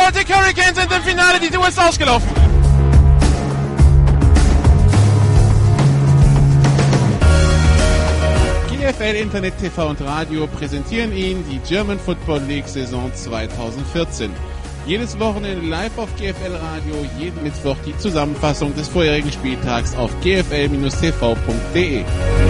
Baltic Hurricanes sind im Finale, die Tour ist ausgelaufen. GFL Internet, TV und Radio präsentieren Ihnen die German Football League Saison 2014. Jedes Wochenende live auf GFL Radio, jeden Mittwoch die Zusammenfassung des vorherigen Spieltags auf gfl-tv.de.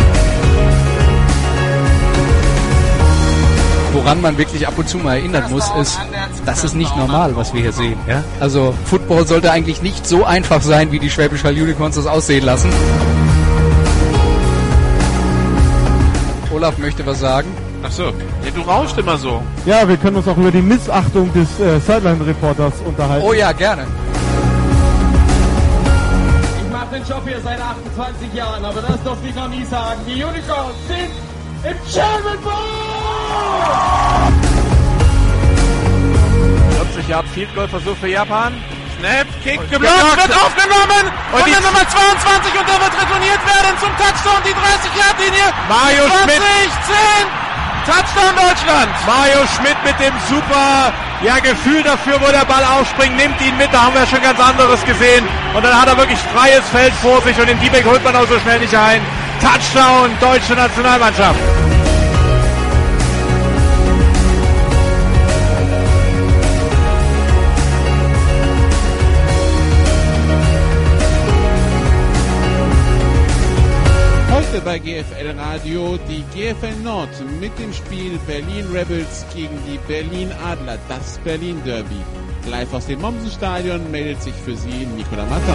Woran man wirklich ab und zu mal erinnern muss, ist, das ist nicht normal, was wir hier sehen. Ja? Also Football sollte eigentlich nicht so einfach sein, wie die Schwäbisch Hall Unicorns das aussehen lassen. Olaf möchte was sagen. Ach so, ja, du rauschst immer so. Ja, wir können uns auch über die Missachtung des Sideline-Reporters unterhalten. Oh ja, gerne. Ich mache den Job hier seit 28 Jahren, aber das durfte ich noch nie sagen. Die Unicorns sind im German Bowl! 40 Yard Field Goal Versuch für Japan. Snap, Kick, geblockt, wird aufgenommen und der Nummer 22 und der wird retourniert werden zum Touchdown, die 30-Yard-Linie. Mario 20, Schmidt. 10, Touchdown Deutschland. Mario Schmidt mit dem super Gefühl dafür, wo der Ball aufspringt, nimmt ihn mit, da haben wir schon ganz anderes gesehen. Und dann hat er wirklich freies Feld vor sich und den D-Back holt man auch so schnell nicht ein. Touchdown, deutsche Nationalmannschaft. Bei GFL Radio die GFL Nord mit dem Spiel Berlin Rebels gegen die Berlin Adler, das Berlin Derby. Live aus dem Mommsen-Stadion meldet sich für Sie Nicolas Martin.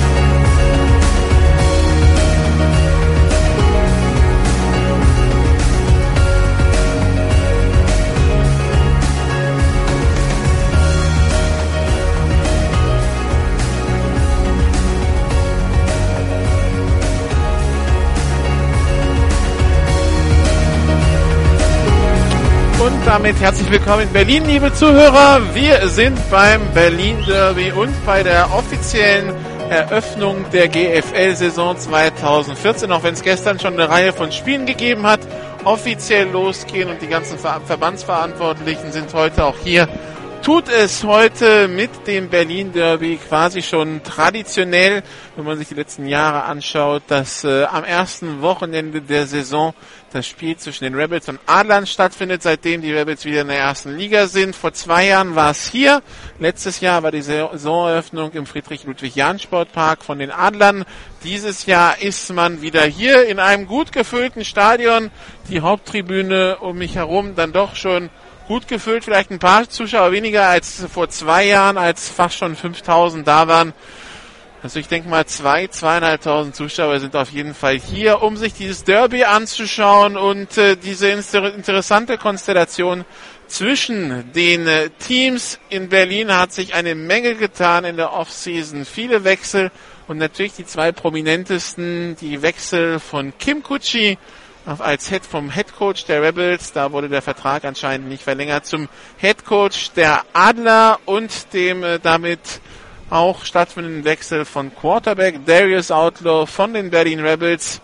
Und damit herzlich willkommen in Berlin, liebe Zuhörer. Wir sind beim Berlin Derby und bei der offiziellen Eröffnung der GFL-Saison 2014, auch wenn es gestern schon eine Reihe von Spielen gegeben hat, offiziell losgehen und die ganzen Verbandsverantwortlichen sind heute auch hier. Tut es heute mit dem Berlin Derby quasi schon traditionell, wenn man sich die letzten Jahre anschaut, dass am ersten Wochenende der Saison das Spiel zwischen den Rebels und Adlern stattfindet, seitdem die Rebels wieder in der ersten Liga sind. Vor 2 Jahren war es hier. Letztes Jahr war die Saisoneröffnung im Friedrich-Ludwig-Jahn-Sportpark von den Adlern. Dieses Jahr ist man wieder hier in einem gut gefüllten Stadion. Die Haupttribüne um mich herum dann doch schon gut gefüllt, vielleicht ein paar Zuschauer weniger als vor 2 Jahren, als fast schon 5.000 da waren. Also ich denke mal 2.500 Zuschauer sind auf jeden Fall hier, um sich dieses Derby anzuschauen und diese interessante Konstellation zwischen den Teams in Berlin hat sich eine Menge getan in der Offseason. Viele Wechsel und natürlich die 2 prominentesten, die Wechsel von Kim Kutschi als vom Headcoach der Rebels, da wurde der Vertrag anscheinend nicht verlängert, zum Headcoach der Adler und dem damit auch stattfindenden Wechsel von Quarterback Darius Outlaw von den Berlin Rebels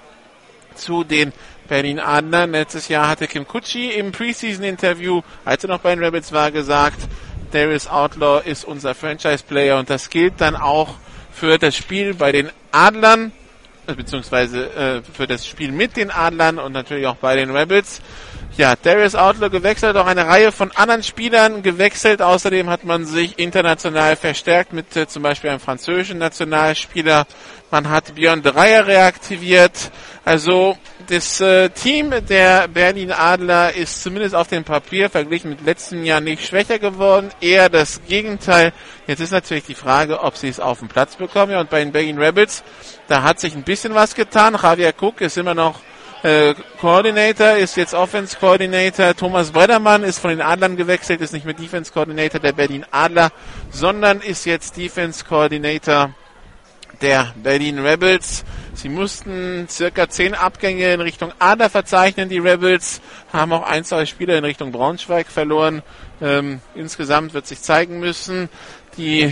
zu den Berlin Adlern. Letztes Jahr hatte Kim Kutschi im Preseason-Interview, als er noch bei den Rebels war, gesagt, Darius Outlaw ist unser Franchise-Player und das gilt dann auch für das Spiel bei den Adlern, beziehungsweise für das Spiel mit den Adlern und natürlich auch bei den Rebels. Ja, Darius Outlaw gewechselt, auch eine Reihe von anderen Spielern gewechselt. Außerdem hat man sich international verstärkt mit zum Beispiel einem französischen Nationalspieler. Man hat Björn Dreyer reaktiviert. Also das Team der Berlin Adler ist zumindest auf dem Papier verglichen mit letztem Jahr nicht schwächer geworden. Eher das Gegenteil. Jetzt ist natürlich die Frage, ob sie es auf den Platz bekommen. Ja, und bei den Berlin Rebels, da hat sich ein bisschen was getan. Javier Cook ist immer noch Coordinator, ist jetzt Offense Coordinator. Thomas Breddermann ist von den Adlern gewechselt, ist nicht mehr Defense Coordinator der Berlin Adler, sondern ist jetzt Defense Coordinator der Berlin Rebels. Sie mussten circa 10 Abgänge in Richtung Adler verzeichnen. Die Rebels haben auch 1, 2 Spieler in Richtung Braunschweig verloren. Insgesamt wird sich zeigen müssen. Die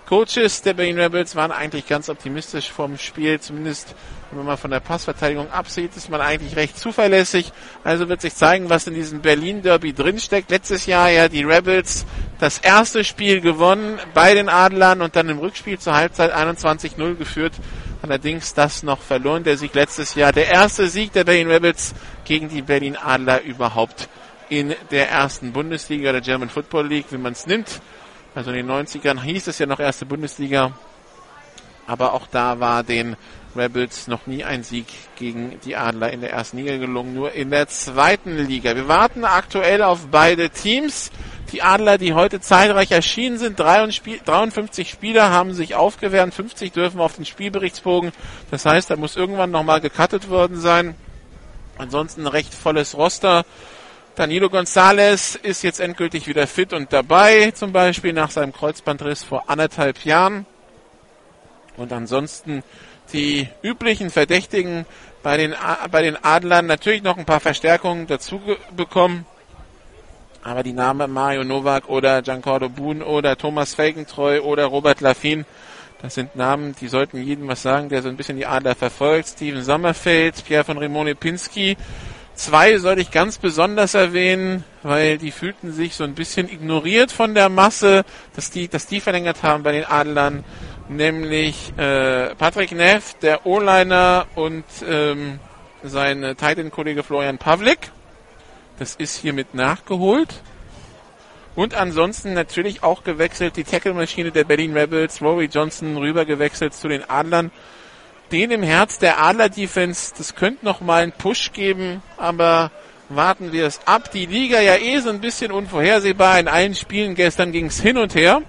Coaches der Berlin Rebels waren eigentlich ganz optimistisch vom Spiel, zumindest wenn man mal von der Passverteidigung absieht, ist man eigentlich recht zuverlässig. Also wird sich zeigen, was in diesem Berlin Derby drinsteckt. Letztes Jahr ja die Rebels das erste Spiel gewonnen bei den Adlern und dann im Rückspiel zur Halbzeit 21-0 geführt. Allerdings das noch verloren, der Sieg letztes Jahr. Der erste Sieg der Berlin Rebels gegen die Berlin Adler überhaupt in der ersten Bundesliga, der German Football League, wie man es nimmt. Also in den 90ern hieß es ja noch erste Bundesliga. Aber auch da war den Rebels noch nie ein Sieg gegen die Adler in der ersten Liga gelungen, nur in der zweiten Liga. Wir warten aktuell auf beide Teams. Die Adler, die heute zahlreich erschienen sind, 53 Spieler haben sich aufgewärmt, 50 dürfen auf den Spielberichtsbogen. Das heißt, da muss irgendwann nochmal gecuttet worden sein. Ansonsten ein recht volles Roster. Danilo González ist jetzt endgültig wieder fit und dabei, zum Beispiel nach seinem Kreuzbandriss vor 1,5 Jahren. Und ansonsten die üblichen Verdächtigen bei den Adlern natürlich noch ein paar Verstärkungen dazu bekommen. Aber die Namen Mario Novak oder Giancarlo Boone oder Thomas Felgentreu oder Robert Laffin, das sind Namen, die sollten jedem was sagen, der so ein bisschen die Adler verfolgt. Steven Sommerfeld, Pierre von Remone-Pinski. 2 soll ich ganz besonders erwähnen, weil die fühlten sich so ein bisschen ignoriert von der Masse, dass die verlängert haben bei den Adlern. Nämlich Patrick Neff, der O-Liner und sein Tight End-Kollege Florian Pavlik. Das ist hiermit nachgeholt. Und ansonsten natürlich auch gewechselt, die Tackle-Maschine der Berlin Rebels, Rory Johnson, rüber gewechselt zu den Adlern. Den im Herz der Adler-Defense, das könnte noch mal einen Push geben, aber warten wir es ab. Die Liga ja so ein bisschen unvorhersehbar. In allen Spielen gestern ging es hin und her.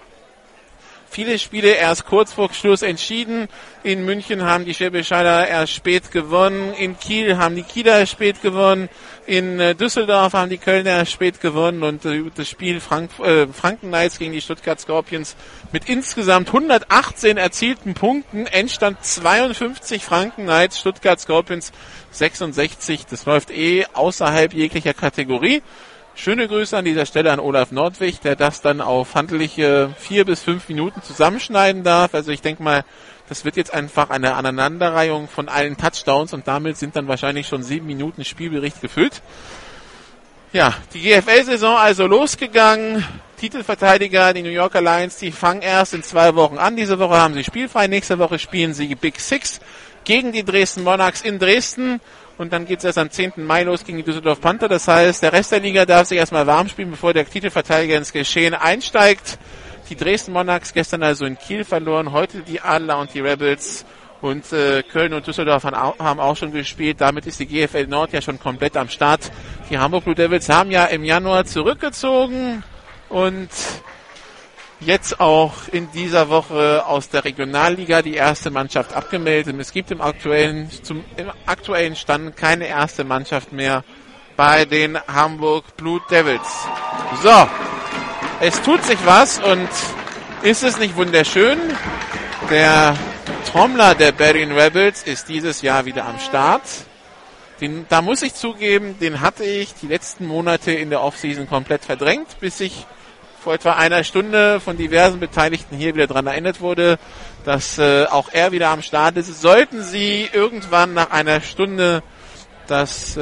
Viele Spiele erst kurz vor Schluss entschieden. In München haben die Schwäbischeider erst spät gewonnen. In Kiel haben die Kieler spät gewonnen. In Düsseldorf haben die Kölner erst spät gewonnen. Und das Spiel Franken Knights gegen die Stuttgart Scorpions mit insgesamt 118 erzielten Punkten. Endstand 52 Franken Knights, Stuttgart Scorpions 66. Das läuft außerhalb jeglicher Kategorie. Schöne Grüße an dieser Stelle an Olaf Nordwig, der das dann auf handliche 4 bis 5 Minuten zusammenschneiden darf. Also ich denke mal, das wird jetzt einfach eine Aneinanderreihung von allen Touchdowns und damit sind dann wahrscheinlich schon 7 Minuten Spielbericht gefüllt. Ja, die GFL-Saison also losgegangen. Titelverteidiger, die New Yorker Lions, die fangen erst in 2 Wochen an. Diese Woche haben sie spielfrei. Nächste Woche spielen sie Big Six gegen die Dresden Monarchs in Dresden. Und dann geht es erst am 10. Mai los gegen die Düsseldorf Panther. Das heißt, der Rest der Liga darf sich erstmal warm spielen, bevor der Titelverteidiger ins Geschehen einsteigt. Die Dresden Monarchs gestern also in Kiel verloren, heute die Adler und die Rebels. Und Köln und Düsseldorf haben auch schon gespielt. Damit ist die GFL Nord ja schon komplett am Start. Die Hamburg Blue Devils haben ja im Januar zurückgezogen und jetzt auch in dieser Woche aus der Regionalliga die erste Mannschaft abgemeldet. Es gibt im aktuellen Stand keine erste Mannschaft mehr bei den Hamburg Blue Devils. So, es tut sich was und ist es nicht wunderschön? Der Trommler der Berlin Rebels ist dieses Jahr wieder am Start. Da muss ich zugeben, den hatte ich die letzten Monate in der Offseason komplett verdrängt, bis ich vor etwa einer Stunde von diversen Beteiligten hier wieder dran erinnert wurde, dass auch er wieder am Start ist. Sollten Sie irgendwann nach einer Stunde das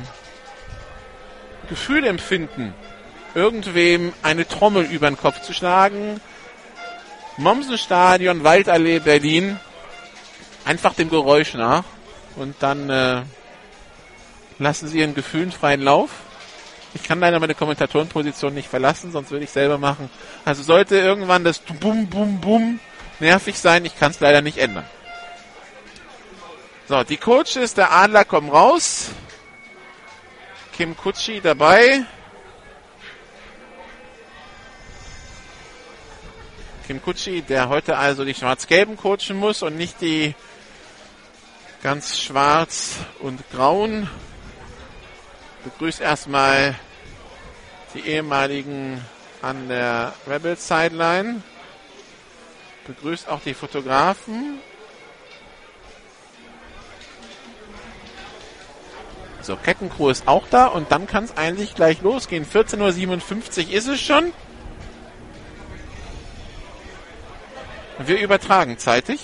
Gefühl empfinden, irgendwem eine Trommel über den Kopf zu schlagen, Mommsenstadion, Waldallee, Berlin, einfach dem Geräusch nach und dann lassen Sie Ihren Gefühlen freien Lauf. Ich kann leider meine Kommentatorenposition nicht verlassen, sonst würde ich selber machen. Also sollte irgendwann das Bum, Bum, Bum nervig sein, ich kann es leider nicht ändern. So, die Coaches der Adler kommen raus. Kim Kutschi dabei. Kim Kutschi, der heute also die Schwarz-Gelben coachen muss und nicht die ganz schwarz und grauen. Begrüßt erstmal die ehemaligen an der Rebels Sideline. Begrüßt auch die Fotografen. So, Kettencrew ist auch da und dann kann es eigentlich gleich losgehen. 14:57 Uhr ist es schon. Und wir übertragen zeitig.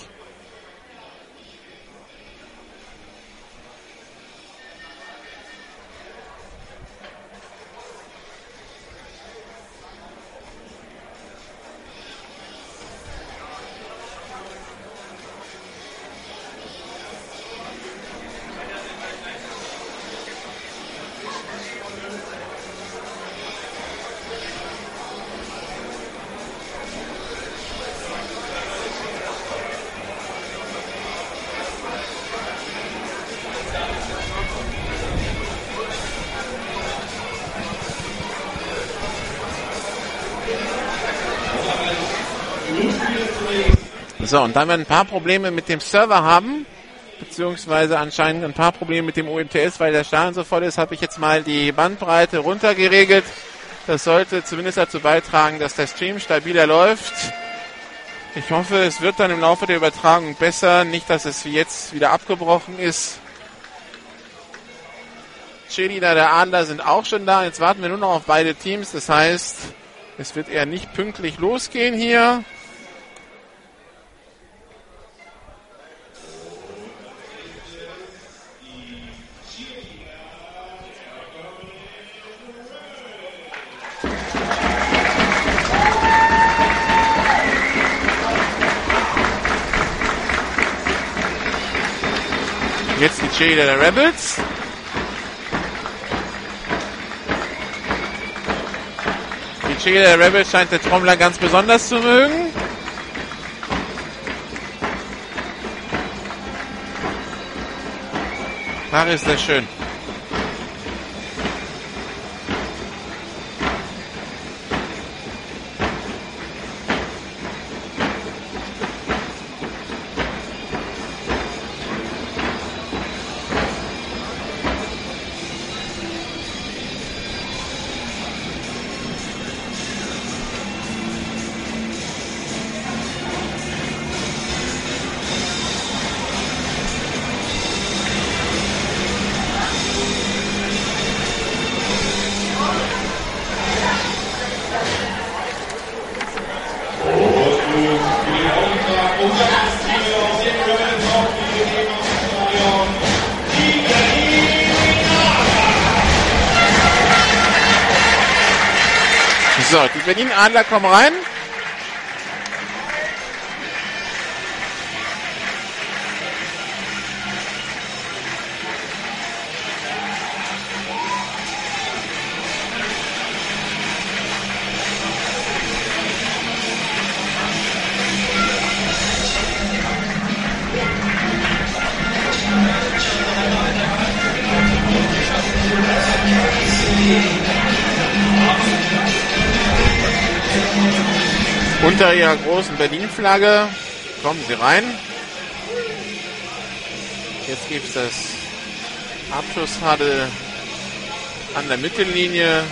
So, und da wir ein paar Probleme mit dem Server haben, beziehungsweise anscheinend ein paar Probleme mit dem UMTS, weil der Stadion so voll ist, habe ich jetzt mal die Bandbreite runtergeregelt. Das sollte zumindest dazu beitragen, dass der Stream stabiler läuft. Ich hoffe, es wird dann im Laufe der Übertragung besser. Nicht, dass es wie jetzt wieder abgebrochen ist. Cheerleader der Adler sind auch schon da. Jetzt warten wir nur noch auf beide Teams. Das heißt, es wird eher nicht pünktlich losgehen hier. Jetzt die Cheerleader der Rebels. Die Cheerleader der Rebels scheint der Trommler ganz besonders zu mögen. Ach, ist das schön. So, die Berlin Adler kommen rein. Unter ihrer großen Berlin-Flagge kommen sie rein. Jetzt gibt es das Abschlusshuddle an der Mittellinie.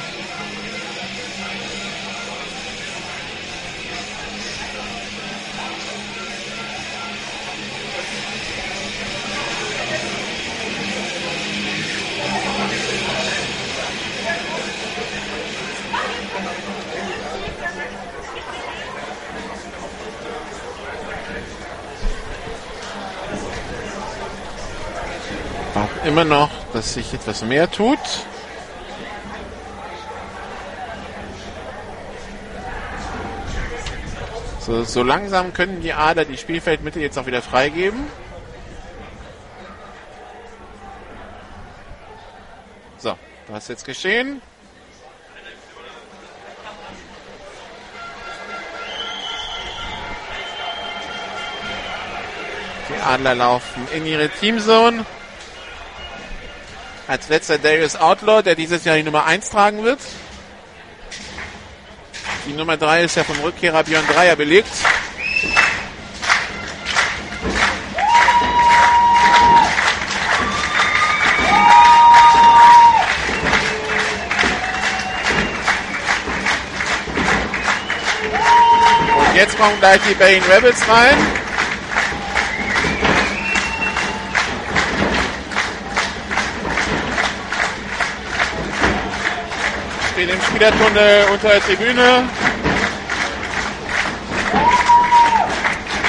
Immer noch, dass sich etwas mehr tut. So langsam können die Adler die Spielfeldmitte jetzt auch wieder freigeben. So, was ist jetzt geschehen? Die Adler laufen in ihre Teamzone. Als letzter Darius Outlaw, der dieses Jahr die Nummer 1 tragen wird. Die Nummer 3 ist ja vom Rückkehrer Björn Dreier belegt. Und jetzt kommen gleich die Berlin Rebels rein. Im Spielertunnel unter der Tribüne.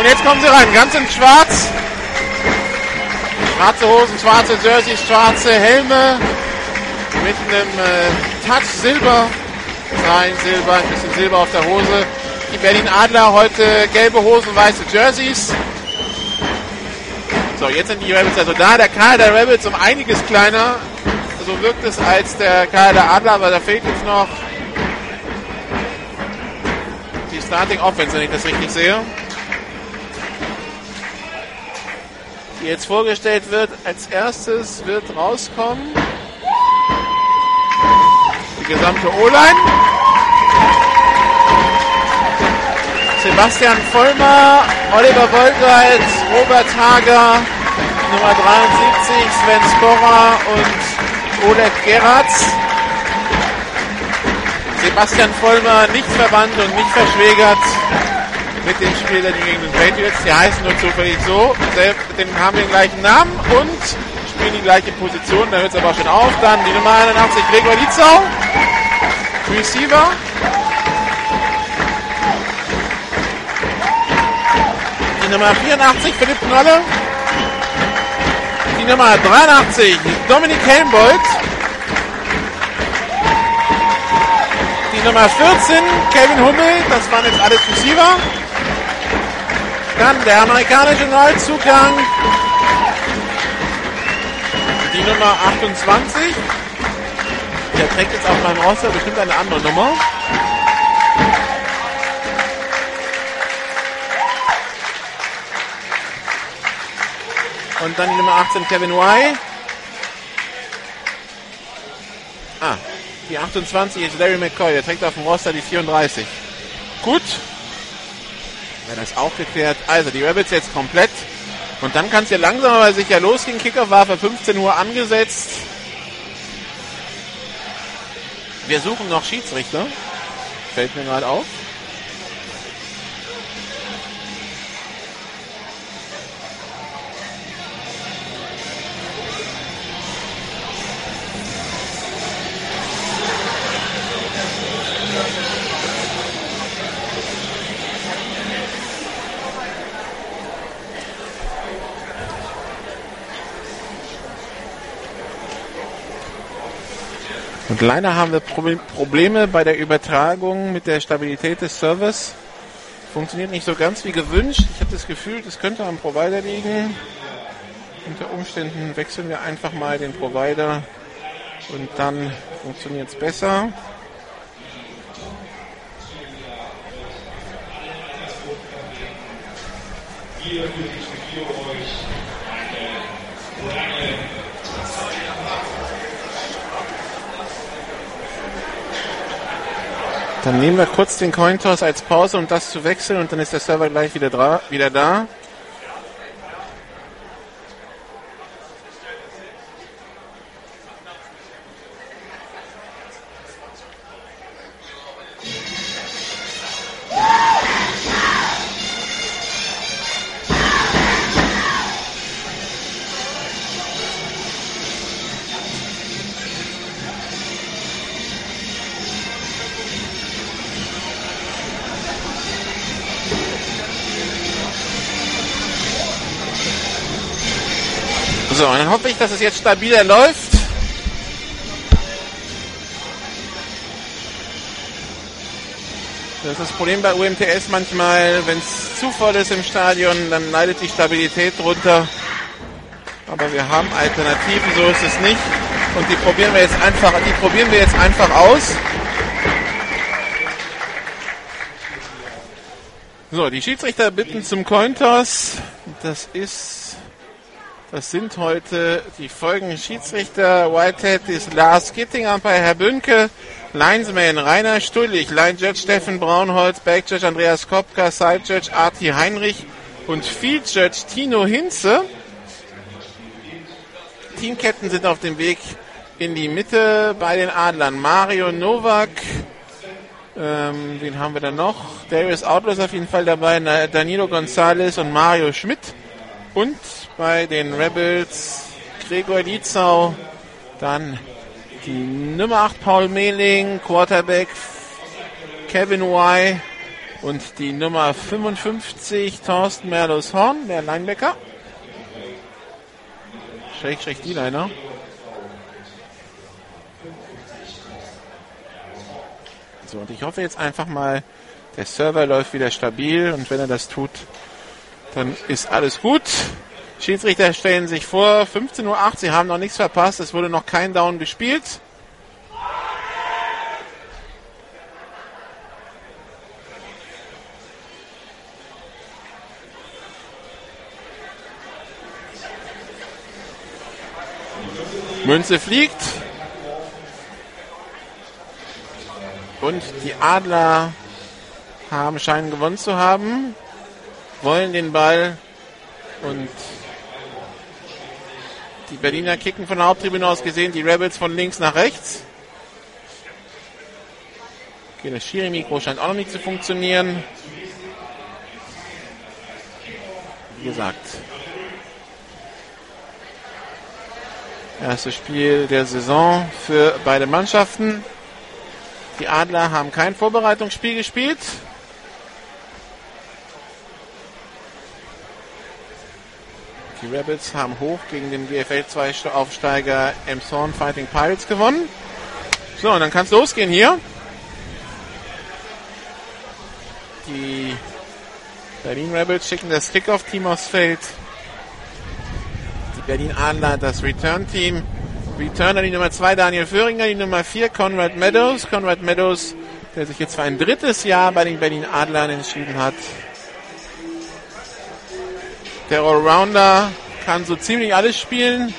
jetzt kommen sie rein, ganz in schwarz. Schwarze Hosen, schwarze Jerseys, schwarze Helme mit einem Touch Silber. Nein, Silber, ein bisschen Silber auf der Hose. Die Berlin Adler heute gelbe Hosen, weiße Jerseys. So, jetzt sind die Rebels also da. Der Kader der Rebels um einiges kleiner. So wirkt es als der Kader der Adler, aber da fehlt jetzt noch die Starting Offense, wenn ich das richtig sehe. Die jetzt vorgestellt wird. Als erstes wird rauskommen die gesamte O-Line. Sebastian Vollmer, Oliver Wolgeit, Robert Hager, Nummer 73, Sven Skorra und Oleg Geratz. Sebastian Vollmer nicht verwandt und nicht verschwägert mit den Spielern gegen den Patriots. Die heißen nur zufällig so, haben den gleichen Namen und spielen die gleiche Position. Da hört es aber auch schon auf. Dann die Nummer 81, Gregor Lietzau, Receiver. Die Nummer 84, Philipp Knolle. Die Nummer 83, Dominik Helmbold. Die Nummer 14, Kevin Hummel. Das waren jetzt alles Receiver. Dann der amerikanische Neuzugang. Die Nummer 28. Der trägt jetzt auf meinem Roster bestimmt eine andere Nummer. Und dann die Nummer 18, Kevin Y. Die 28 ist Larry McCoy, der trägt auf dem Roster die 34. Gut. Wäre das auch geklärt. Also die Rebels jetzt komplett. Und dann kann es ja langsam aber sicher losgehen. Kickoff war für 15 Uhr angesetzt. Wir suchen noch Schiedsrichter. Fällt mir gerade auf. Und leider haben wir Probleme bei der Übertragung mit der Stabilität des Servers. Funktioniert nicht so ganz wie gewünscht. Ich habe das Gefühl, das könnte am Provider liegen. Unter Umständen wechseln wir einfach mal den Provider und dann funktioniert es besser. Dann nehmen wir kurz den Cointoss als Pause, um das zu wechseln, und dann ist der Server gleich wieder da. So, und dann hoffe ich, dass es jetzt stabiler läuft. Das ist das Problem bei UMTS manchmal, wenn es zu voll ist im Stadion, dann leidet die Stabilität drunter. Aber wir haben Alternativen, so ist es nicht. Und die probieren wir jetzt einfach aus. So, die Schiedsrichter bitten zum Cointoss. Das sind heute die folgenden Schiedsrichter. Whitehead ist Lars Gitting, Umpire Herr Bünke, Linesman Rainer Stullig, Line Judge Steffen Braunholz, Back Judge Andreas Kopka, Side Judge Arti Heinrich und Field Judge Tino Hinze. Teamcaptain sind auf dem Weg in die Mitte bei den Adlern. Mario Nowak, wen haben wir da noch? Darius Outlaw ist auf jeden Fall dabei, Danilo Gonzalez und Mario Schmidt. Und bei den Rebels Gregor Lietzau, dann die Nummer 8 Paul Mehling, Quarterback Kevin Y, Und die Nummer 55, Thorsten Merlos-Horn, der Linebacker. Schräg D-Liner. So, und ich hoffe jetzt einfach mal, der Server läuft wieder stabil und wenn er das tut, dann ist alles gut. Schiedsrichter stellen sich vor, 15:08 Uhr, sie haben noch nichts verpasst, es wurde noch kein Down gespielt. Münze fliegt. Und die Adler scheinen gewonnen zu haben, wollen den Ball und die Berliner kicken von der Haupttribüne aus gesehen, die Rebels von links nach rechts. Okay, das Schiri-Mikro scheint auch noch nicht zu funktionieren. Wie gesagt, erstes Spiel der Saison für beide Mannschaften. Die Adler haben kein Vorbereitungsspiel gespielt. Die Rebels haben hoch gegen den GFL-2-Aufsteiger Elmshorn Fighting Pirates gewonnen. So, und dann kann es losgehen hier. Die Berlin Rebels schicken das Kickoff-Team aufs Feld. Die Berlin Adler das Return-Team. Returner die Nummer 2 Daniel Föhringer, die Nummer 4 Conrad Meadows. Conrad Meadows, der sich jetzt für ein drittes Jahr bei den Berlin Adlern entschieden hat. Der Allrounder kann so ziemlich alles spielen.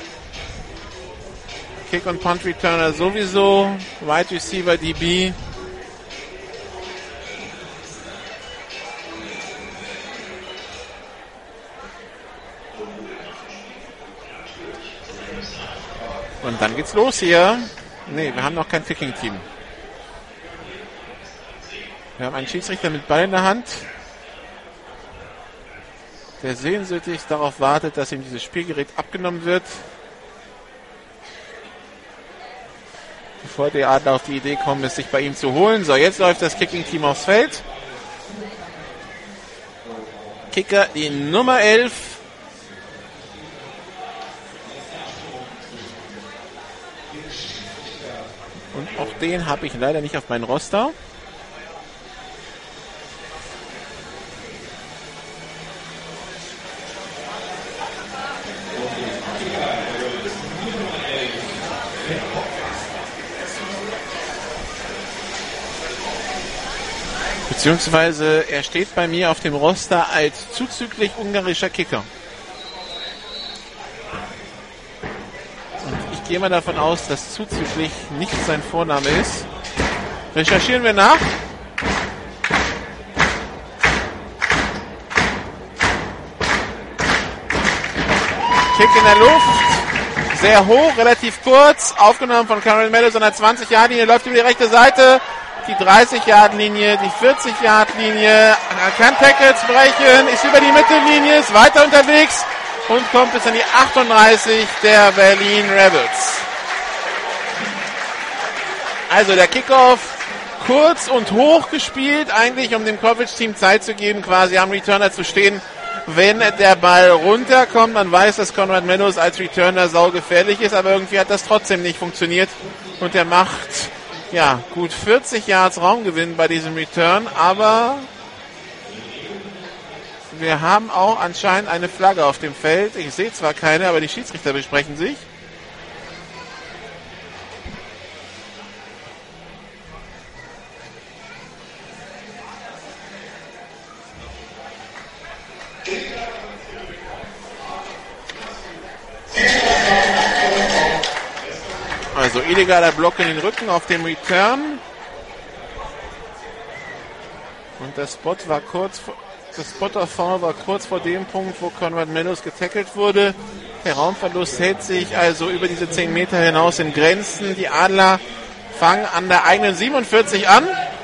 Kick- und Punt-Returner sowieso. Wide Receiver DB. Und dann geht's los hier. Ne, wir haben noch kein Kicking-Team. Wir haben einen Schiedsrichter mit Ball in der Hand, der sehnsüchtig darauf wartet, dass ihm dieses Spielgerät abgenommen wird, bevor die Adler auf die Idee kommen, es sich bei ihm zu holen. So, jetzt läuft das Kicking-Team aufs Feld. Kicker, die Nummer 11. Und auch den habe ich leider nicht auf meinem Roster. Beziehungsweise er steht bei mir auf dem Roster als zuzüglich ungarischer Kicker. Und ich gehe mal davon aus, dass zuzüglich nicht sein Vorname ist. Recherchieren wir nach. Kick in der Luft. Sehr hoch, relativ kurz. Aufgenommen von Cameron Meadows an der 20-Yard-Linie. Läuft über die rechte Seite. Die 30-Yard-Linie, die 40-Yard-Linie. Kann Tackles brechen. Ist über die Mittellinie. Ist weiter unterwegs. Und kommt bis an die 38 der Berlin Rebels. Also der Kickoff kurz und hoch gespielt. Eigentlich um dem Coverage-Team Zeit zu geben, quasi am Returner zu stehen. Wenn der Ball runterkommt, man weiß, dass Conrad Meadows als Returner saugefährlich ist, aber irgendwie hat das trotzdem nicht funktioniert. Und er macht gut 40 Yards Raumgewinn bei diesem Return, aber wir haben auch anscheinend eine Flagge auf dem Feld. Ich sehe zwar keine, aber die Schiedsrichter besprechen sich. Also illegaler Block in den Rücken auf dem Return. Und der Spot auf Foul war kurz vor dem Punkt, wo Conrad Meadows getackelt wurde. Der Raumverlust hält sich also über diese 10 Meter hinaus in Grenzen. Die Adler fangen an der eigenen 47 an.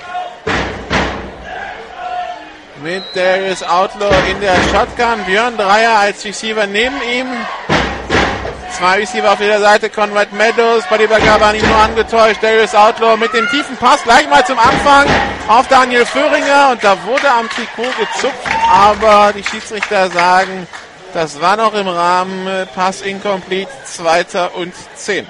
Mit Darius Outlaw in der Shotgun. Björn Dreier als Receiver neben ihm. 2 Receiver auf jeder Seite. Conrad Meadows, bei der Übergabe nicht nur angetäuscht. Darius Outlaw mit dem tiefen Pass gleich mal zum Anfang auf Daniel Föhringer. Und da wurde am Trikot gezupft, aber die Schiedsrichter sagen, das war noch im Rahmen. Pass incomplete, 2. und 10.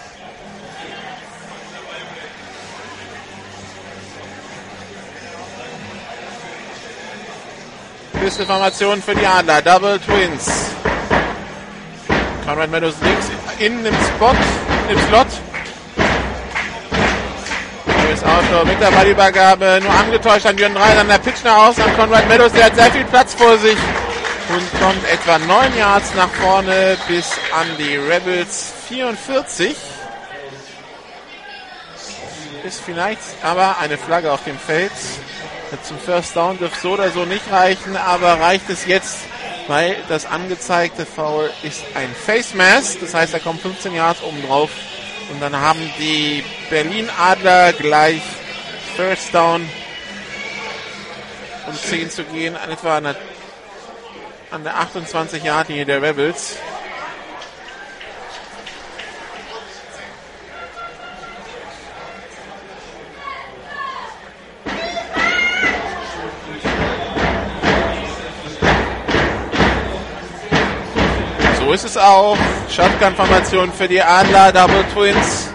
Formation für die Adler. Double Twins. Conrad Meadows links innen im Slot. Darius Outlaw mit der Ballübergabe nur angetäuscht an Björn Dreier, dann der Pitch nach außen an Conrad Meadows. Der hat sehr viel Platz vor sich und kommt etwa 9 Yards nach vorne bis an die Rebels 44. Ist vielleicht aber eine Flagge auf dem Feld. Zum First Down dürfte so oder so nicht reichen, aber reicht es jetzt, weil das angezeigte Foul ist ein Face Mask. Das heißt, da kommen 15 Yards oben drauf und dann haben die Berlin Adler gleich First Down, um 10 zu gehen, etwa an der 28-Yard-Linie der Rebels. So ist es auch. Shotgun-Formation für die Adler, Double Twins.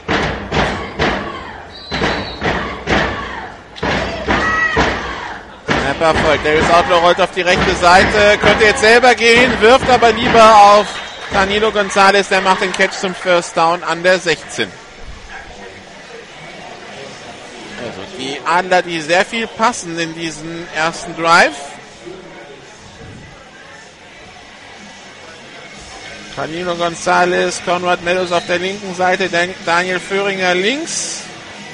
Snapper folgt. Darius Outlaw rollt auf die rechte Seite, könnte jetzt selber gehen, wirft aber lieber auf Danilo Gonzalez, der macht den Catch zum First Down an der 16. Also die Adler, die sehr viel passen in diesen ersten Drive. Danilo Gonzalez, Conrad Meadows auf der linken Seite, Daniel Föhringer links.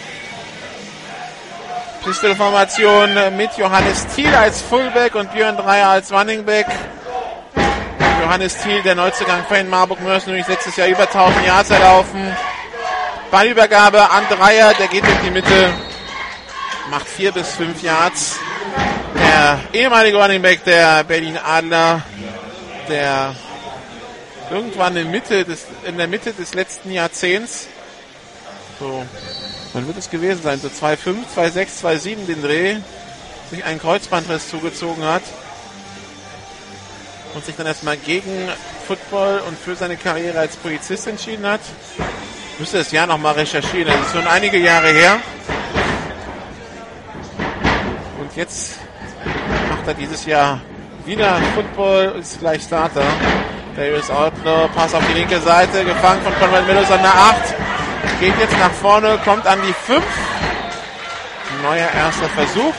Pistol-Formation mit Johannes Thiel als Fullback und Björn Dreier als Running Back. Johannes Thiel, der Neuzugang für den Marburg Mercenaries, letztes Jahr über 1000 Yards erlaufen. Ballübergabe an Dreier, der geht durch die Mitte, macht 4 bis 5 Yards. Der ehemalige Running Back der Berlin Adler, der irgendwann in der Mitte des letzten Jahrzehnts, so, wann wird es gewesen sein, so 2,5, 2,6, 2,7 den Dreh, sich einen Kreuzbandriss zugezogen hat und sich dann erstmal gegen Football und für seine Karriere als Polizist entschieden hat. Ich müsste das Jahr nochmal recherchieren, das ist schon einige Jahre her. Und jetzt macht er dieses Jahr wieder Football, ist gleich Starter. Darius Outlaw, Pass auf die linke Seite, gefangen von Conrad Meadows an der 8. Geht jetzt nach vorne, kommt an die 5. Neuer erster Versuch.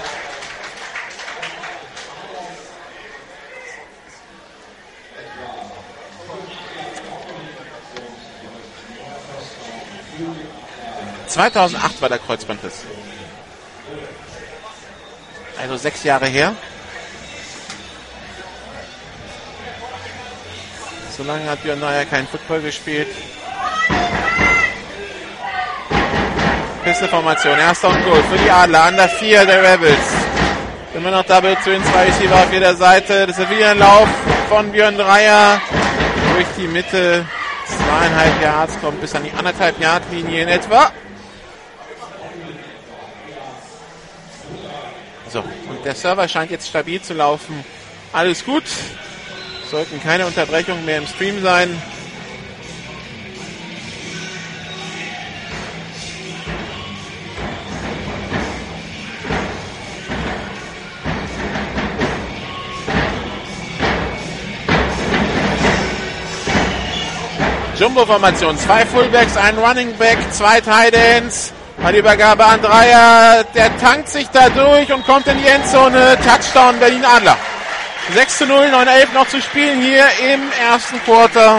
...2008 war der Kreuzbandriss. Also 6 Jahre her. So lange hat Björn Dreier keinen Football gespielt. Pistol-Formation, erster und Goal für die Adler an der 4 der Rebels. Immer noch Double Twins, 2 Receiver auf jeder Seite. Das ist wieder ein Lauf von Björn Dreier durch die Mitte. 2,5 Yards, kommt bis an die 1,5 Yard Linie in etwa. So, und der Server scheint jetzt stabil zu laufen. Alles gut. Sollten keine Unterbrechungen mehr im Stream sein. Jumbo-Formation, 2 Fullbacks, ein Running Back, 2 Tight Ends. Mal Übergabe an Dreier, der tankt sich da durch und kommt in die Endzone. Touchdown Berlin Adler. 6:0, 9:11 noch zu spielen hier im ersten Quarter.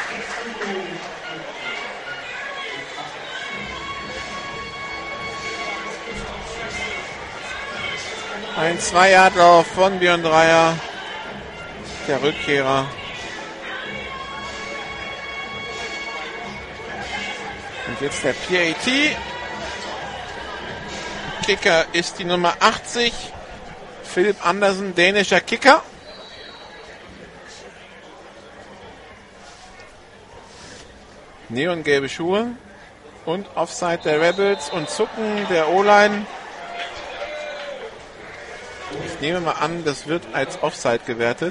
Ein 2-Yard-Lauf von Björn Dreier, der Rückkehrer. Und jetzt der PAT. Kicker ist die Nummer 80. Philipp Andersen, dänischer Kicker. neongelbe Schuhe und Offside der Rebels und Zucken der O-Line. Ich nehme mal an, das wird als Offside gewertet.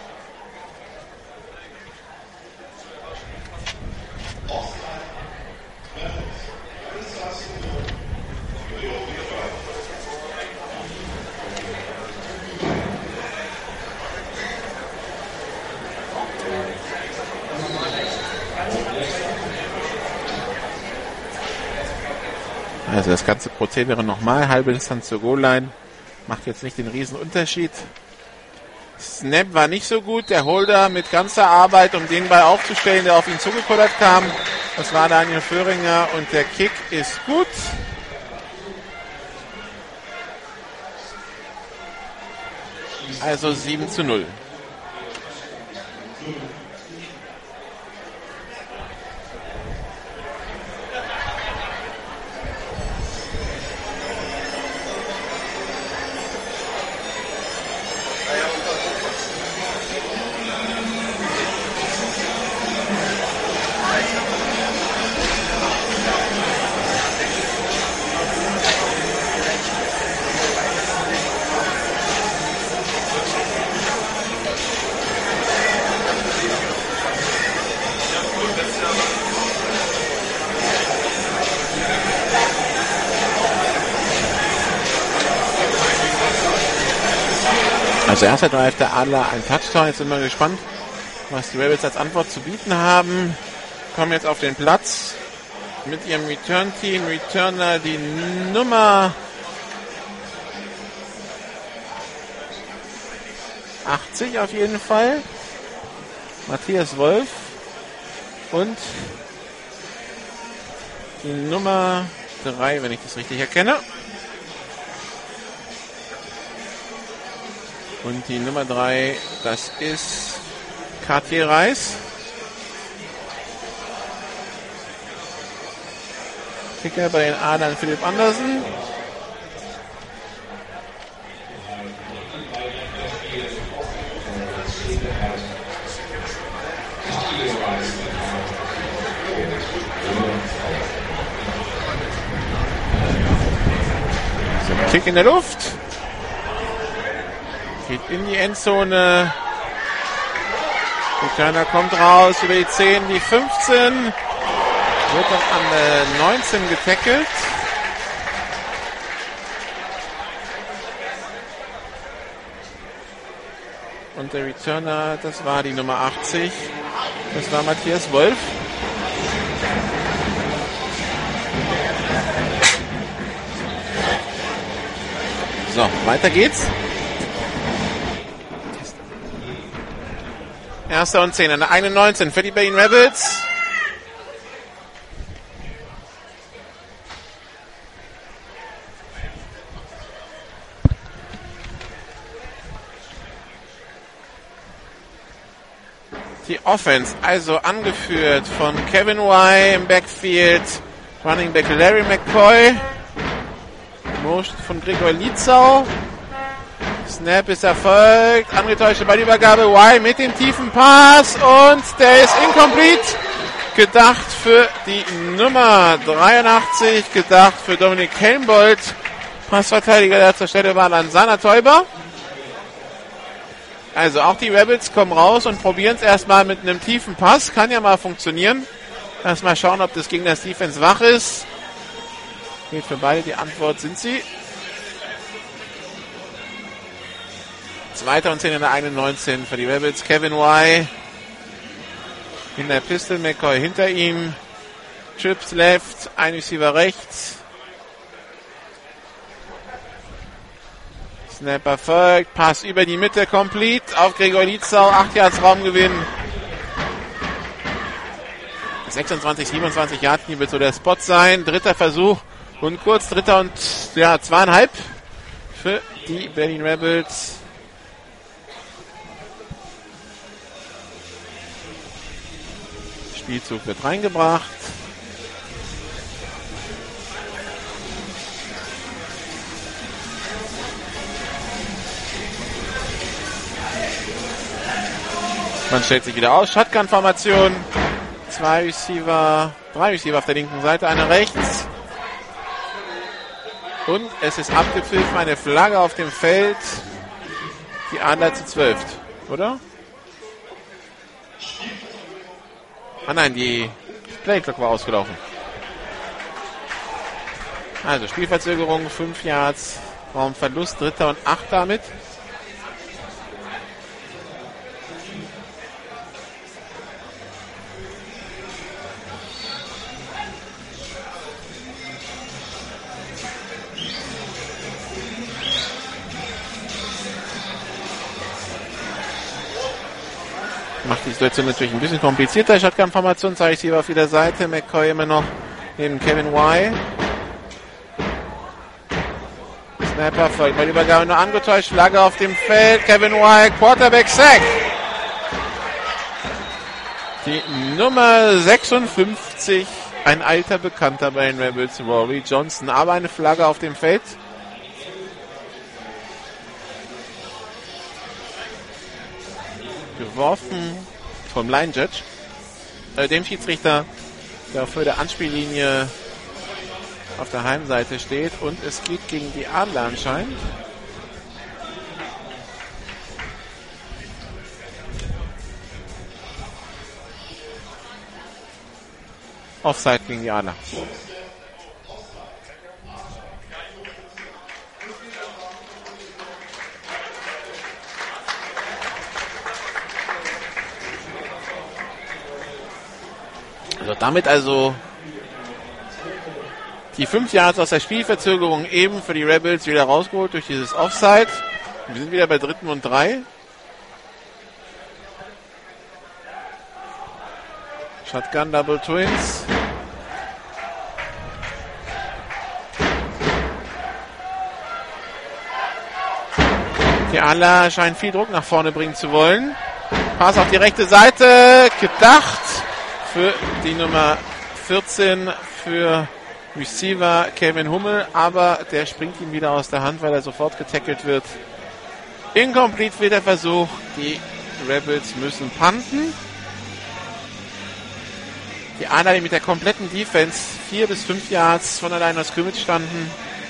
Also das ganze Prozedere nochmal, halbe Distanz zur Goal-Line, macht jetzt nicht den riesen Unterschied. Snap war nicht so gut, der Holder mit ganzer Arbeit, um den Ball aufzustellen, der auf ihn zugekullert kam. Das war Daniel Föhringer und der Kick ist gut. Also 7:0. Also erster Drive der Adler, ein Touchdown. Jetzt sind wir gespannt, was die Rebels als Antwort zu bieten haben. Kommen jetzt auf den Platz mit ihrem Return-Team. Returner die Nummer 80 auf jeden Fall. Matthias Wolf. Und die Nummer 3, wenn ich das richtig erkenne. Und die Nummer 3, das ist Cartier Reis. Kicker bei den Adlern Philipp Andersen. So, Kick in der Luft. Geht in die Endzone. Returner kommt raus über die 10, die 15. Wird dann an 19 getackelt. Und der Returner, das war die Nummer 80. Das war Matthias Wolf. So, weiter geht's. Erster und 10 an der 19 für die Berlin Rebels. Die Offense, also angeführt von Kevin Y im Backfield, Running Back Larry McCoy, Motion von Gregor Lietzau. Snap ist erfolgt, angetäuschte Ballübergabe, Y mit dem tiefen Pass und der ist incomplete. Gedacht für die Nummer 83, gedacht für Dominik Helmbold. Passverteidiger, der zur Stelle war dann Sana Teuber. Also auch die Rebels kommen raus und probieren es erstmal mit einem tiefen Pass. Kann ja mal funktionieren. Erstmal schauen, ob das gegen das Defense wach ist. Geht für beide, die Antwort sind sie. 2. und 10 in der 19 für die Rebels. Kevin Y. In der Pistol, McCoy hinter ihm. Trips left, ein Receiver rechts. Snap erfolgt, Pass über die Mitte, complete auf Gregor Lietzau, 8 Yards Raumgewinn. 26, 27 Yards wird so der Spot sein. Dritter Versuch und kurz, 3. und 2,5 für die Berlin Rebels. Spielzug wird reingebracht. Man stellt sich wieder aus. Shotgun-Formation. drei Receiver auf der linken Seite, einer rechts. Und es ist abgepfiffen, eine Flagge auf dem Feld. Die Adler zu 12, oder? Ah nein, die Playclock war ausgelaufen. Also Spielverzögerung, 5 Yards, Raumverlust, 3. und 8 damit. Macht die Situation natürlich ein bisschen komplizierter. Shotgun-Formation, zeige ich sie auf jeder Seite. McCoy immer noch neben Kevin Y. Snapper folgt bei der Übergabe nur angetäuscht. Flagge auf dem Feld. Kevin Y, Quarterback Sack. Die Nummer 56, ein alter Bekannter bei den Rebels, Rory Johnson. Aber eine Flagge auf dem Feld. Geworfen vom Line Judge, dem Schiedsrichter, der vor der Anspiellinie auf der Heimseite steht, und es geht gegen die Adler anscheinend. Offside gegen die Adler. Also damit die 5 Yards aus der Spielverzögerung eben für die Rebels wieder rausgeholt durch dieses Offside. Wir sind wieder bei 3. und 3. Shotgun Double Twins. Die Adler scheinen viel Druck nach vorne bringen zu wollen. Pass auf die rechte Seite. Gedacht für die Nummer 14 für Receiver Kevin Hummel, aber der springt ihm wieder aus der Hand, weil er sofort getackelt wird. Incomplete wird der Versuch. Die Rebels müssen punten. Die Adler, die mit der kompletten Defense 4 bis 5 Yards von allein aus Scrimmage standen.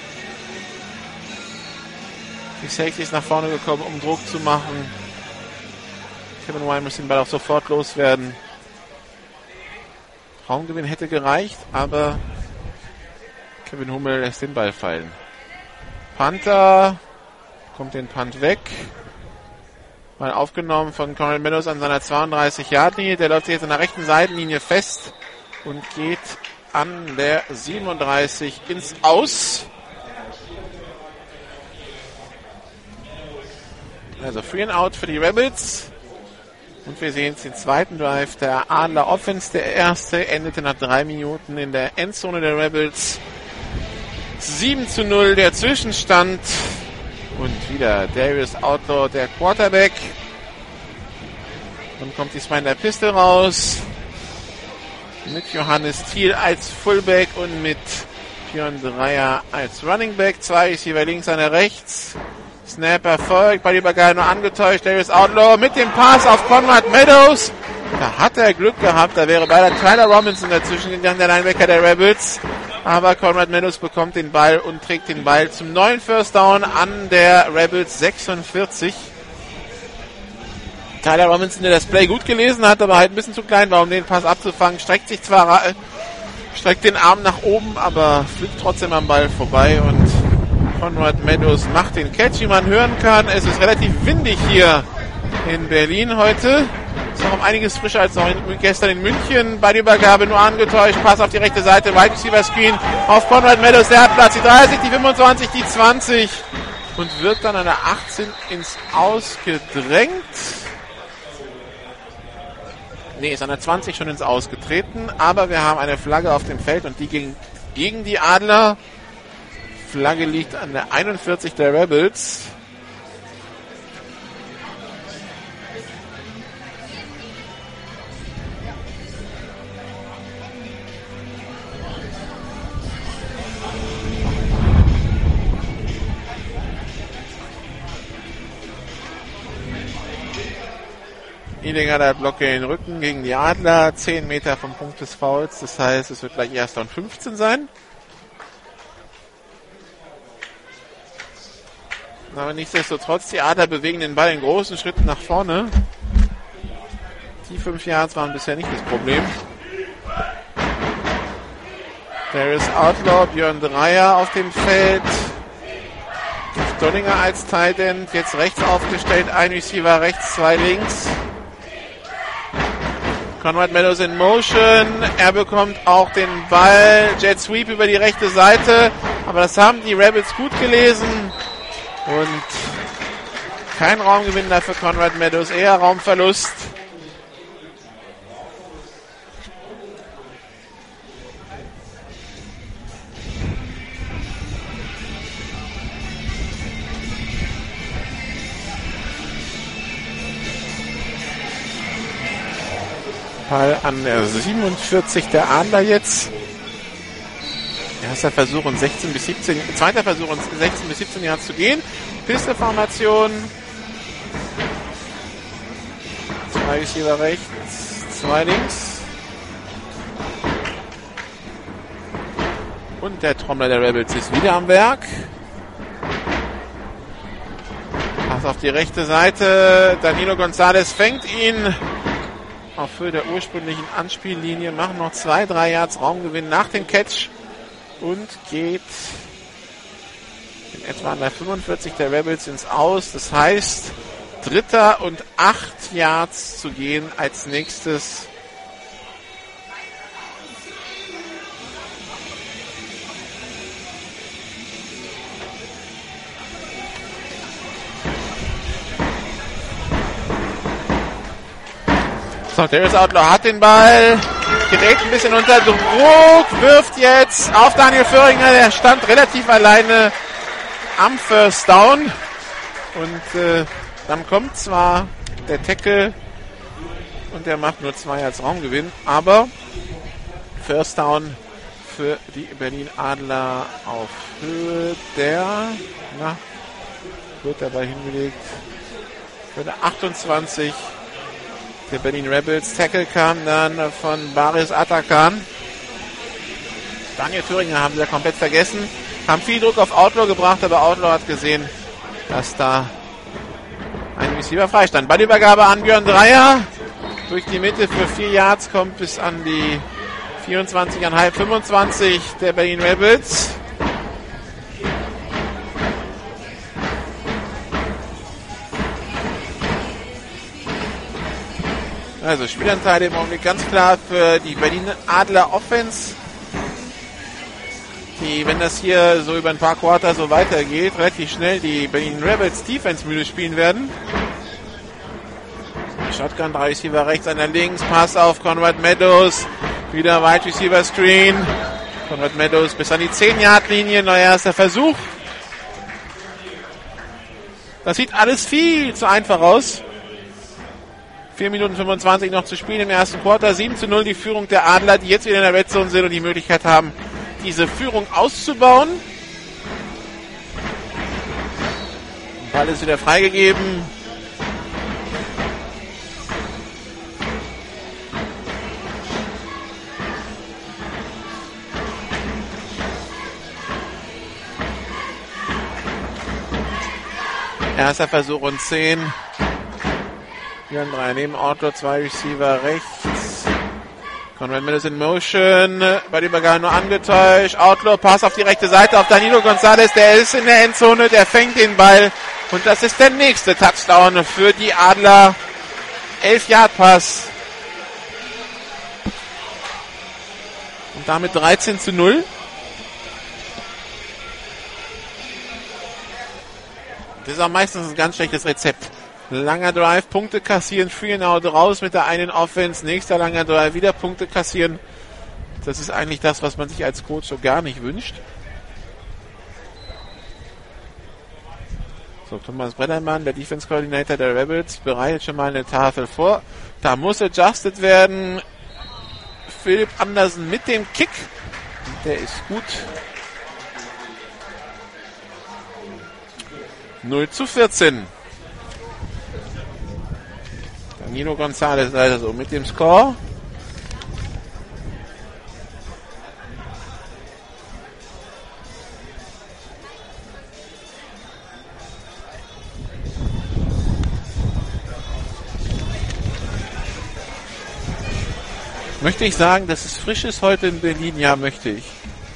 Die Safety ist nach vorne gekommen, um Druck zu machen. Kevin Y muss den Ball auch sofort loswerden. Raumgewinn hätte gereicht, aber Kevin Hummel lässt den Ball fallen. Panther kommt den Punt weg. Mal aufgenommen von Conrad Meadows an seiner 32-Yard-Linie. Der läuft jetzt an der rechten Seitenlinie fest und geht an der 37 ins Aus. Also Free and Out für die Rebels. Und wir sehen jetzt den zweiten Drive der Adler Offense. Der erste endete nach 3 Minuten in der Endzone der Rebels. 7:0 der Zwischenstand. Und wieder Darius Outlaw, der Quarterback. Dann kommt diesmal in der Pistol raus. Mit Johannes Thiel als Fullback und mit Björn Dreier als Running Back. 2 Receiver links, einer rechts. Snap erfolgt, bei der Übergabe nur angetäuscht. Darius Outlaw mit dem Pass auf Conrad Meadows. Da hat er Glück gehabt. Da wäre beinahe Tyler Robinson dazwischen gegangen, der Linebacker der Rebels. Aber Conrad Meadows bekommt den Ball und trägt den Ball zum neuen First Down an der Rebels 46. Tyler Robinson, der das Play gut gelesen hat, aber halt ein bisschen zu klein war, um den Pass abzufangen. Streckt den Arm nach oben, aber fliegt trotzdem am Ball vorbei und Conrad Meadows macht den Catch, wie man hören kann. Es ist relativ windig hier in Berlin heute. Ist noch um einiges frischer als noch gestern in München. Bei der Übergabe nur angetäuscht. Pass auf die rechte Seite. Wide Receiver Screen auf Conrad Meadows. Der hat Platz. Die 30, die 25, die 20. Und wird dann an der 18 ins Aus gedrängt. Nee, ist an der 20 schon ins Aus getreten. Aber wir haben eine Flagge auf dem Feld und die gegen die Adler. Flagge liegt an der 41 der Rebels. illegaler Block in den Rücken gegen die Adler. 10 Meter vom Punkt des Fouls. Das heißt, es wird gleich 1. und 15 sein. Aber nichtsdestotrotz, die Adler bewegen den Ball in großen Schritten nach vorne. Die 5 Yards waren bisher nicht das Problem. Darius Outlaw, Björn Dreier auf dem Feld. Dollinger als Tight End, jetzt rechts aufgestellt, ein Receiver rechts, 2 links. Conrad Meadows in Motion, er bekommt auch den Ball, Jet Sweep über die rechte Seite, aber das haben die Rebels gut gelesen und kein Raumgewinn da für Conrad Meadows, eher Raumverlust. Ball an der 47 der Adler jetzt. Erster Versuch und 16 bis 17, zweiter Versuch und 16 bis 17 Yards zu gehen. Pisteformation. 2 Receiver rechts, 2 links. Und der Trommler der Rebels ist wieder am Werk. Pass auf die rechte Seite. Danilo González fängt ihn. Auf Höhe der ursprünglichen Anspiellinie, machen noch 2-3 Yards Raumgewinn nach dem Catch und geht in etwa an der 45 der Rebels ins Aus. Das heißt, 3. und 8 Yards zu gehen als nächstes. So, Darius Outlaw hat den Ball, gerät ein bisschen unter Druck, wirft jetzt auf Daniel Föhringer, der stand relativ alleine am First Down. Und dann kommt zwar der Tackle und der macht nur 2 Yards Raumgewinn, aber First Down für die Berlin Adler auf Höhe der, wird dabei hingelegt, für der 28. Der Berlin Rebels. Tackle kam dann von Baris Atakan. Daniel Föhringer haben sie ja komplett vergessen. Haben viel Druck auf Outlaw gebracht, aber Outlaw hat gesehen, dass da ein Receiver frei stand. Ballübergabe an Björn Dreier. Durch die Mitte für 4 Yards, kommt bis an die 24,5, 25 der Berlin Rebels. Also Spielanteil im Augenblick ganz klar für die Berlin Adler Offense, die, wenn das hier so über ein paar Quarter so weitergeht, relativ schnell die Berlin Rebels Defense müde spielen werden. Shotgun, 3 Receiver rechts, einer links, Pass auf Conrad Meadows, wieder Wide Receiver Screen. Conrad Meadows bis an die 10-Yard-Linie, neuer erster Versuch. Das sieht alles viel zu einfach aus. 4 Minuten 25 noch zu spielen im ersten Quarter. 7-0 die Führung der Adler, die jetzt wieder in der Red Zone sind und die Möglichkeit haben, diese Führung auszubauen. Der Ball ist wieder freigegeben. Erster Versuch und 10. Björn Dreier neben Outlaw, 2 Receiver rechts. Conrad Meadows in Motion. Bei der Übergabe nur angetäuscht. Outlaw, Pass auf die rechte Seite auf Danilo González. Der ist in der Endzone, der fängt den Ball. Und das ist der nächste Touchdown für die Adler. 11-Yard-Pass. Und damit 13-0. Das ist auch meistens ein ganz schlechtes Rezept. Langer Drive, Punkte kassieren, Free and Out raus mit der einen Offense, nächster langer Drive, wieder Punkte kassieren. Das ist eigentlich das, was man sich als Coach so gar nicht wünscht. So, Thomas Brennermann, der Defense Coordinator der Rebels, bereitet schon mal eine Tafel vor. Da muss adjusted werden. Philipp Andersen mit dem Kick. Der ist gut. 0-14. Danilo Gonzalez leider so mit dem Score. Möchte ich sagen, dass es frisch ist heute in Berlin? Ja, möchte ich.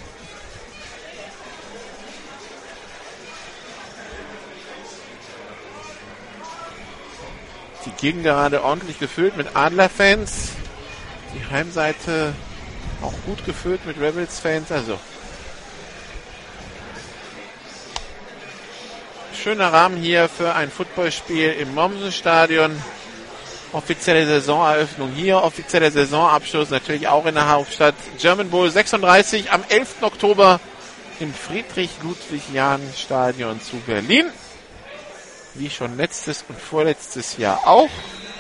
Die Gegend gerade ordentlich gefüllt mit Adler-Fans. Die Heimseite auch gut gefüllt mit Rebels-Fans. Also schöner Rahmen hier für ein Footballspiel im Mommsen-Stadion. Offizielle Saisoneröffnung hier, offizieller Saisonabschluss natürlich auch in der Hauptstadt. German Bowl 36 am 11. Oktober im Friedrich-Ludwig-Jahn-Stadion zu Berlin. Wie schon letztes und vorletztes Jahr auch.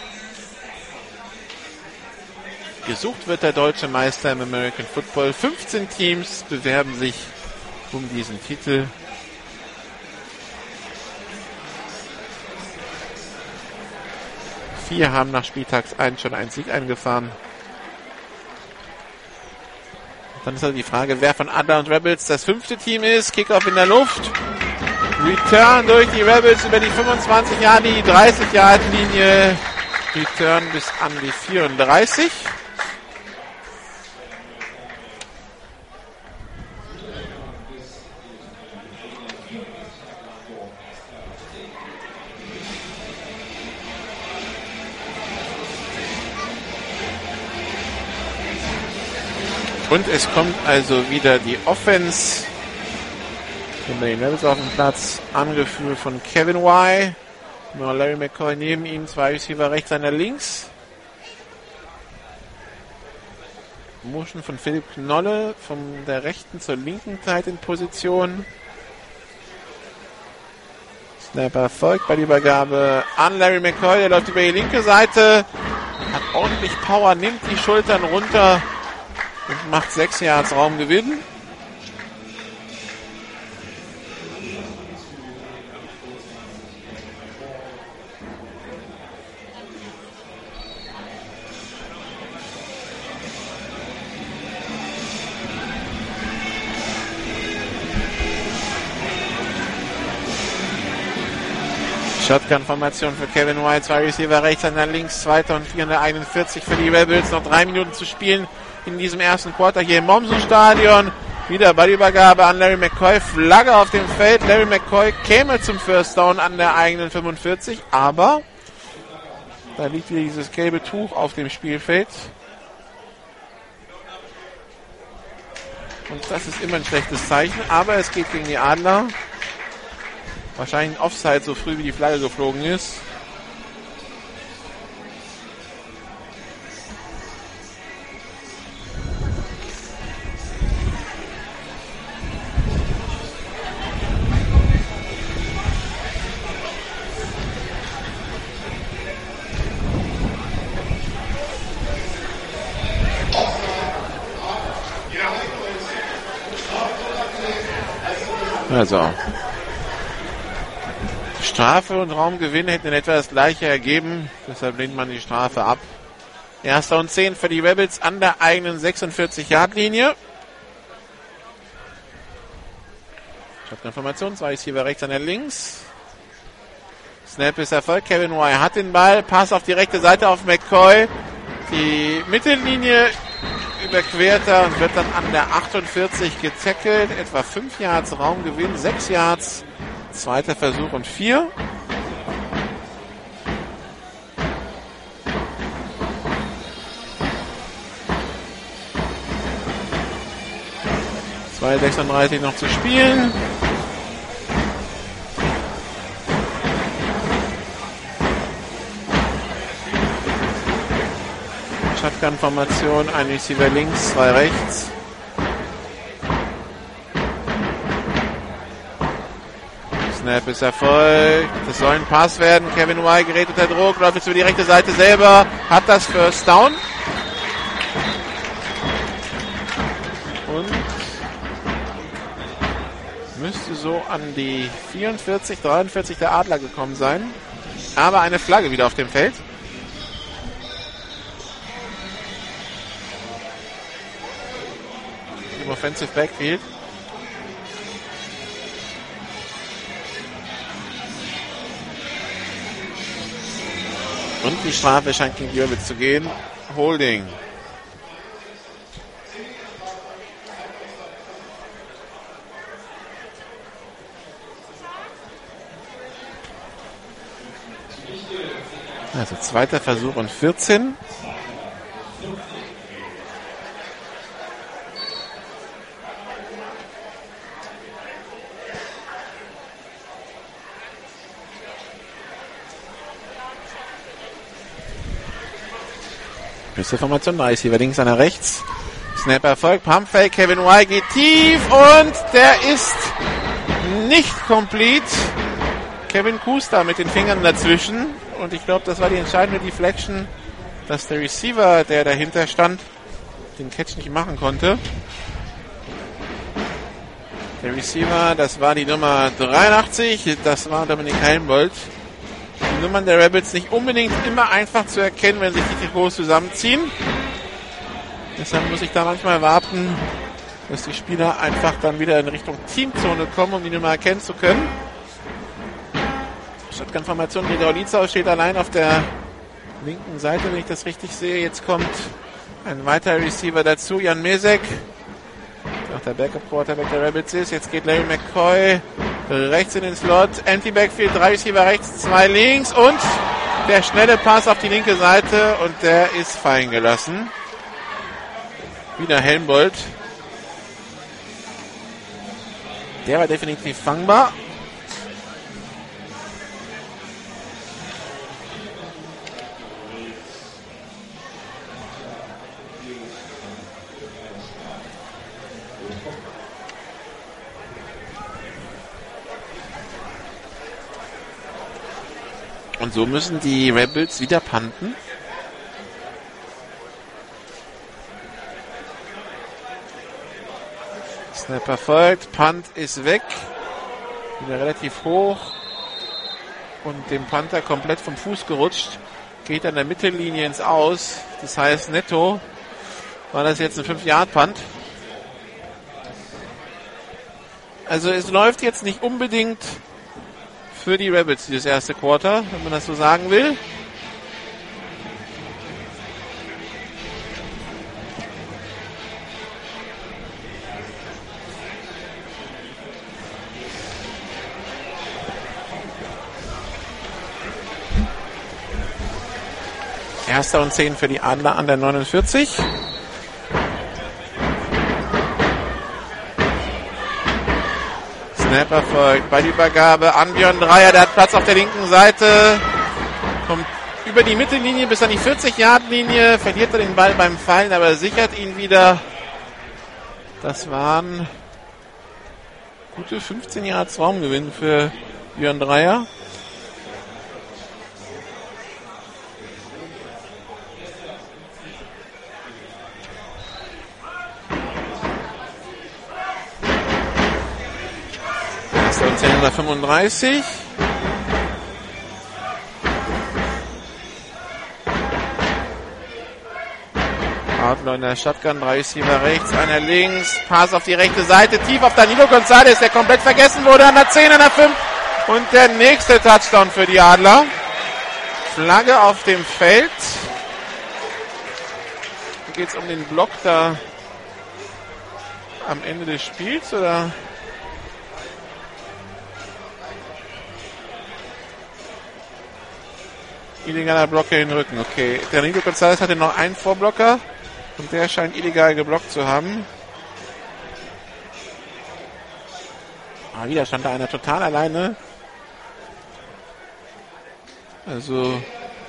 Gesucht wird der deutsche Meister im American Football. 15 Teams bewerben sich um diesen Titel. Vier haben nach Spieltags 1 schon einen Sieg eingefahren. Dann ist also die Frage, wer von Adler und Rebels das 5. Team ist. Kickoff in der Luft. Return durch die Rebels über die 25 Jahre, die 30-Yard-Linie. Return bis an die 34. Und es kommt also wieder die Offense. Und die Rebels auf dem Platz, angeführt von Kevin Y. Larry McCoy neben ihm, 2 Receiver rechts, einer links. Motion von Philipp Knolle von der rechten zur linken Seite in Position. Snapper erfolgt bei der Übergabe an Larry McCoy, der läuft über die linke Seite, hat ordentlich Power, nimmt die Schultern runter und macht 6 Yards Raumgewinn. Shotgun-Formation für Kevin Y, 2 Receiver rechts, einer links, 2. und 441 für die Rebels. Noch 3 Minuten zu spielen in diesem ersten Quarter hier im Mommsen-Stadion. Wieder Ballübergabe an Larry McCoy, Flagge auf dem Feld. Larry McCoy käme zum First Down an der eigenen 45, aber da liegt wieder dieses gelbe Tuch auf dem Spielfeld. Und das ist immer ein schlechtes Zeichen, aber es geht gegen die Adler. Wahrscheinlich ein Offside, so früh wie die Flagge geflogen ist. Also Strafe und Raumgewinn hätten in etwa das gleiche ergeben. Deshalb lehnt man die Strafe ab. 1. und 10 für die Rebels an der eigenen 46-Yard-Linie. Shotgun-Formation, 2 Receiver rechts, einer links. Snap ist erfolgt. Kevin Y hat den Ball. Pass auf die rechte Seite auf McCoy. Die Mittellinie überquert er und wird dann an der 48 getackelt. Etwa 5 Yards Raumgewinn, 6 Yards. Zweiter Versuch und 4. (2:36) noch zu spielen. Shotgun-Formation, ein Receiver links, 2 rechts. Snap ist erfolgt. Das soll ein Pass werden. Kevin Y gerät unter Druck, läuft jetzt über die rechte Seite selber, hat das First Down. Und müsste so an die 44, 43 der Adler gekommen sein. Aber eine Flagge wieder auf dem Feld. im Offensive Backfield. Und die Strafe scheint gegen die Rebels zu gehen. Holding. Also zweiter Versuch und 14. Beste Formation, 3 Receiver links, einer rechts. Snap erfolgt, Pumpfake, Kevin Y geht tief und der ist nicht complete. Kevin Kuster mit den Fingern dazwischen und ich glaube, das war die entscheidende Deflection, dass der Receiver, der dahinter stand, den Catch nicht machen konnte. Der Receiver, das war die Nummer 83, das war Dominik Helmbold. Die Nummern der Rebels nicht unbedingt immer einfach zu erkennen, wenn sich die Trikots zusammenziehen. Deshalb muss ich da manchmal warten, dass die Spieler einfach dann wieder in Richtung Teamzone kommen, um die Nummer erkennen zu können. Shotgun-Formation, Gregor Lietzau steht allein auf der linken Seite, wenn ich das richtig sehe. Jetzt kommt ein weiterer Receiver dazu, Jan Mesek, der auch der Backup-Quarterback der Rebels ist. Jetzt geht Larry McCoy rechts in den Slot, Empty-Backfield, 3 Receiver rechts, 2 links und der schnelle Pass auf die linke Seite und der ist fallen gelassen. Wieder Helmbold. Der war definitiv fangbar. Und so müssen die Rebels wieder punten. Snap erfolgt, Punt ist weg. Wieder relativ hoch. Und dem Panther komplett vom Fuß gerutscht. Geht an der Mittellinie ins Aus. Das heißt, netto war das jetzt ein 5-Yard-Punt. Also es läuft jetzt nicht unbedingt für die Rebels dieses erste Quarter, wenn man das so sagen will. Erster und 10 für die Adler an der 49. Snap erfolgt bei der Übergabe an Björn Dreier, der hat Platz auf der linken Seite, kommt über die Mittellinie bis an die 40-Yard-Linie, verliert er den Ball beim Fallen, aber sichert ihn wieder. Das waren gute 15 Yards Raumgewinn für Björn Dreier. Und 10:35. Adler in der Shotgun, 3 Receiver rechts, einer links, Pass auf die rechte Seite, tief auf Danilo Gonzalez, der komplett vergessen wurde, an der 10, an der 5 und der nächste Touchdown für die Adler. Flagge auf dem Feld. Geht es um den Block da am Ende des Spiels, oder? Illegaler Blocker in den Rücken, okay. Der Danilo Gonzalez hatte noch einen Vorblocker und der scheint illegal geblockt zu haben. Wieder stand da einer total alleine. Also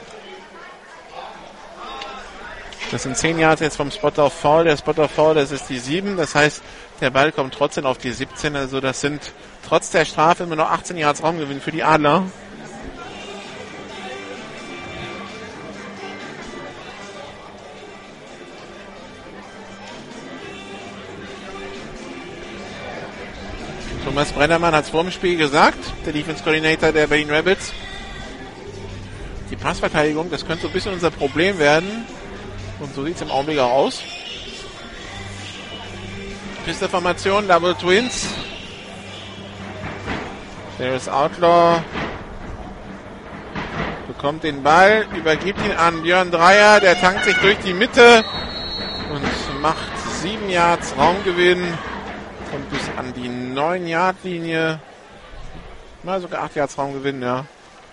das sind 10 Yards jetzt vom Spot auf Foul. Der Spot auf Foul, das ist die 7. Das heißt, der Ball kommt trotzdem auf die 17. Also das sind trotz der Strafe immer noch 18 Yards Raumgewinn für die Adler. Thomas Brennermann hat es vor dem Spiel gesagt, der Defense Coordinator der Berlin Rebels. Die Passverteidigung, das könnte so ein bisschen unser Problem werden. Und so sieht es im Augenblick auch aus. Pisteformation, Double Twins. Darius Outlaw bekommt den Ball, übergibt ihn an Björn Dreier, der tankt sich durch die Mitte und macht 7 Yards Raumgewinn, kommt bis an die 9-Yard-Linie. Mal sogar 8 Yards Raumgewinn, ja.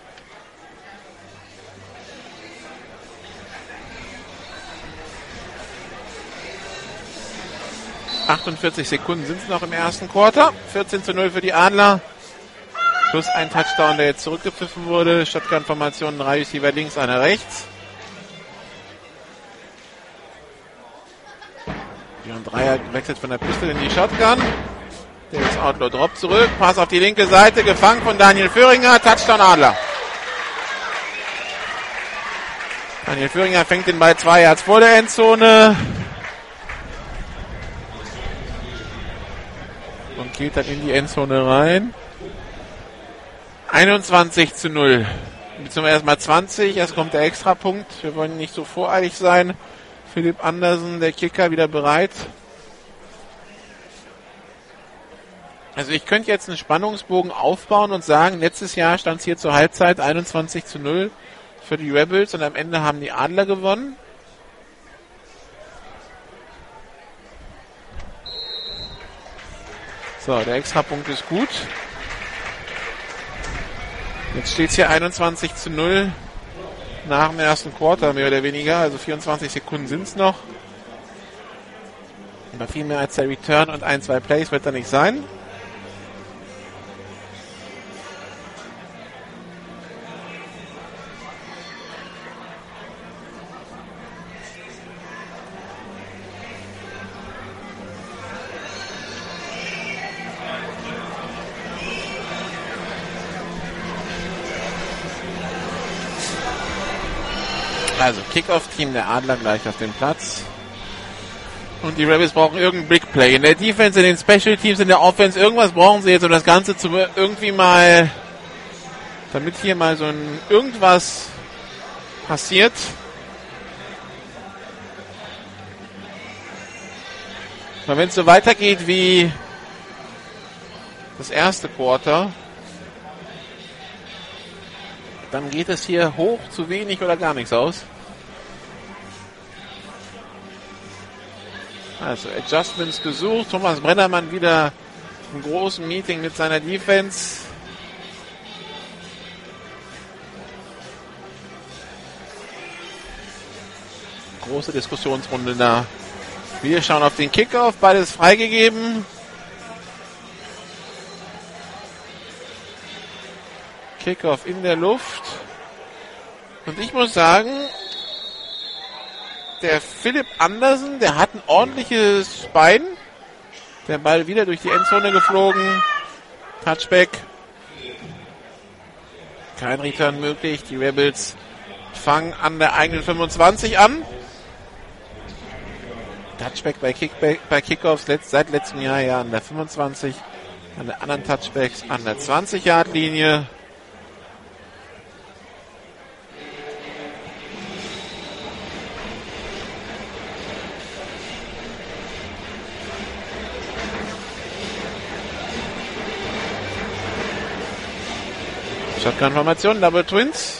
...48 Sekunden sind es noch im ersten Quarter. 14:0 für die Adler. Plus ein Touchdown, der jetzt zurückgepfiffen wurde. Shotgun-Formation, 3 Receiver links, einer rechts. Björn Dreier wechselt von der Pistole in die Shotgun. Der ist Outlaw, Drop zurück. Pass auf die linke Seite, gefangen von Daniel Föhringer. Touchdown Adler. Daniel Föhringer fängt den Ball 2 Yards vor der Endzone. Und geht dann in die Endzone rein. 21:0. Beziehungsweise erstmal 20. Erst kommt der Extrapunkt. Wir wollen nicht so voreilig sein. Philipp Andersen, der Kicker, wieder bereit. Also ich könnte jetzt einen Spannungsbogen aufbauen und sagen, letztes Jahr stand es hier zur Halbzeit 21:0 für die Rebels und am Ende haben die Adler gewonnen. So, der Extrapunkt ist gut. Jetzt steht es hier 21:0 nach dem ersten Quarter, mehr oder weniger. Also 24 Sekunden sind es noch. Aber viel mehr als der Return und 1-2 Plays wird da nicht sein. Also Kickoff-Team der Adler gleich auf dem Platz. Und die Rebels brauchen irgendein Big Play. In der Defense, in den Special Teams, in der Offense, irgendwas brauchen sie jetzt, um das Ganze zu irgendwie mal, damit hier mal so ein irgendwas passiert. Weil wenn es so weitergeht wie das erste Quarter, dann geht es hier hoch, zu wenig oder gar nichts aus. Also Adjustments gesucht. Thomas Brennermann wieder im großen Meeting mit seiner Defense. Große Diskussionsrunde da. Wir schauen auf den Kickoff. Beides freigegeben. Kickoff in der Luft. Und ich muss sagen, der Philipp Andersen, der hat ein ordentliches Bein. Der Ball wieder durch die Endzone geflogen. Touchback. Kein Return möglich. Die Rebels fangen an der eigenen 25 an. Touchback bei Kickoffs seit letztem Jahr ja an der 25. An der anderen Touchbacks an der 20-Yard-Linie. Shotgun-Formation, Double Twins.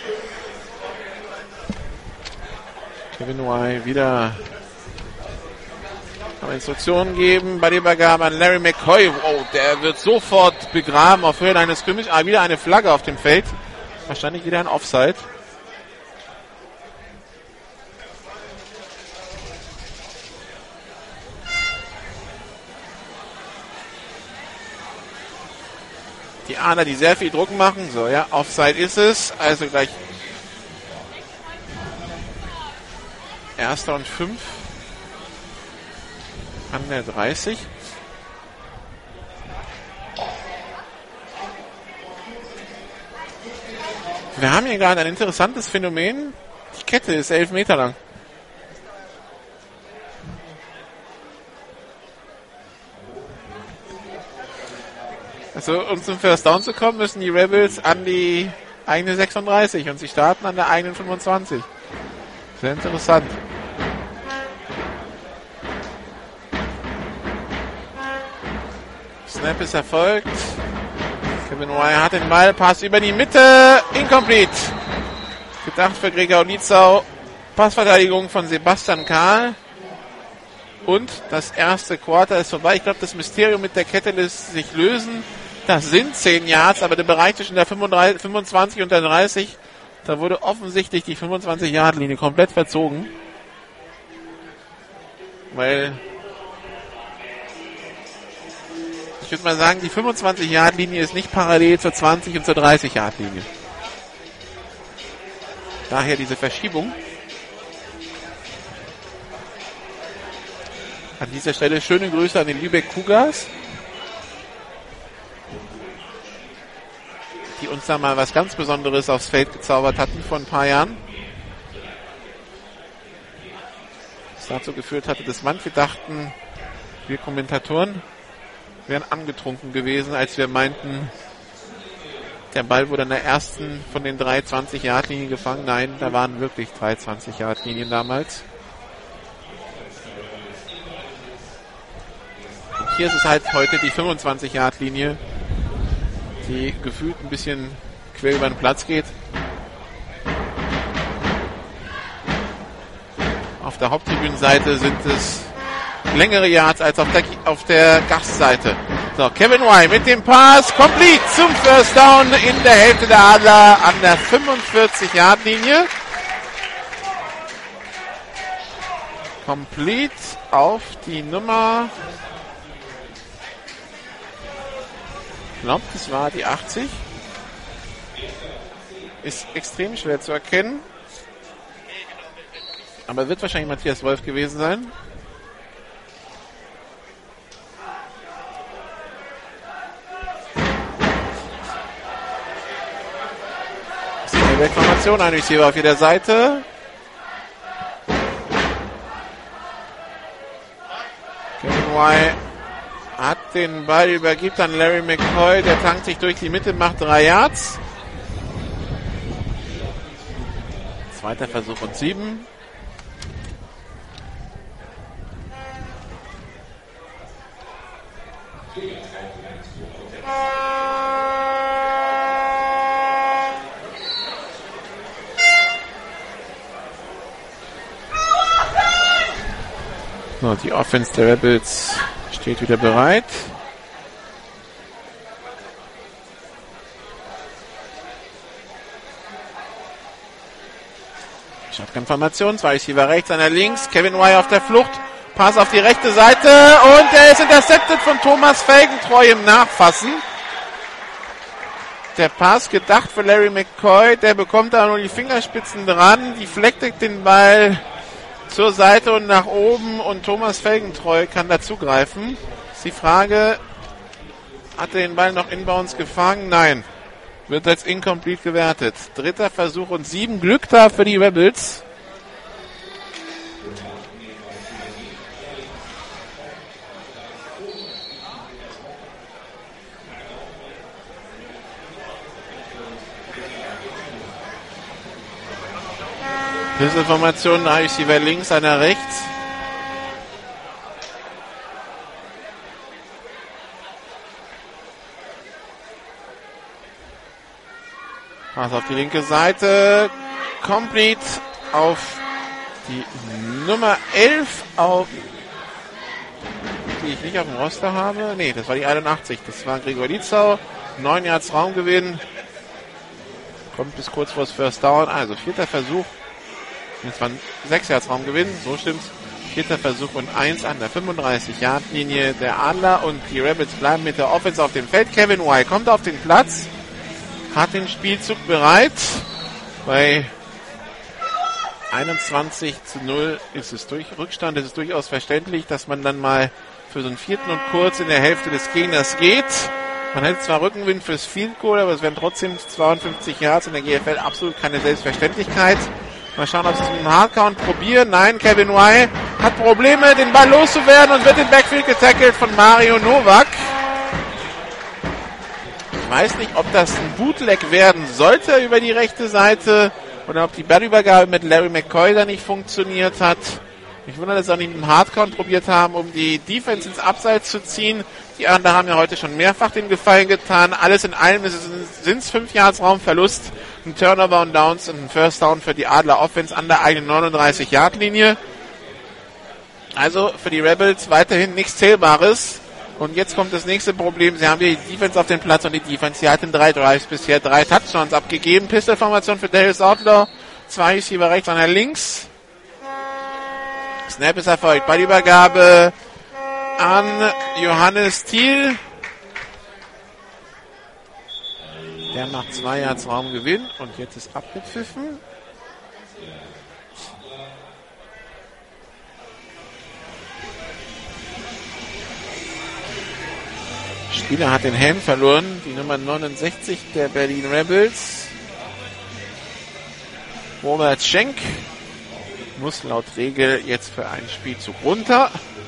Kevin White wieder Instruktionen geben. Bei der Übergabe an Larry McCoy. Oh, der wird sofort begraben auf Höhe eines Scrimmage. Wieder eine Flagge auf dem Feld. Wahrscheinlich wieder ein Offside. Die Adler, die sehr viel Druck machen. So, ja, Offside ist es. Also gleich 1. und 5 an der 30. Wir haben hier gerade ein interessantes Phänomen. Die Kette ist 11 Meter lang. Also, um zum First Down zu kommen, müssen die Rebels an die eigene 36 und sie starten an der eigenen 25. Sehr interessant. Snap ist erfolgt. Kevin Y hat den Ball, Pass über die Mitte, incomplete. Gedacht für Gregor Lietzau. Passverteidigung von Sebastian Kahl. Und das erste Quarter ist vorbei. Ich glaube, das Mysterium mit der Kette lässt sich lösen. Das sind 10 Yards, aber der Bereich zwischen der 25 und der 30, da wurde offensichtlich die 25-Yard-Linie komplett verzogen. Weil ich würde mal sagen, die 25-Yard-Linie ist nicht parallel zur 20 und zur 30-Yard-Linie. Daher diese Verschiebung. An dieser Stelle schöne Grüße an den Lübeck Cougars, die uns da mal was ganz Besonderes aufs Feld gezaubert hatten vor ein paar Jahren. Das dazu geführt hatte, dass manche dachten, wir Kommentatoren wären angetrunken gewesen, als wir meinten, der Ball wurde an der ersten von den 3 20-Yard-Linien gefangen. Nein, da waren wirklich 3 20-Yard-Linien damals. Und hier ist es halt heute die 25-Yard-Linie, die gefühlt ein bisschen quer über den Platz geht. Auf der Haupttribünenseite sind es längere Yards als auf der Gastseite. So, Kevin Y mit dem Pass, complete zum First Down in der Hälfte der Adler an der 45-Yard-Linie. Complete auf die Nummer, ich glaube, das war die 80. Ist extrem schwer zu erkennen. Aber wird wahrscheinlich Matthias Wolf gewesen sein. Das ist eine Wegformation, ein Receiver auf jeder Seite. Kevin Y hat den Ball, übergibt an Larry McCoy, der tankt sich durch die Mitte, macht 3 Yards. Zweiter Versuch und 7. So, die Offense der Rebels steht wieder bereit. Shotgun-Formation, 2 Receiver rechts, einer links, Kevin Y auf der Flucht, Pass auf die rechte Seite und er ist intercepted von Thomas Felgentreu im Nachfassen. Der Pass gedacht für Larry McCoy, der bekommt da nur die Fingerspitzen dran, die fleckt den Ball zur Seite und nach oben und Thomas Felgentreu kann dazugreifen. Ist die Frage, hat er den Ball noch inbounds gefangen? Nein. Wird als incomplete gewertet. Dritter Versuch und 7. Glück da für die Rebels. Diese Formation, da ist sie bei links, einer rechts. Pass auf die linke Seite. Complete auf die Nummer 11, auf die ich nicht auf dem Roster habe. Nee, das war die 81. Das war Gregor Lietzau. 9 Yards Raumgewinn. Kommt bis kurz vor das First Down. Also 4. Versuch. Jetzt waren 6 Yards Raumgewinn, so stimmt's. 4. Versuch und 1 an der 35-Yard-Linie der Adler und die Rebels bleiben mit der Offense auf dem Feld. Kevin Y kommt auf den Platz, hat den Spielzug bereit. Bei 21:0 ist es Rückstand. Es ist durchaus verständlich, dass man dann mal für so einen 4. und kurz in der Hälfte des Gegners geht. Man hätte zwar Rückenwind fürs Field Goal, aber es wären trotzdem 52 Yards in der GFL absolut keine Selbstverständlichkeit. Mal schauen, ob sie es mit dem Hardcount probieren. Nein, Kevin Y hat Probleme, den Ball loszuwerden und wird im Backfield getackelt von Mario Nowak. Ich weiß nicht, ob das ein Bootleg werden sollte über die rechte Seite oder ob die Ballübergabe mit Larry McCoy da nicht funktioniert hat. Ich wundere, dass sie auch nicht mit dem Hardcount probiert haben, um die Defense ins Abseits zu ziehen. Die Adler haben ja heute schon mehrfach den Gefallen getan. Alles in allem sind es 5 Yards Raumverlust, ein Turnover und Downs und ein First Down für die Adler Offense an der eigenen 39-Yard-Linie. Also für die Rebels weiterhin nichts Zählbares. Und jetzt kommt das nächste Problem. Sie haben die Defense auf den Platz und die Defense, die hat in 3 Drives bisher 3 Touchdowns abgegeben. Pistol-Formation für Darius Outlaw. 2 Receiver rechts, einer links. Snap ist erfolgt. Ballübergabe an Johannes Thiel. Der macht 2 Yards Raumgewinn und jetzt ist abgepfiffen. Spieler hat den Helm verloren, die Nummer 69 der Berlin Rebels. Robert Schenk muss laut Regel jetzt für einen Spielzug runter.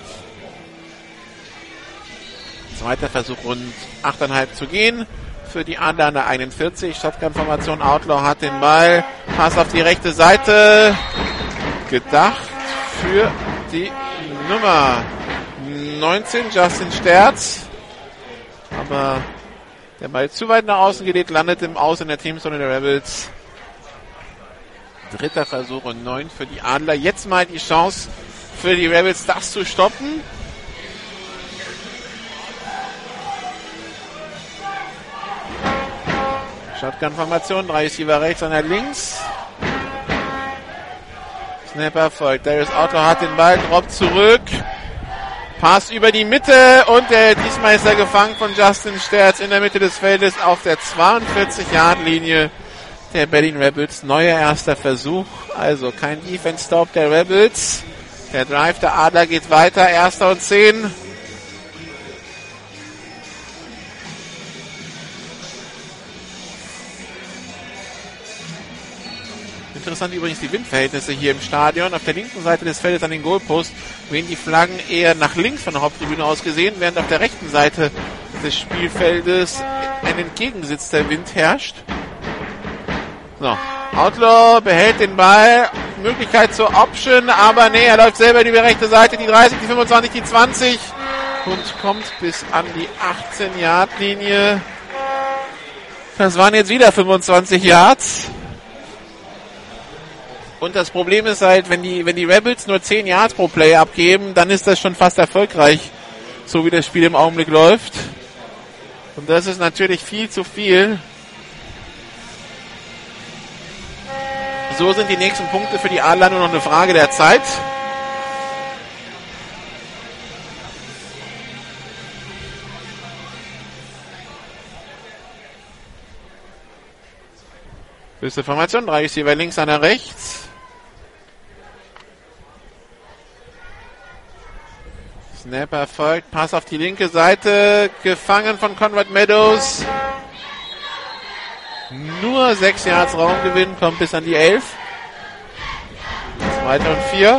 Zweiter Versuch, rund 8,5 zu gehen. Für die Adler an der 41. Shotgun-Formation. Outlaw hat den Ball. Pass auf die rechte Seite. Gedacht für die Nummer 19, Justin Sterz. Aber der Ball zu weit nach außen gelegt, landet im Aus in der Teamzone der Rebels. Dritter Versuch und 9 für die Adler. Jetzt mal die Chance für die Rebels, das zu stoppen. Shotgun-Formation, 3 Receiver rechts, einer links. Snapper folgt. Darius Outlaw hat den Ball, droppt zurück. Pass über die Mitte und diesmal ist er gefangen von Justin Sterz in der Mitte des Feldes auf der 42-Yard-Linie der Berlin Rebels. Neuer erster Versuch, also kein Defense-Stop der Rebels. Der Drive der Adler geht weiter, 1. und 10. Interessant übrigens die Windverhältnisse hier im Stadion. Auf der linken Seite des Feldes an den Goalpost wehen die Flaggen eher nach links von der Haupttribüne aus gesehen, während auf der rechten Seite des Spielfeldes ein entgegengesetzter Wind herrscht. So, Outlaw behält den Ball, Möglichkeit zur Option, aber nee, er läuft selber über die rechte Seite, die 30, die 25, die 20 und kommt bis an die 18-Yard-Linie. Das waren jetzt wieder 25 Yards. Und das Problem ist halt, wenn die Rebels nur 10 Yards pro Play abgeben, dann ist das schon fast erfolgreich, so wie das Spiel im Augenblick läuft. Und das ist natürlich viel zu viel. So sind die nächsten Punkte für die Adler nur noch eine Frage der Zeit. Beste Formation, 3 Receiver links, einer rechts. Snapper erfolgt, Pass auf die linke Seite, gefangen von Conrad Meadows. Nur 6 Yards Raumgewinn, kommt bis an die 11. 2. und 4.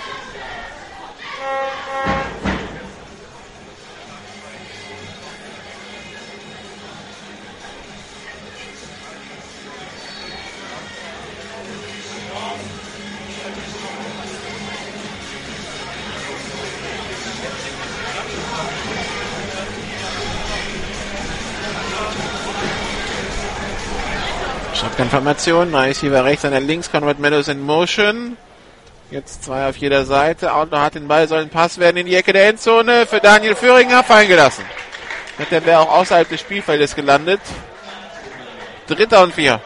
Shotgun-Formation, Receiver rechts, an der links, Conrad Meadows in Motion. Jetzt 2 auf jeder Seite. Outlaw hat den Ball, soll ein Pass werden in die Ecke der Endzone für Daniel Föhringer, fallen gelassen. Der wäre auch außerhalb des Spielfeldes gelandet. 3. und 4.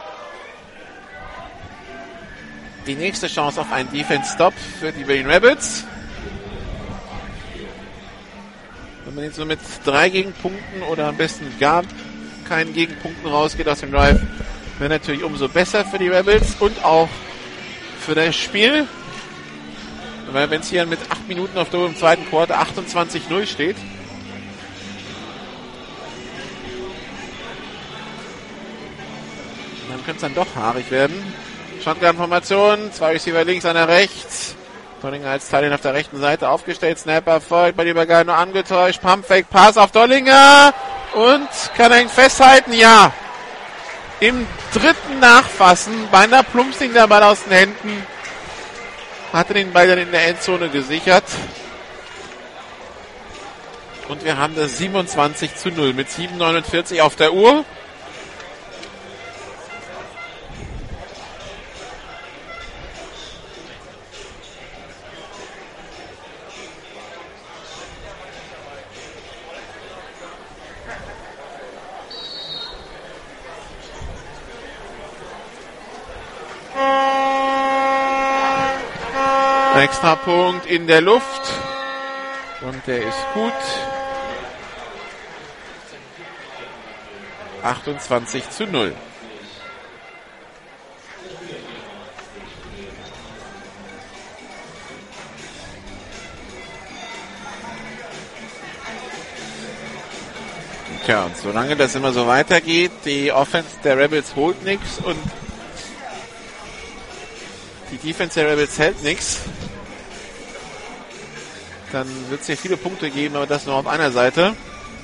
Die nächste Chance auf einen Defense-Stop für die Berlin Rebels. Wenn man jetzt so mit 3 Gegenpunkten oder am besten gar keinen Gegenpunkten rausgeht aus dem Drive, wäre natürlich umso besser für die Rebels und auch für das Spiel. Weil wenn es hier mit 8 Minuten auf der Uhr im zweiten Quarter 28-0 steht, dann könnte es dann doch haarig werden. Shotgun-Formation, 2 Receiver links, einer rechts. Dollinger als Teilnehmer auf der rechten Seite aufgestellt. Snapper folgt, bei Übergabe nur angetäuscht. Pumpfake, Pass auf Dollinger. Und kann er ihn festhalten? Ja. Im dritten Nachfassen, beinahe plumpst ihn der Ball aus den Händen. Hatte den Ball dann in der Endzone gesichert. Und wir haben das 27:0 mit 7:49 auf der Uhr. Extrapunkt in der Luft. Und der ist gut. 28:0. Tja, und solange das immer so weitergeht, die Offense der Rebels holt nichts und die Defense der Rebels hält nichts, dann wird es hier viele Punkte geben, aber das nur auf einer Seite.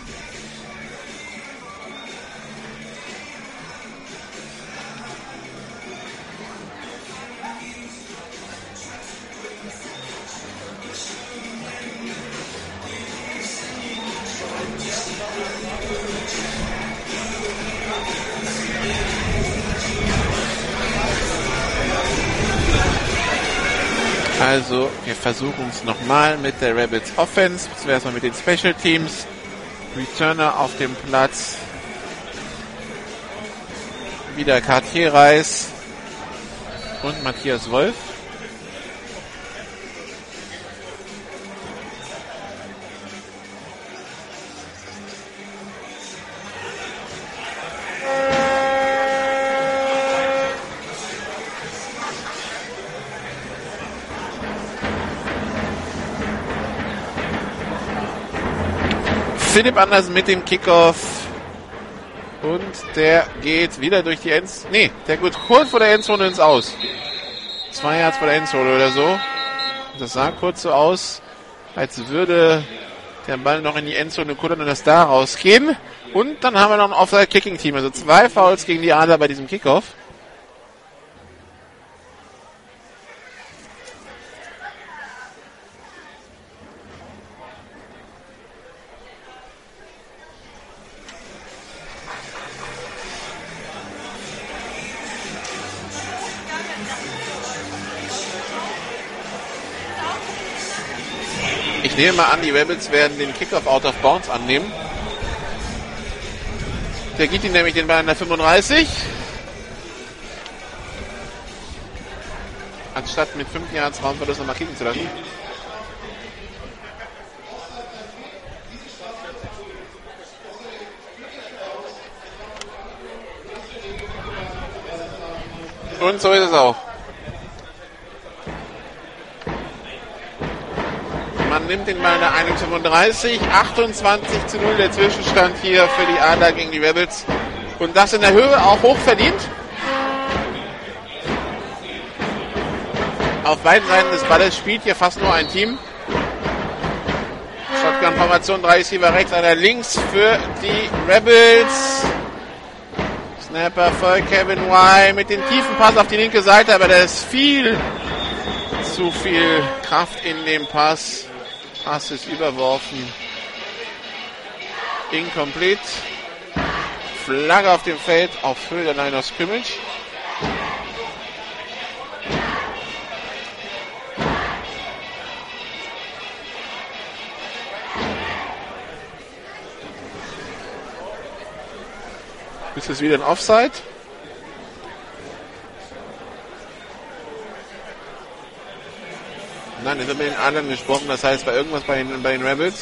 Also, wir versuchen es nochmal mit der Rebels Offense, zuerst mal mit den Special Teams. Returner auf dem Platz. Wieder Cartier Reis und Matthias Wolf. Philipp Andersen mit dem Kickoff. Und der geht wieder durch die Endzone. Nee, der geht kurz vor der Endzone ins Aus. 2 Yards vor der Endzone oder so. Das sah kurz so aus, als würde der Ball noch in die Endzone kullern und das da rausgehen. Und dann haben wir noch ein Offside-Kicking-Team. Also 2 Fouls gegen die Adler bei diesem Kickoff. Ich nehme mal an, die Rebels werden den Kickoff out of bounds annehmen. Der gibt ihnen nämlich den Ball an der 35. Anstatt mit 5 Yards Raumverlust nochmal kicken zu lassen. Und so ist es auch. Man nimmt den Ball in der 1:35, 28:0 der Zwischenstand hier für die Adler gegen die Rebels. Und das in der Höhe auch hoch verdient. Auf beiden Seiten des Balles spielt hier fast nur ein Team. Shotgun-Formation, 3 Receiver rechts, einer links für die Rebels. Snapper für Kevin Y mit dem tiefen Pass auf die linke Seite, aber da ist viel zu viel Kraft in dem Pass. Pass ist überworfen. Incomplete. Flagge auf dem Feld auf Höhe der Line of Scrimmage. Ist es wieder ein Offside? Nein, es wird mit den anderen gesprochen, das heißt bei irgendwas bei den Rebels.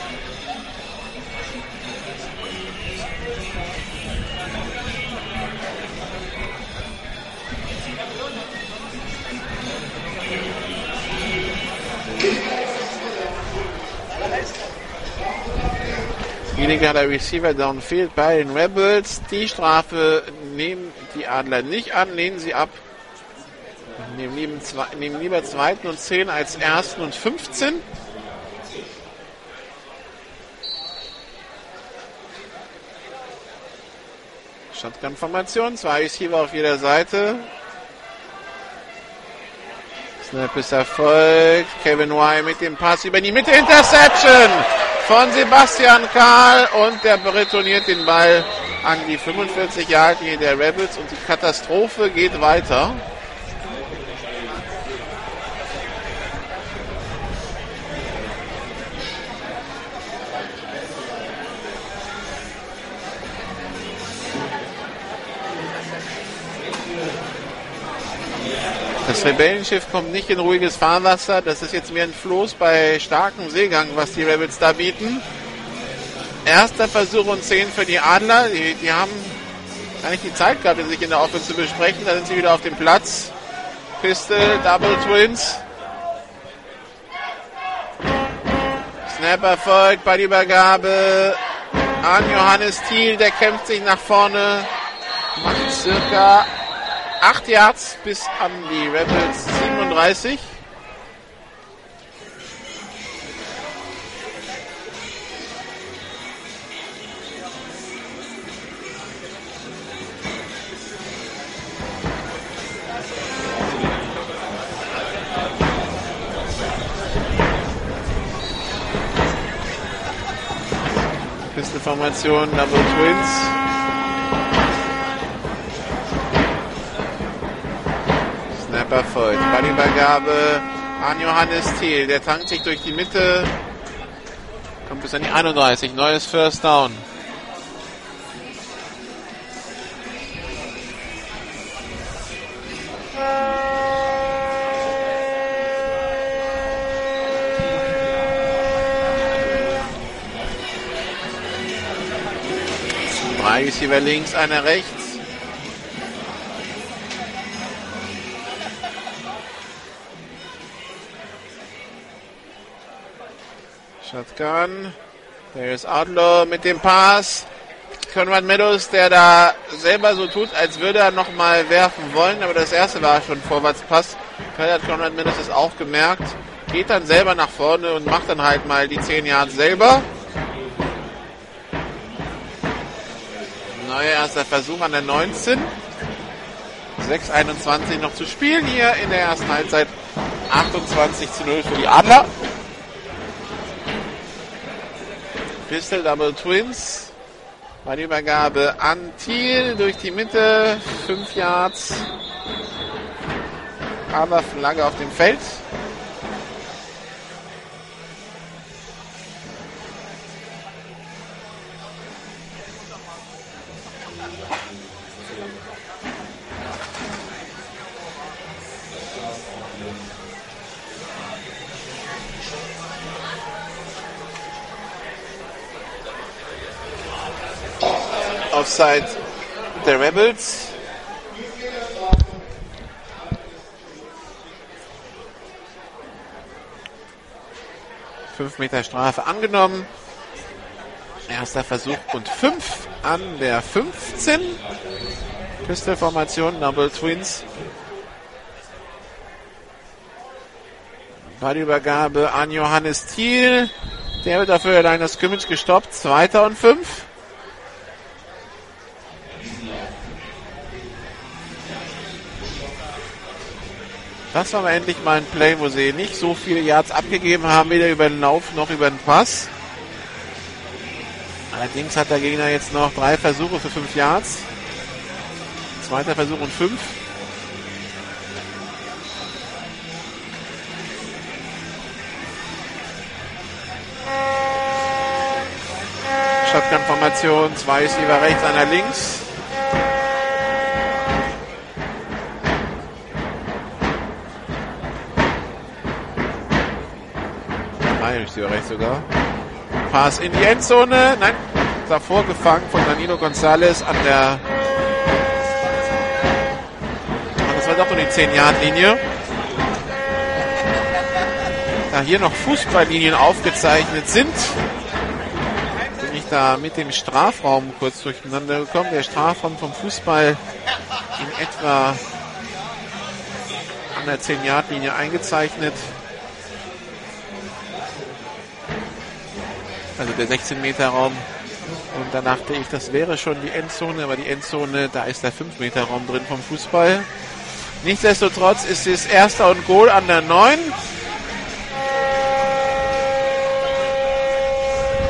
Illegaler Receiver downfield bei den Rebels. Die Strafe nehmen die Adler nicht an, lehnen sie ab. Nehmen lieber 2. und 10 als 1. und 15. Shotgun-Formation, 2 Receiver auf jeder Seite. Snap ist erfolgt. Kevin Y mit dem Pass über die Mitte. Interception! von Sebastian Karl und der retourniert den Ball an die 45-Yard-Linie der Rebels und die Katastrophe geht weiter. Das Rebellenschiff kommt nicht in ruhiges Fahrwasser. Das ist jetzt mehr ein Floß bei starkem Seegang, was die Rebels da bieten. Erster Versuch und 10 für die Adler. Die haben gar nicht die Zeit gehabt, sich in der Offense zu besprechen. Da sind sie wieder auf dem Platz. Pistol, Double Twins. Snap erfolgt bei der Übergabe an Johannes Thiel. Der kämpft sich nach vorne. Macht circa 8 Yards bis an die Rebels 37. Pisteformation, Double Twins. Snap erfolgt. Ballübergabe an Johannes Thiel. Der tankt sich durch die Mitte. Kommt bis an die 31. Neues First Down. Drei Receiver links, einer rechts. Shotgun. Darius Outlaw mit dem Pass. Conrad Meadows, der da selber so tut, als würde er nochmal werfen wollen, aber das erste war schon Vorwärtspass. Hat Conrad Meadows das auch gemerkt. Geht dann selber nach vorne und macht dann halt mal die 10 Yards selber. Neuer erster Versuch an der 19. 6:21 noch zu spielen hier in der ersten Halbzeit. 28:0 für die Adler. Pistol Double Twins. Bei der Übergabe an Thiel durch die Mitte. 5 Yards. Aber Flagge auf dem Feld. Offside der Rebels. Fünf Meter Strafe angenommen. Erster Versuch und 5 an der 15. Pistol-Formation, Double Twins. Ballübergabe an Johannes Thiel. Der wird dafür allein das Scrimmage gestoppt. 2. und 5. Das war aber endlich mal ein Play, wo sie nicht so viele Yards abgegeben haben, weder über den Lauf noch über den Pass. Allerdings hat der Gegner jetzt noch 3 Versuche für 5 Yards. Zweiter Versuch und 5. Shotgun-Formation, 2 Receiver rechts, einer links. Rechts sogar. Pass in die Endzone. Nein, davor gefangen von Danilo Gonzalez an der... Das war doch nur die 10-Yard-Linie. Da hier noch Fußballlinien aufgezeichnet sind, bin ich da mit dem Strafraum kurz durcheinander gekommen. Der Strafraum vom Fußball in etwa an der 10-Yard-Linie eingezeichnet. Also der 16-Meter-Raum. Und da dachte ich, das wäre schon die Endzone, aber die Endzone, da ist der 5-Meter-Raum drin vom Fußball. Nichtsdestotrotz ist es 1. und Goal an der 9.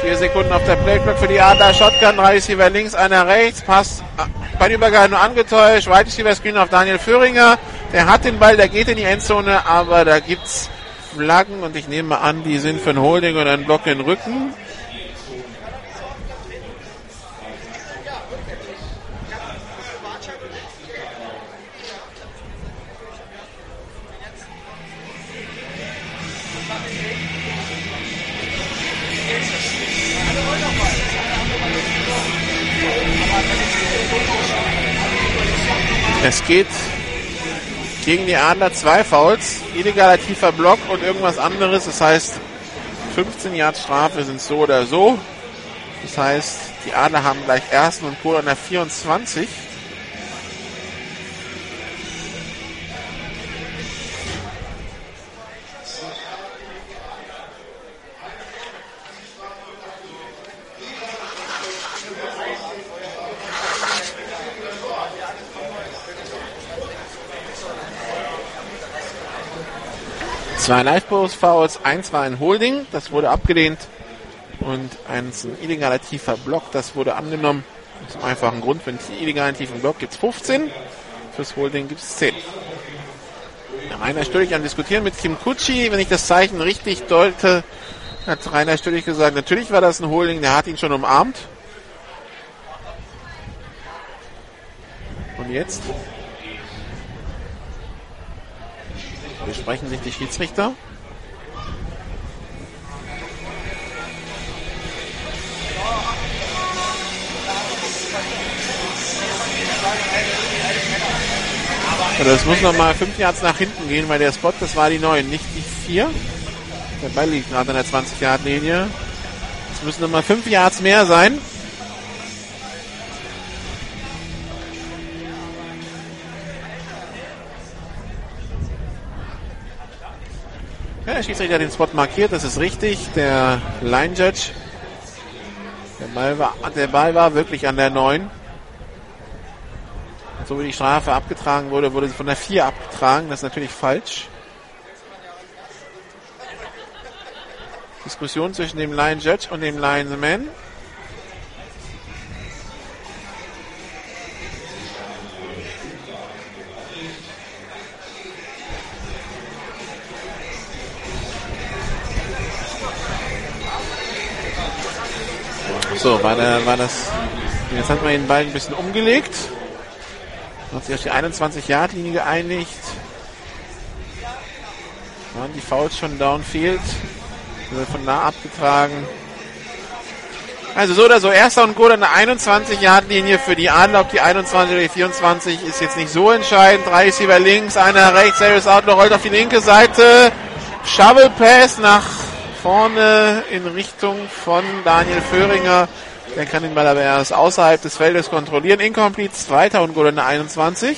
4 Sekunden auf der Playclock für die Adler. Shotgun, 3 Receiver links, einer rechts. Pass bei der Übergabe nur angetäuscht. Wide Receiver Screen auf Daniel Föhringer. Der hat den Ball, der geht in die Endzone, aber da gibt's Flaggen und ich nehme an, die sind für ein Holding oder einen Block in den Rücken. Es geht gegen die Adler 2 Fouls, illegaler tiefer Block und irgendwas anderes. Das heißt, 15 Yards Strafe sind so oder so. Das heißt, die Adler haben gleich ersten und Goal an der 24. Zwei Live-Post-Fouls, eins war ein Holding, das wurde abgelehnt und eins ein illegaler tiefer Block, das wurde angenommen. Aus dem einfachen Grund, für einen illegalen tiefen Block gibt es 15, fürs Holding gibt es 10. Rainer Stüllich am Diskutieren mit Kim Kutschi, wenn ich das Zeichen richtig deute, hat Rainer Stüllich gesagt, natürlich war das ein Holding, der hat ihn schon umarmt. Und jetzt besprechen sich die Schiedsrichter. Das muss nochmal 5 Yards nach hinten gehen, weil der Spot, das war die 9, nicht die 4. Der Ball liegt gerade an der 20-Yard-Linie. Es müssen nochmal 5 Yards mehr sein. Ja, der Schiedsrichter hat den Spot markiert, das ist richtig. Der Line Judge, der Ball war wirklich an der 9. So wie die Strafe abgetragen wurde, wurde sie von der 4 abgetragen. Das ist natürlich falsch. Diskussion zwischen dem Line Judge und dem Linesman. So, war das. Jetzt hat man den Ball ein bisschen umgelegt. Hat sich auf die 21-Yard-Linie geeinigt. Waren die Fouls schon downfield. Wird von nah abgetragen. Also so oder so, erster und Goal an der 21-Yard-Linie für die Adler. Ob die 21 oder die 24 ist jetzt nicht so entscheidend. 3 Receiver links, einer rechts. Darius Outlaw rollt auf die linke Seite. Shovel Pass nach vorne in Richtung von Daniel Föhringer. Der kann den Ball aber erst außerhalb des Feldes kontrollieren. Incomplete, zweiter und Goal an der 21.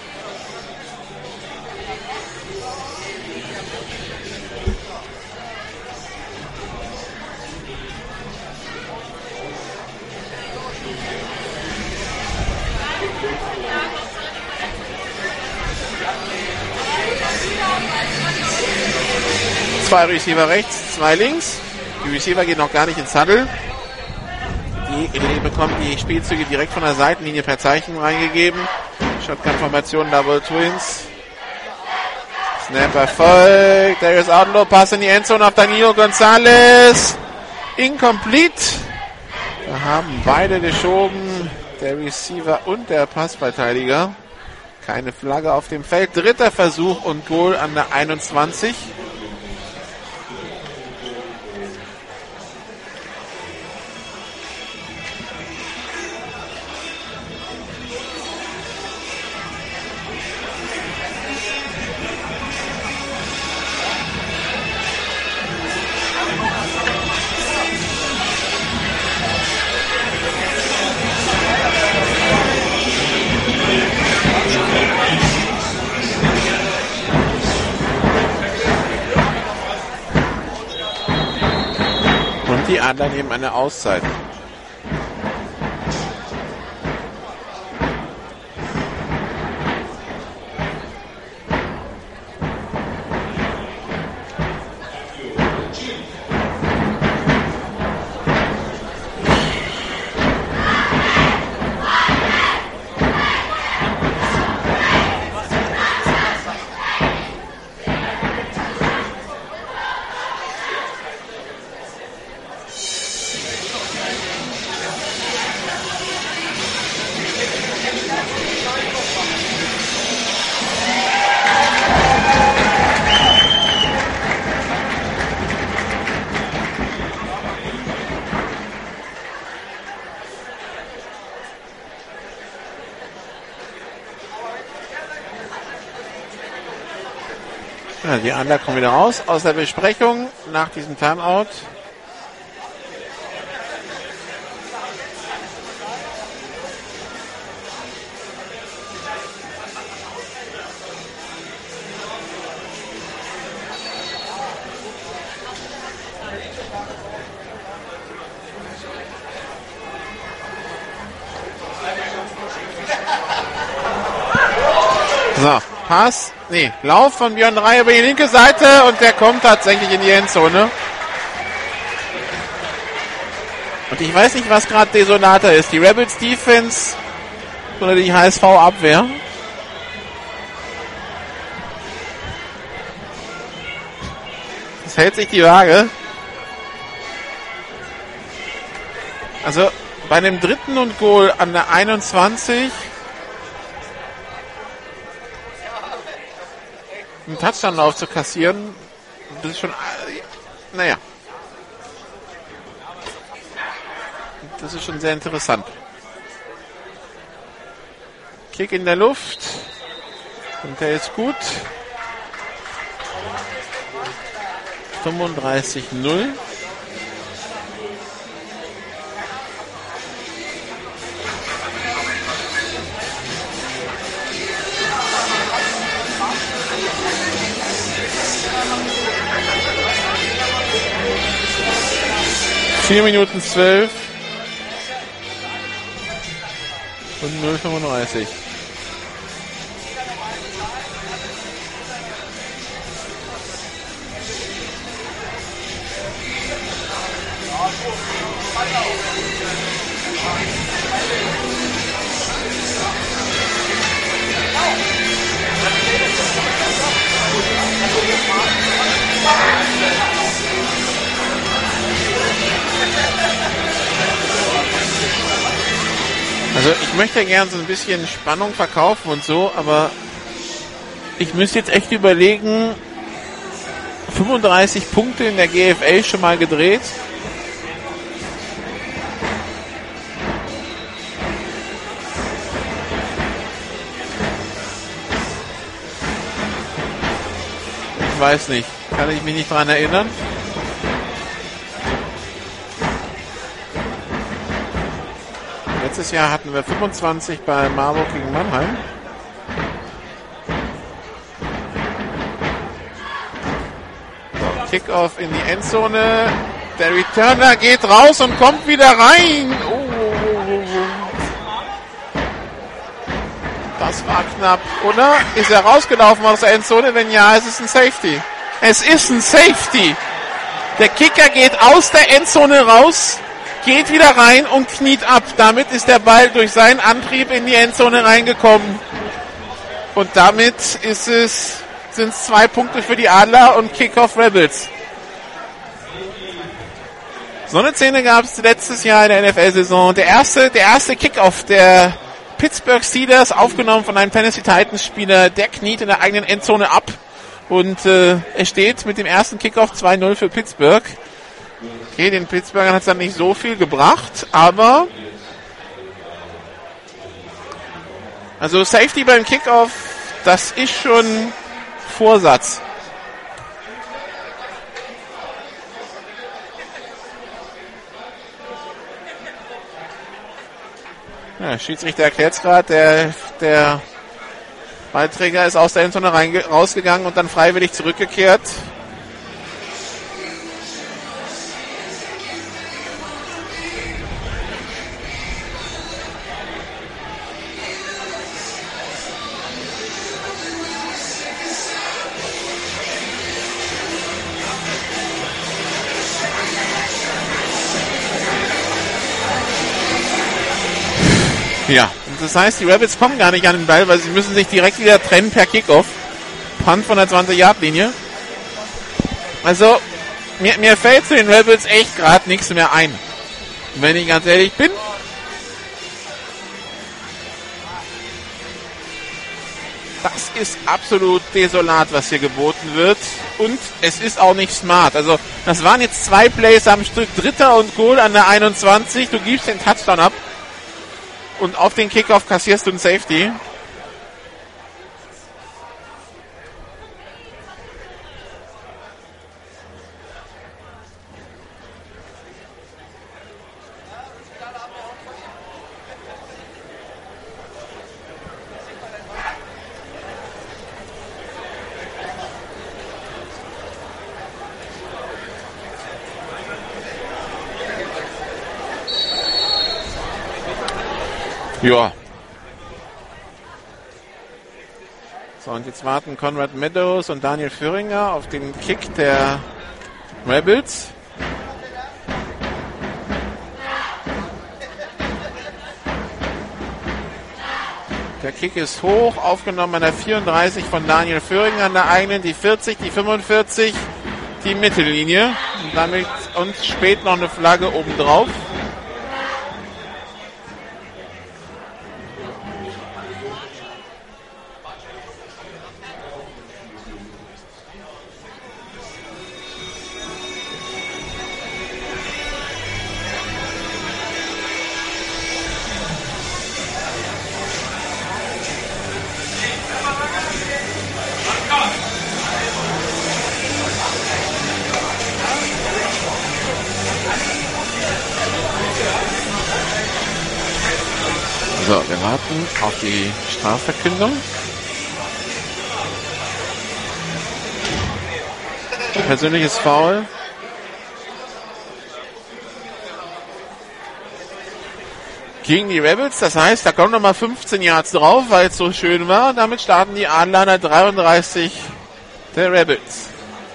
Zwei Receiver rechts, 2 links. Die Receiver gehen noch gar nicht ins Huddle. Die bekommt die Spielzüge direkt von der Seitenlinie per Zeichen reingegeben. Shotgun-Formation, Double Twins. Snap erfolgt. Darius Outlaw, Pass in die Endzone auf Danilo Gonzalez. Incomplete. Da haben beide geschoben. Der Receiver und der Passverteidiger. Keine Flagge auf dem Feld. Dritter Versuch und Goal an der 21. Die Adler nehmen eine Auszeit. Ja, die Adler kommen wieder raus aus der Besprechung nach diesem Timeout. So, Pass, Lauf von Björn Drey über die linke Seite und der kommt tatsächlich in die Endzone. Und ich weiß nicht, was gerade desolater ist, die Rebels Defense oder die HSV Abwehr. Das hält sich die Waage. Also bei einem 3. und Goal an der 21 einen Touchdown-Lauf zu kassieren, das ist schon, naja. Das ist schon sehr interessant. Kick in der Luft. Und der ist gut. 35-0. Vier Minuten 12 und 0,35. Also ich möchte gern so ein bisschen Spannung verkaufen und so, aber ich müsste jetzt echt überlegen, 35 Punkte in der GFL schon mal gedreht. Ich weiß nicht, kann ich mich nicht dran erinnern. Letztes Jahr hatten wir 25 bei Marburg gegen Mannheim. So, Kickoff in die Endzone. Der Returner geht raus und kommt wieder rein. Das war knapp, oder? Ist er rausgelaufen aus der Endzone? Wenn ja, es ist ein Safety. Es ist ein Safety. Der Kicker geht aus der Endzone raus, geht wieder rein und kniet ab. Damit ist der Ball durch seinen Antrieb in die Endzone reingekommen. Und damit sind es 2 Punkte für die Adler und Kickoff Rebels. So eine Szene gab es letztes Jahr in der NFL-Saison. Der erste Kickoff der Pittsburgh Steelers, aufgenommen von einem Tennessee Titans-Spieler, der kniet in der eigenen Endzone ab. Und es steht mit dem ersten Kickoff 2-0 für Pittsburgh. Okay, den Pittsburghern hat es dann nicht so viel gebracht, aber also Safety beim Kickoff, das ist schon Vorsatz. Ja, Schiedsrichter erklärt es gerade, der Ballträger ist aus der Endzone rausgegangen und dann freiwillig zurückgekehrt. Ja, und das heißt, die Rebels kommen gar nicht an den Ball, weil sie müssen sich direkt wieder trennen per Kickoff. Punt von der 20-Yard-Linie. Also, mir fällt zu den Rebels echt gerade nichts mehr ein. Wenn ich ganz ehrlich bin. Das ist absolut desolat, was hier geboten wird. Und es ist auch nicht smart. Also, das waren jetzt 2 Plays am Stück. 3. und Goal an der 21. Du gibst den Touchdown ab. Und auf den Kickoff kassierst du einen Safety. Ja. So, und jetzt warten Conrad Meadows und Daniel Führinger auf den Kick der Rebels. Der Kick ist hoch, aufgenommen an der 34 von Daniel Führinger, an der eigenen, die 40, die 45, die Mittellinie. Und damit uns spät noch eine Flagge obendrauf. So, wir warten auf die Strafverkündung. Persönliches Foul. Gegen die Rebels, das heißt, da kommen nochmal 15 Yards drauf, weil es so schön war. Und damit starten die Adler an der 33 der Rebels.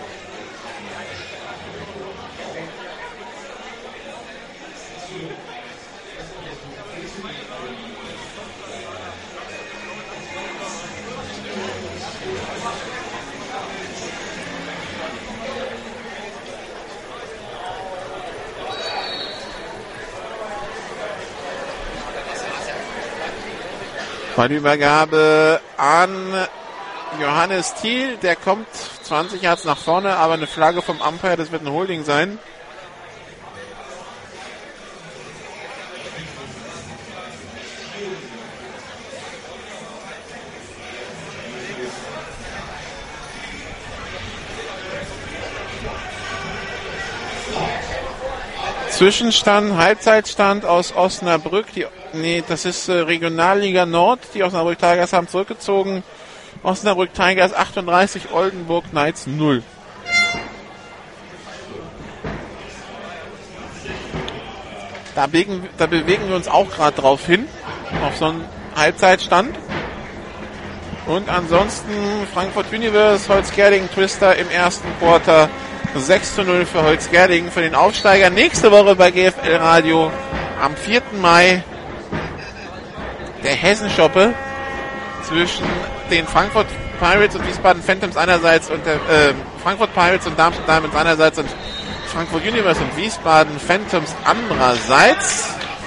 Ballübergabe an Johannes Thiel, der kommt 20 Yards nach vorne, aber eine Flagge vom Umpire, das wird ein Holding sein. Zwischenstand, Halbzeitstand aus Osnabrück. Das ist Regionalliga Nord. Die Osnabrück Tigers haben zurückgezogen. Osnabrück Tigers 38, Oldenburg Knights 0. Da bewegen wir uns auch gerade drauf hin, auf so einen Halbzeitstand. Und ansonsten Frankfurt Universe, Holzgerlingen Twister im ersten Quarter 6:0 für Holzgerlingen, für den Aufsteiger. Nächste Woche bei GFL Radio am 4. Mai der Hessenschoppe zwischen den Frankfurt Pirates und Wiesbaden Phantoms einerseits und der Frankfurt Pirates und Darmstadt Diamonds einerseits und Frankfurt Universe und Wiesbaden Phantoms andererseits.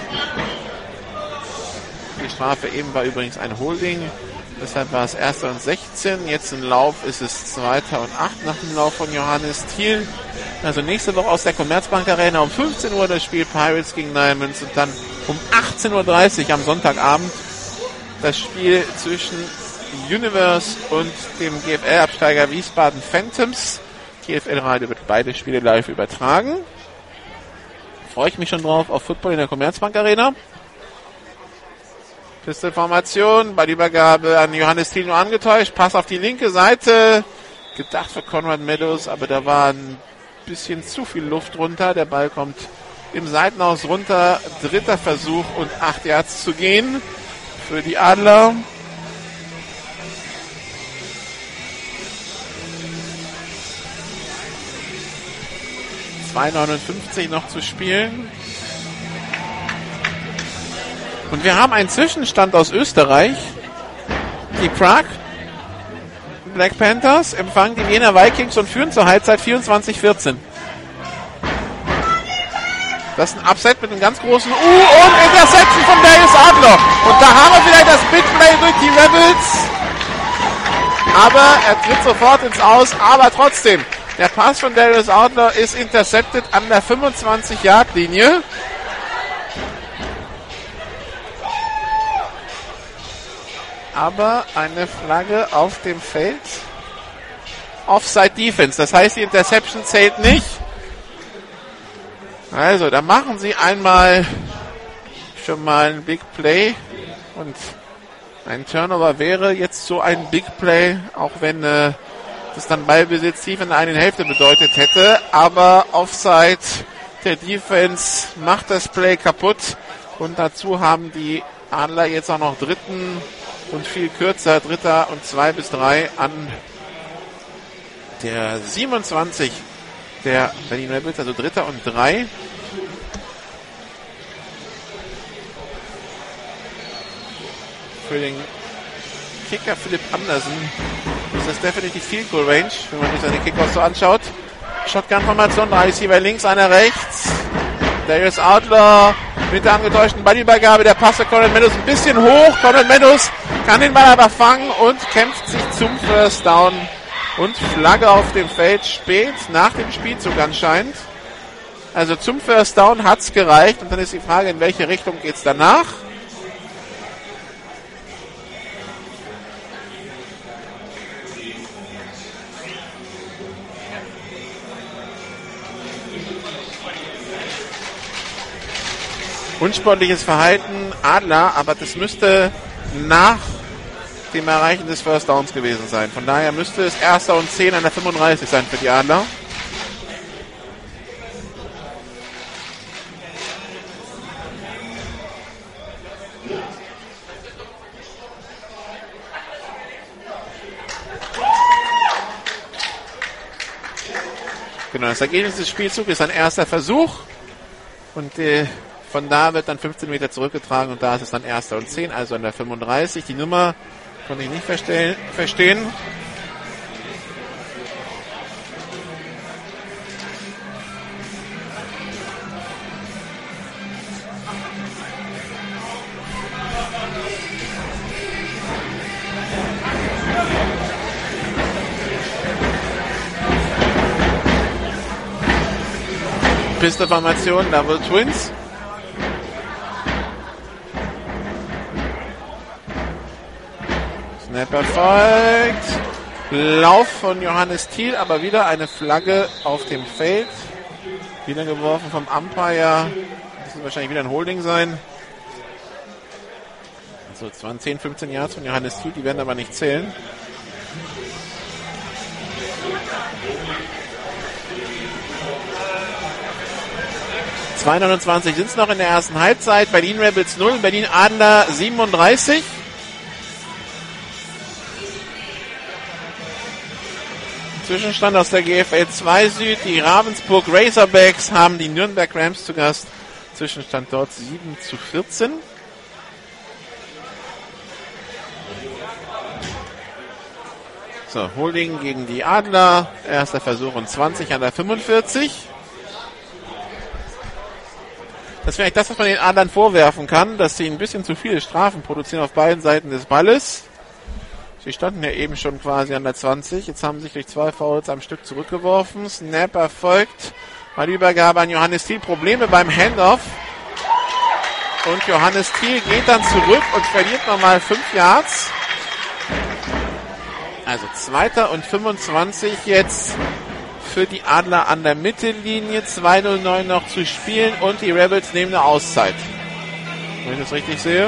Die Strafe eben war übrigens ein Holding. Deshalb war es 1. und 16. Jetzt im Lauf ist es 2. und 8 nach dem Lauf von Johannes Thiel. Also nächste Woche aus der Commerzbank Arena um 15 Uhr das Spiel Pirates gegen Diamonds und dann um 18:30 Uhr am Sonntagabend das Spiel zwischen Universe und dem GFL-Absteiger Wiesbaden Phantoms. GFL Radio wird beide Spiele live übertragen. Freue ich mich schon drauf auf Football in der Commerzbank Arena. Pistolformation, Ballübergabe an Johannes Thiel nur angetäuscht. Pass auf die linke Seite. Gedacht für Conrad Meadows, aber da war ein bisschen zu viel Luft runter. Der Ball kommt im Seitenhaus runter. 3. Versuch und 8 Yards zu gehen für die Adler. (2:59) noch zu spielen. Und wir haben einen Zwischenstand aus Österreich. Die Prague Black Panthers empfangen die Wiener Vikings und führen zur Halbzeit 24:14. Das ist ein Upset mit einem ganz großen und Interception von Darius Adler. Und da haben wir vielleicht das Big Play durch die Rebels. Aber er tritt sofort ins Aus. Aber trotzdem, der Pass von Darius Adler ist intercepted an der 25-Yard-Linie. Aber eine Flagge auf dem Feld. Offside Defense. Das heißt, die Interception zählt nicht. Also, da machen sie einmal schon mal ein Big Play. Und ein Turnover wäre jetzt so ein Big Play, auch wenn das dann Ballbesitz tief in der einen Hälfte bedeutet hätte. Aber Offside der Defense macht das Play kaputt. Und dazu haben die Adler jetzt auch noch dritten und viel kürzer, dritter und 2 bis 3 an der 27 der Berlin Rebels, also dritter und 3. Für den Kicker Philipp Andersen ist das definitiv Field Goal Range, wenn man sich seine Kickoffs so anschaut. Shotgun-Formation, 3 Receiver links, einer rechts. Darius Outlaw mit der angetäuschten Ballübergabe. Der Pass für Conrad Meadows ein bisschen hoch. Conrad Meadows kann den Ball aber fangen und kämpft sich zum First Down. Und Flagge auf dem Feld spät nach dem Spielzug anscheinend. Also zum First Down hat's gereicht. Und dann ist die Frage, in welche Richtung geht's danach? Unsportliches Verhalten Adler, aber das müsste nach dem Erreichen des First Downs gewesen sein. Von daher müsste es 1. und 10 an der 35 sein für die Adler. Genau, das Ergebnis des Spielzugs ist ein erster Versuch und von da wird dann 15 Meter zurückgetragen und da ist es dann 1. und 10, also an der 35. Die Nummer konnte ich nicht verstehen. Pistol-Formation, Double Twins. Snap erfolgt. Lauf von Johannes Thiel, aber wieder eine Flagge auf dem Feld. Wieder geworfen vom Umpire. Das wird wahrscheinlich wieder ein Holding sein. Also es waren 10, 15 Yards von Johannes Thiel, die werden aber nicht zählen. (2:29) sind es noch in der ersten Halbzeit. Berlin Rebels 0, Berlin Adler 37. Zwischenstand aus der GFL 2 Süd. Die Ravensburg Razorbacks haben die Nürnberg Rams zu Gast. Zwischenstand dort 7:14. So, Holding gegen die Adler. Erster Versuch und 20 an der 45. Das ist vielleicht das, was man den Adlern vorwerfen kann, dass sie ein bisschen zu viele Strafen produzieren auf beiden Seiten des Balles. Sie standen ja eben schon quasi an der 20. Jetzt haben sie sich durch 2 Fouls am Stück zurückgeworfen. Snap erfolgt. Mal die Übergabe an Johannes Thiel. Probleme beim Handoff. Und Johannes Thiel geht dann zurück und verliert nochmal 5 Yards. Also 2. und 25 jetzt für die Adler an der Mittellinie. 2:09 noch zu spielen und die Rebels nehmen eine Auszeit. Wenn ich das richtig sehe.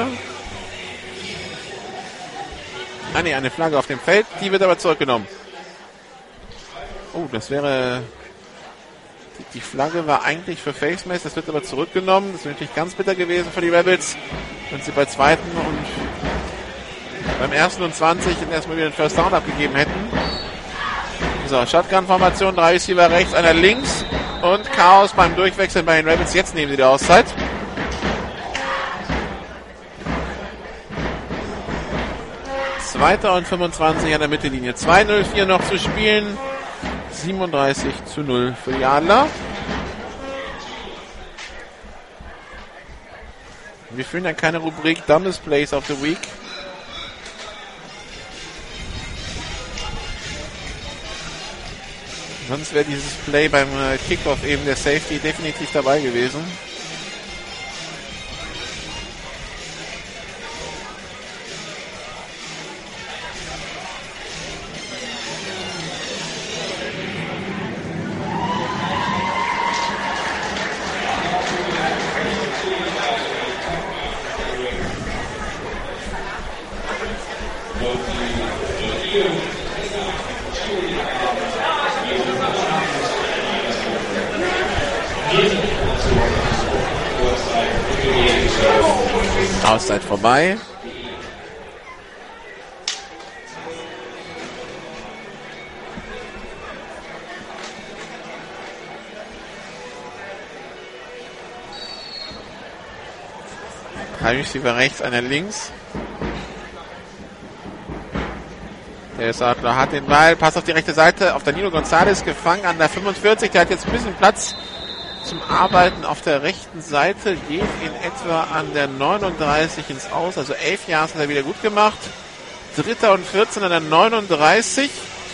Ah ne, eine Flagge auf dem Feld, die wird aber zurückgenommen. Oh, das wäre... Die Flagge war eigentlich für Face Mask, das wird aber zurückgenommen. Das wäre natürlich ganz bitter gewesen für die Rebels, wenn sie bei 2. und beim 1. und 20 erstmal wieder den First Down abgegeben hätten. So, Shotgun-Formation, 3 Receiver rechts, einer links und Chaos beim Durchwechseln bei den Rebels. Jetzt nehmen sie die Auszeit. Zweiter und 25 an der Mittellinie. 2:04 noch zu spielen. 37:0 für die Adler. Wir führen ja keine Rubrik Dumbest Plays of the Week. Sonst wäre dieses Play beim Kickoff eben der Safety definitiv dabei gewesen. Auszeit vorbei. Ein Receiver rechts, einer links. Der Adler hat den Ball, Pass auf die rechte Seite, auf Danilo Gonzalez gefangen an der 45. Der hat jetzt ein bisschen Platz zum Arbeiten auf der rechten Seite, geht in etwa an der 39 ins Aus, also 11 Yards hat er wieder gut gemacht. 3. und 14 an der 39.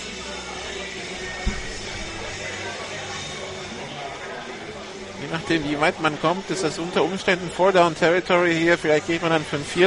Je nachdem, wie weit man kommt, ist das unter Umständen Four-Down Territory hier. Vielleicht geht man dann für den 4.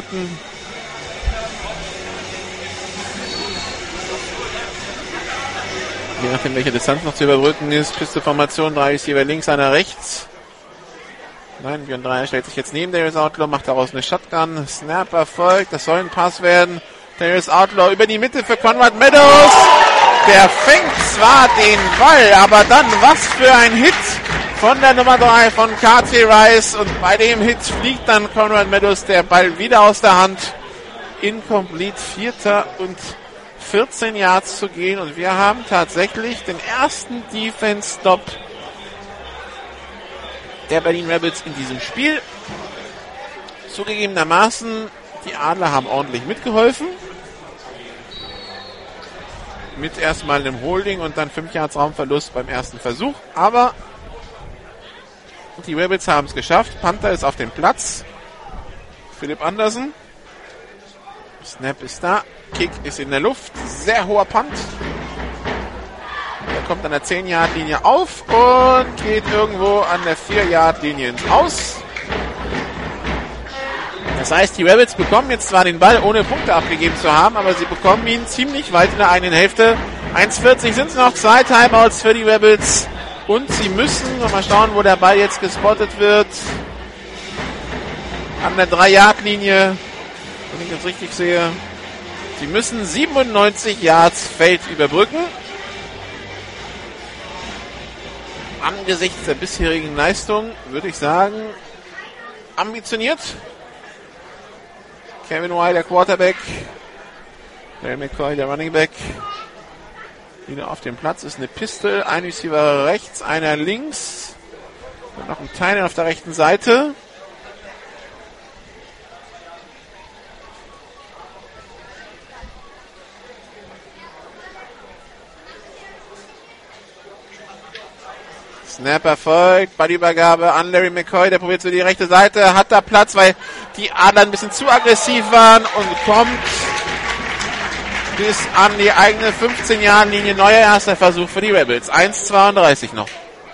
Je nachdem, welche Distanz noch zu überbrücken ist. Piste-Formation, 3 Receiver links, einer rechts. Nein, Björn Dreier stellt sich jetzt neben Darius Outlaw, macht daraus eine Shotgun. Snap erfolgt, das soll ein Pass werden. Darius Outlaw über die Mitte für Conrad Meadows. Der fängt zwar den Ball, aber dann was für ein Hit von der Nummer 3 von KT Rice. Und bei dem Hit fliegt dann Conrad Meadows der Ball wieder aus der Hand. Incomplete, 4. und 14 Yards zu gehen. Und wir haben tatsächlich den ersten Defense-Stop der Berlin Rebels in diesem Spiel. Zugegebenermaßen, die Adler haben ordentlich mitgeholfen. Mit erstmal einem Holding und dann 5 Yards Raumverlust beim ersten Versuch. Aber die Rebels haben es geschafft. Panther ist auf dem Platz. Philipp Andersen. Snap ist da. Kick ist in der Luft. Sehr hoher Punt. Der kommt an der 10-Yard-Linie auf und geht irgendwo an der 4-Yard-Linie ins Aus. Das heißt, die Rebels bekommen jetzt zwar den Ball, ohne Punkte abgegeben zu haben, aber sie bekommen ihn ziemlich weit in der eigenen Hälfte. 1:40 sind es noch, 2 Timeouts für die Rebels. Und sie müssen, mal schauen, wo der Ball jetzt gespottet wird. An der 3-Yard-Linie, wenn ich das richtig sehe. Sie müssen 97 Yards Feld überbrücken. Angesichts der bisherigen Leistung würde ich sagen, ambitioniert. Kevin White, der Quarterback. Larry McCoy, der Running Back. Wieder auf dem Platz ist eine Piste. Ein Receiver rechts, einer links. Und noch ein Teil auf der rechten Seite. Snap erfolgt, Ballübergabe an Larry McCoy, der probiert für die rechte Seite, hat da Platz, weil die Adler ein bisschen zu aggressiv waren und kommt bis an die eigene 15-Yard-Linie. Neuer erster Versuch für die Rebels. 1:32 noch.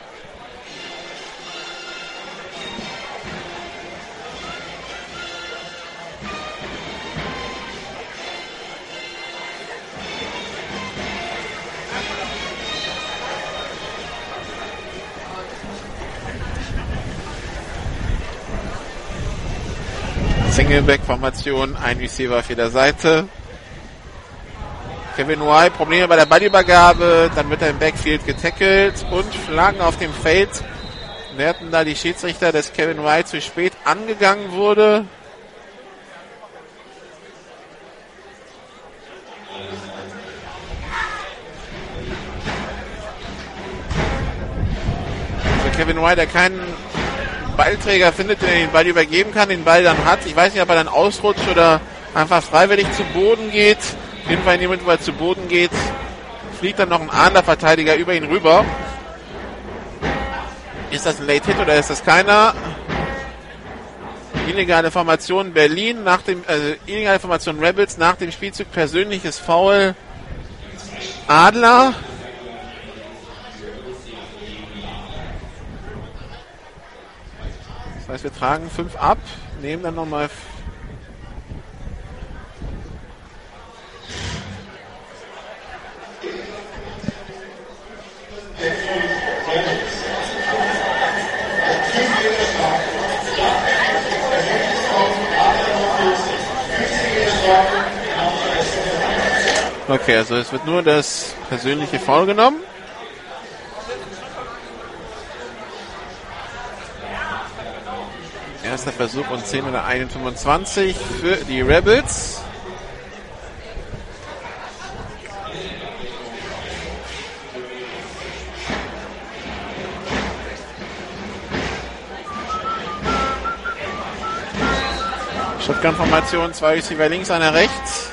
Singleback-Formation, ein Receiver auf jeder Seite. Kevin White, Probleme bei der Ballübergabe, dann wird er im Backfield getackelt und Flaggen auf dem Feld. Werten da die Schiedsrichter, dass Kevin White zu spät angegangen wurde. Also Kevin White, der keinen Ballträger findet, der den Ball übergeben kann, den Ball dann hat. Ich weiß nicht, ob er dann ausrutscht oder einfach freiwillig zu Boden geht. Auf jeden Fall in dem Moment, wo er zu Boden geht, fliegt dann noch ein Adler-Verteidiger über ihn rüber. Ist das ein Late Hit oder ist das keiner? Illegale Formation Berlin illegale Formation Rebels nach dem Spielzug, persönliches Foul Adler. Das heißt, wir tragen 5 ab, nehmen dann nochmal okay, also es wird nur das persönliche Foul genommen. Erster Versuch und 10 oder 21 für die Rebels. Shotgun-Formation, 2 Receiver links, einer rechts.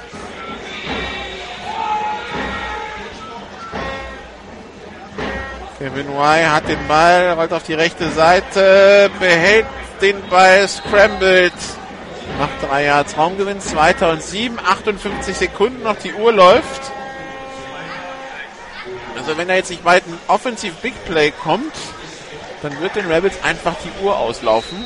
Kevin Y hat den Ball, rollt auf die rechte Seite, behält den Ball, scrambled, macht 3 Yards Raumgewinn, 2. und 7, 58 Sekunden noch, die Uhr läuft. Also wenn da jetzt nicht bald ein Offensive Big Play kommt, dann wird den Rebels einfach die Uhr auslaufen.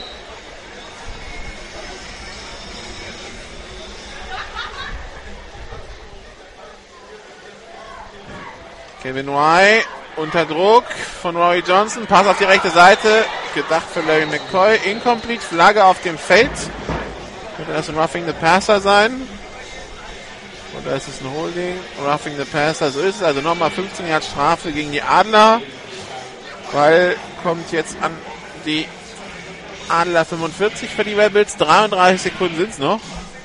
Kevin Y unter Druck von Rory Johnson. Pass auf die rechte Seite. Gedacht für Larry McCoy. Incomplete. Flagge auf dem Feld. Könnte das ein Roughing the Passer sein? Oder ist es ein Holding? Roughing the Passer. So ist es. Also nochmal 15 Yard Strafe gegen die Adler. Ball kommt jetzt an die Adler 45 für die Rebels. 33 Sekunden sind es noch.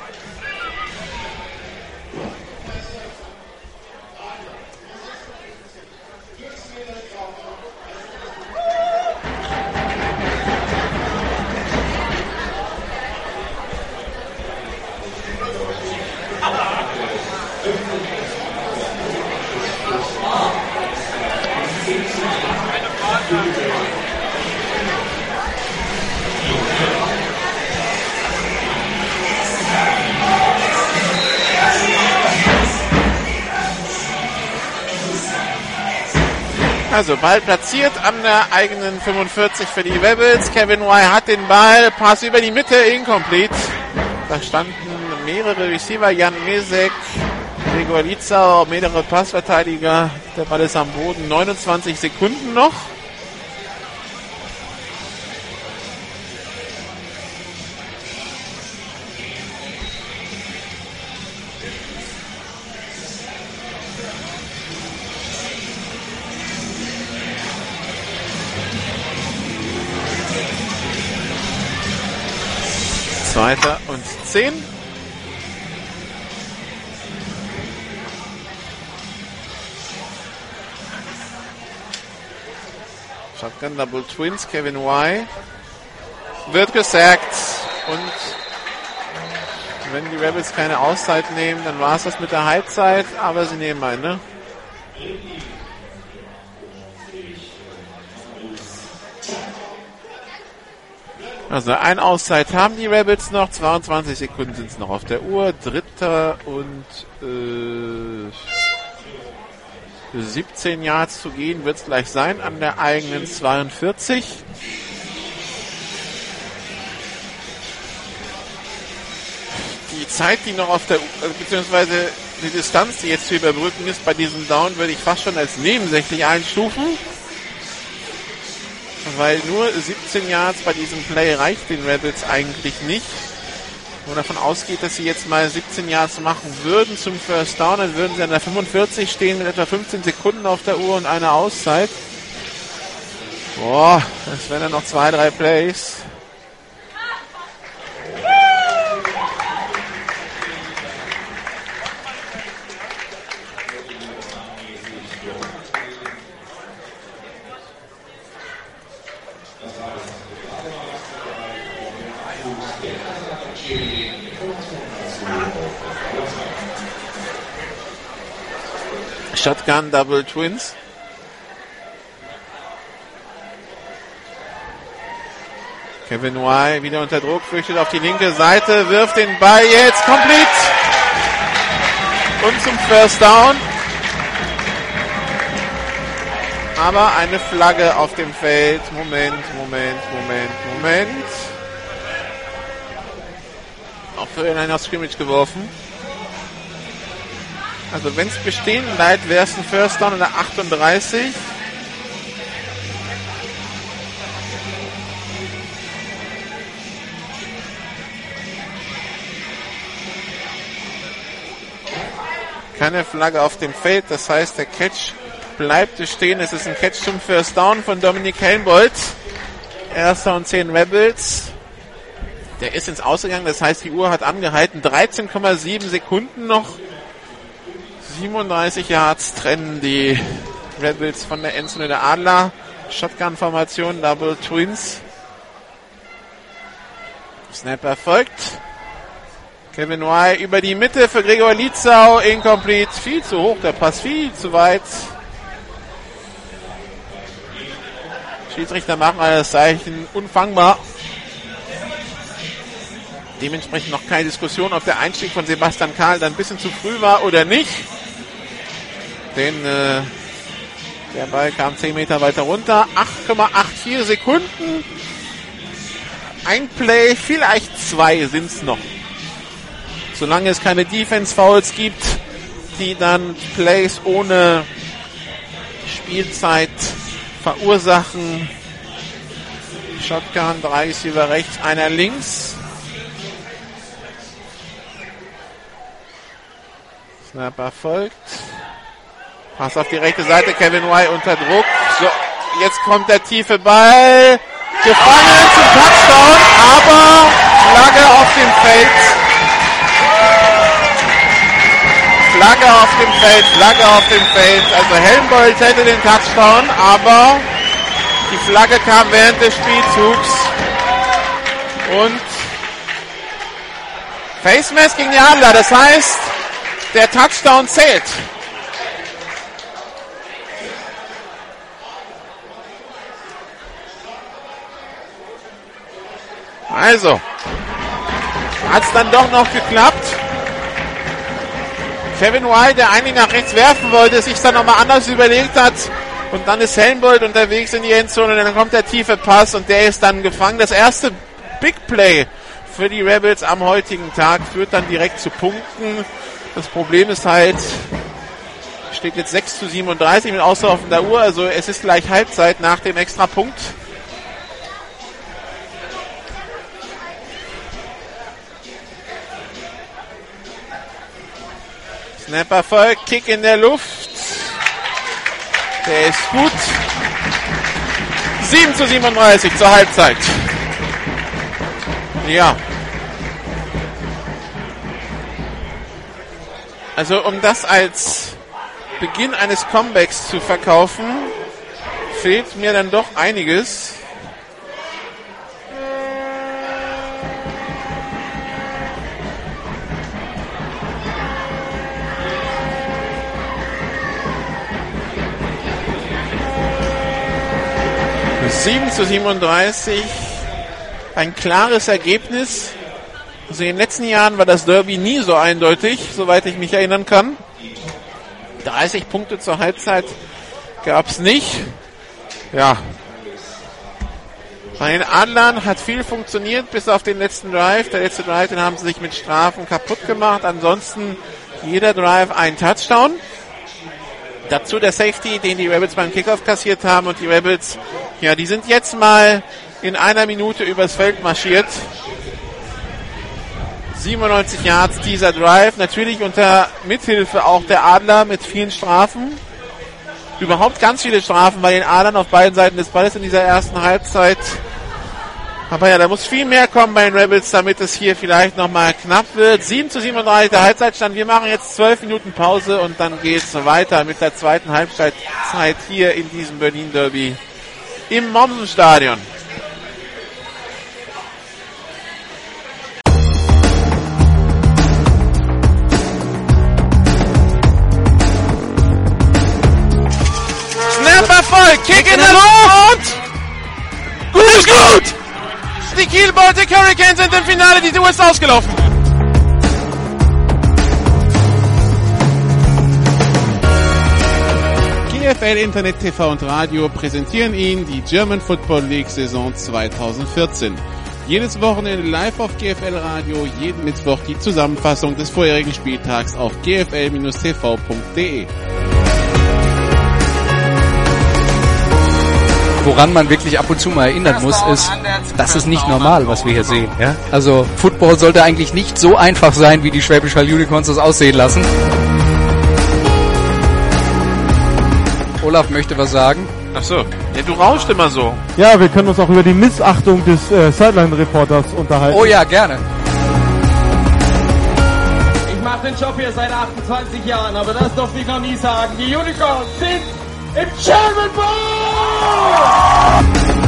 Also Ball platziert an der eigenen 45 für die Rebels. Kevin Y hat den Ball, Pass über die Mitte, incomplete. Da standen mehrere Receiver, Jan Mesek, Gregor Lietzau, mehrere Passverteidiger. Der Ball ist am Boden, 29 Sekunden noch. Zweiter und 10. Shotgun Double Twins, Kevin Y. Wird gesackt. Und wenn die Rebels keine Auszeit nehmen, dann war es das mit der Halbzeit. Aber sie nehmen eine. Also eine Auszeit haben die Rebels noch, 22 Sekunden sind es noch auf der Uhr, 3. und 17 Yards zu gehen wird es gleich sein an der eigenen 42. Die Zeit, die noch auf der beziehungsweise die Distanz, die jetzt zu überbrücken ist bei diesem Down, würde ich fast schon als nebensächlich einstufen. Weil nur 17 Yards bei diesem Play reicht den Rebels eigentlich nicht. Wenn man davon ausgeht, dass sie jetzt mal 17 Yards machen würden zum First Down, dann würden sie an der 45 stehen mit etwa 15 Sekunden auf der Uhr und einer Auszeit. Boah, das wären dann noch 2-3 Plays. Shotgun Double Twins. Kevin Y wieder unter Druck, flüchtet auf die linke Seite, wirft den Ball jetzt komplett und zum First Down. Aber eine Flagge auf dem Feld. Moment. Auch für den Line of Scrimmage geworfen. Also wenn es bestehen bleibt, wäre es ein First Down in der 38. Keine Flagge auf dem Feld, das heißt der Catch bleibt stehen. Es ist ein Catch zum First Down von Dominik Helmbold. 1. und 10 Rebels. Der ist ins Ausgegangen, das heißt, die Uhr hat angehalten. 13,7 Sekunden noch. 37 Yards trennen die Rebels von der Endzone der Adler. Shotgun-Formation, Double Twins. Snap erfolgt. Kevin White über die Mitte für Gregor Lietzau. Incomplete. Viel zu hoch, der Pass viel zu weit. Schiedsrichter machen das Zeichen unfangbar. Dementsprechend noch keine Diskussion, ob der Einstieg von Sebastian Kahl dann ein bisschen zu früh war oder nicht. Denn der Ball kam 10 Meter weiter runter. 8,84 Sekunden. Ein Play, vielleicht 2 sind es noch. Solange es keine Defense-Fouls gibt, die dann Plays ohne Spielzeit verursachen. Shotgun, 3 Receiver rechts, einer links. Snap erfolgt. Pass auf die rechte Seite, Kevin White unter Druck. So, jetzt kommt der tiefe Ball. Gefangen zum Touchdown, aber Flagge auf dem Feld. Flagge auf dem Feld, Flagge auf dem Feld. Also Helmbold hätte den Touchdown, aber die Flagge kam während des Spielzugs. Und Face Mask gegen die Adler, das heißt, der Touchdown zählt. Also, hat es dann doch noch geklappt. Kevin White, der eigentlich nach rechts werfen wollte, sich dann nochmal anders überlegt hat. Und dann ist Helmbold unterwegs in die Endzone und dann kommt der tiefe Pass und der ist dann gefangen. Das erste Big Play für die Rebels am heutigen Tag führt dann direkt zu Punkten. Das Problem ist halt, steht jetzt 6:37 mit auslaufender Uhr. Also es ist gleich Halbzeit nach dem Extrapunkt. Snap Erfolg, Kick in der Luft. Der ist gut. 7:37 zur Halbzeit. Ja. Also um das als Beginn eines Comebacks zu verkaufen, fehlt mir dann doch einiges. Bis 7:37, ein klares Ergebnis. Also in den letzten Jahren war das Derby nie so eindeutig, soweit ich mich erinnern kann. 30 Punkte zur Halbzeit gab es nicht. Ja. Bei den Adlern hat viel funktioniert, bis auf den letzten Drive. Der letzte Drive, den haben sie sich mit Strafen kaputt gemacht. Ansonsten jeder Drive ein Touchdown. Dazu der Safety, den die Rebels beim Kickoff kassiert haben. Und die Rebels, ja, die sind jetzt mal in einer Minute übers Feld marschiert. 97 Yards dieser Drive, natürlich unter Mithilfe auch der Adler mit vielen Strafen. Überhaupt ganz viele Strafen bei den Adlern auf beiden Seiten des Balles in dieser ersten Halbzeit. Aber ja, da muss viel mehr kommen bei den Rebels, damit es hier vielleicht nochmal knapp wird. 7:37 der Halbzeitstand. Wir machen jetzt 12 Minuten Pause und dann geht's weiter mit der zweiten Halbzeitzeit hier in diesem Berlin Derby im Mommsen-Stadion. Erfolg, Kick in der Luft! Gut ist gut! Die Kiel Baltic Hurricanes sind im Finale, die Tour ist ausgelaufen. GFL Internet, TV und Radio präsentieren Ihnen die German Football League Saison 2014. Jedes Wochenende live auf GFL Radio, jeden Mittwoch die Zusammenfassung des vorherigen Spieltags auf gfl-tv.de. Woran man wirklich ab und zu mal erinnern muss, ist, das ist nicht normal, was wir hier sehen. Ja? Also Football sollte eigentlich nicht so einfach sein, wie die Schwäbisch Hall Unicorns das aussehen lassen. Olaf möchte was sagen. Ach so. Ja, du rauschst immer so. Ja, wir können uns auch über die Missachtung des Sideline-Reporters unterhalten. Oh ja, gerne. Ich mache den Job hier seit 28 Jahren, aber das durfte ich noch nie sagen. Die Unicorns sind im German Bowl!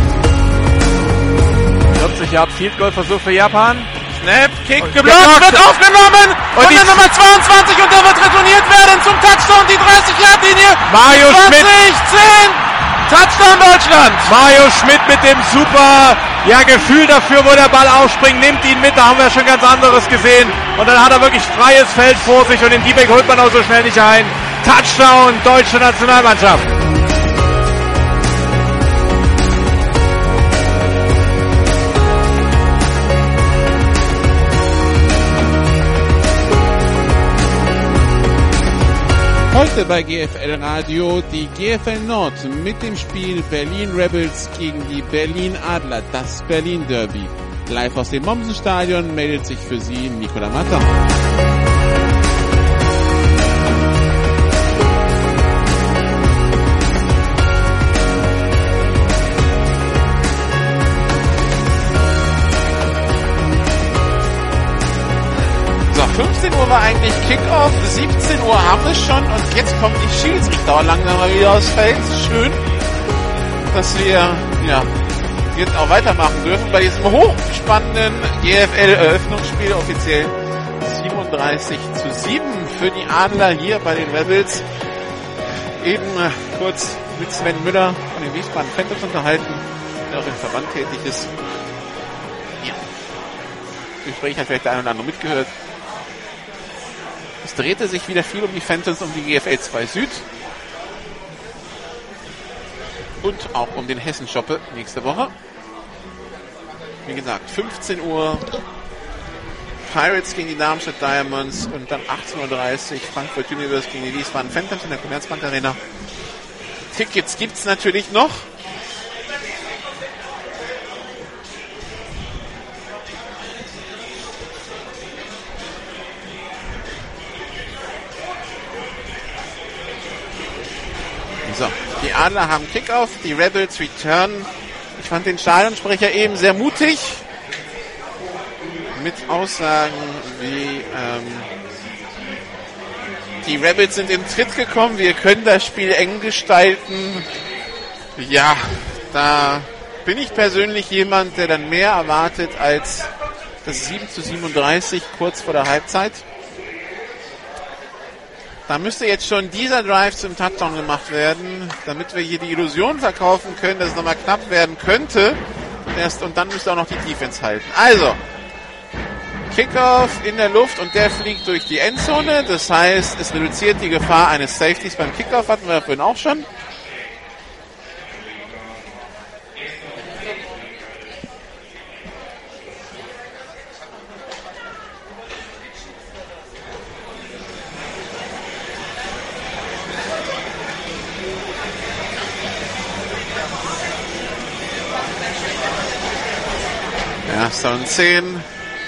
40 Yard Field Goal Versuch für Japan. Snap, Kick, geblockt, wird aufgenommen. Und die Nummer 22 und der wird retourniert werden zum Touchdown, die 30-Yard-Linie. Mario 20, Schmidt. 10. Touchdown Deutschland. Mario Schmidt mit dem super Gefühl dafür, wo der Ball aufspringt, nimmt ihn mit, da haben wir schon ganz anderes gesehen. Und dann hat er wirklich freies Feld vor sich und den D-Back holt man auch so schnell nicht ein. Touchdown, deutsche Nationalmannschaft. Heute bei GFL Radio die GFL Nord mit dem Spiel Berlin Rebels gegen die Berlin Adler, das Berlin Derby. Live aus dem Mommsen-Stadion meldet sich für Sie Nicolas Martin. So, 15 Uhr war eigentlich Kickoff, 17 Uhr haben wir schon und jetzt kommt die Schiedsrichter langsam mal wieder aufs Feld. Schön, dass wir jetzt auch weitermachen dürfen bei diesem hochspannenden GFL-Eröffnungsspiel, offiziell 37:7 für die Adler hier bei den Rebels. Eben kurz mit Sven Müller von den Wiesbaden Phantoms unterhalten, der auch im Verband tätig ist. Ja. Das Gespräch hat vielleicht der eine oder andere mitgehört. Es drehte sich wieder viel um die Phantoms, um die GFL 2 Süd. Und auch um den Hessen-Schoppe nächste Woche. Wie gesagt, 15 Uhr Pirates gegen die Darmstadt Diamonds und dann 18:30 Uhr Frankfurt Universe gegen die Wiesbaden Phantoms in der Commerzbank Arena. Tickets gibt's natürlich noch. So, die Adler haben Kickoff, die Rebels return. Ich fand den Stadionsprecher eben sehr mutig. Mit Aussagen wie, die Rebels sind in Tritt gekommen, wir können das Spiel eng gestalten. Ja, da bin ich persönlich jemand, der dann mehr erwartet als das 7:37 kurz vor der Halbzeit. Da müsste jetzt schon dieser Drive zum Touchdown gemacht werden, damit wir hier die Illusion verkaufen können, dass es nochmal knapp werden könnte. Und dann müsste auch noch die Defense halten. Also, Kickoff in der Luft und der fliegt durch die Endzone. Das heißt, es reduziert die Gefahr eines Safeties beim Kickoff, hatten wir vorhin auch schon. Erster und 10.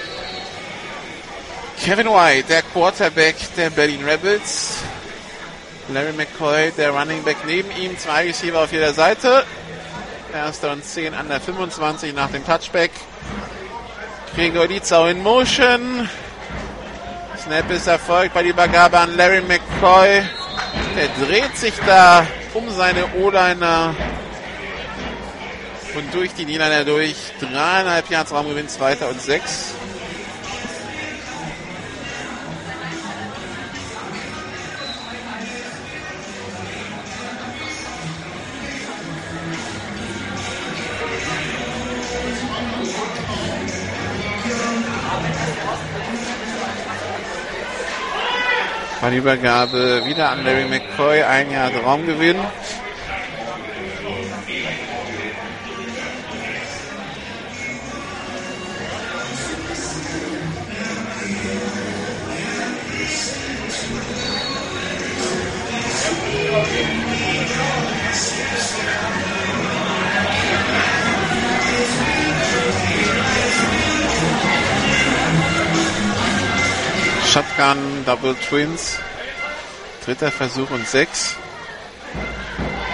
Kevin White, der Quarterback der Berlin Rebels. Larry McCoy, der Running Back neben ihm. 2 Receiver auf jeder Seite. Erster und 10 an der 25 nach dem Touchback. Gregor Dietzau in Motion. Snap ist erfolgt bei der Übergabe an Larry McCoy. Der dreht sich da um seine O-Liner und durch die D-Liner durch. 3,5 Yards Raumgewinn, 2. und 6. War die Übergabe wieder an Larry McCoy, 1 Yard Raumgewinn. Shotgun, Double Twins. 3. Versuch und 6.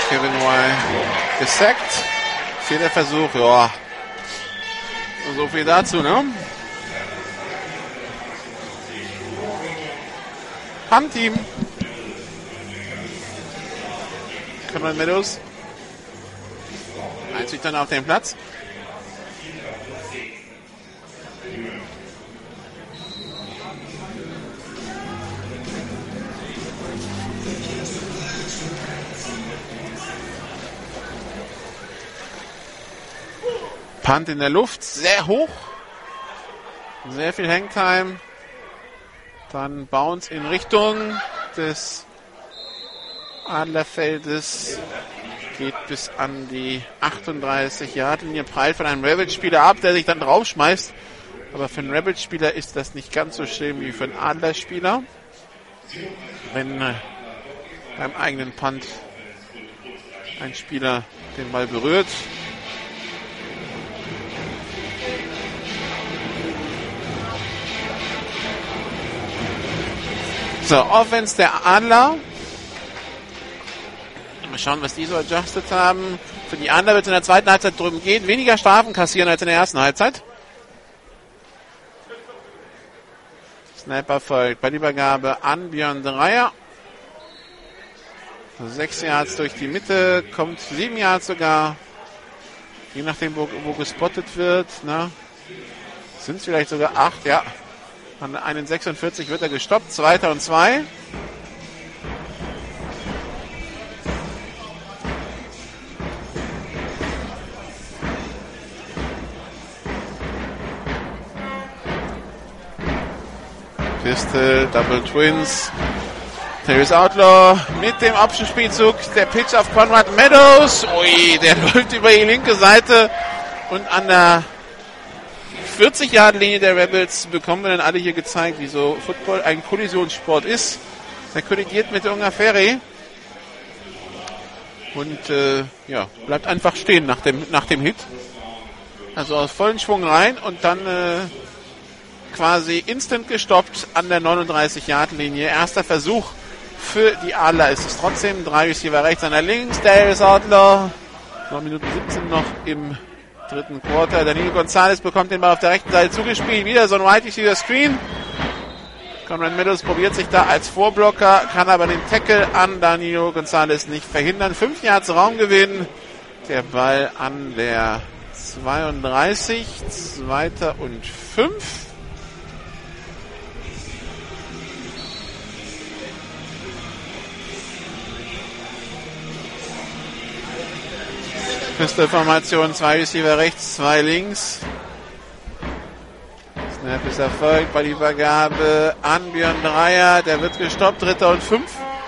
Kevin White gesackt. 4. Versuch, ja. So viel dazu, ne? Punt-Team. Cameron Meadows. Einzig dann auf den Platz. Punt in der Luft, sehr hoch. Sehr viel Hangtime. Dann Bounce in Richtung des Adlerfeldes. Geht bis an die 38-Yard-Linie. Prallt von einem Rebels-Spieler ab, der sich dann draufschmeißt. Aber für einen Rebels-Spieler ist das nicht ganz so schlimm wie für einen Adler-Spieler. Wenn beim eigenen Punt ein Spieler den Ball berührt. So, Offense der Adler. Mal schauen, was die so adjusted haben. Für die Adler wird es in der zweiten Halbzeit drüben gehen. Weniger Strafen kassieren als in der ersten Halbzeit. Snapper folgt. Ballübergabe an Björn Dreier. 6 Yards durch die Mitte. Kommt 7 Yards sogar. Je nachdem, wo gespottet wird. Sind es vielleicht sogar 8, ja. An 1,46 wird er gestoppt. 2. und 2. Pistol, Double Twins. Terry's Outlaw mit dem Option-Spielzug. Der Pitch auf Conrad Meadows. Ui, der läuft über die linke Seite. Und an der 40-Yard-Linie der Rebels bekommen wir dann alle hier gezeigt, wie so Football ein Kollisionssport ist. Er kollidiert mit Ungar Ferry und bleibt einfach stehen nach dem Hit. Also aus vollen Schwung rein und dann quasi instant gestoppt an der 39-Yard-Linie. Erster Versuch für die Adler ist es trotzdem. 3 Receiver rechts, einer links. Darius Outlaw. 9 Minuten 17 noch im dritten Quarter. Danilo Gonzalez bekommt den Ball auf der rechten Seite zugespielt. Wieder so ein Wide Receiver Screen. Conrad Meadows probiert sich da als Vorblocker, kann aber den Tackle an Danilo Gonzalez nicht verhindern. 5 Yards Raumgewinn. Der Ball an der 32. 2. und 5. Pistol-Formation, 2 Receiver rechts, 2 links. Snap ist erfolgt, Ballübergabe an Björn Dreier, der wird gestoppt, 3. und 5.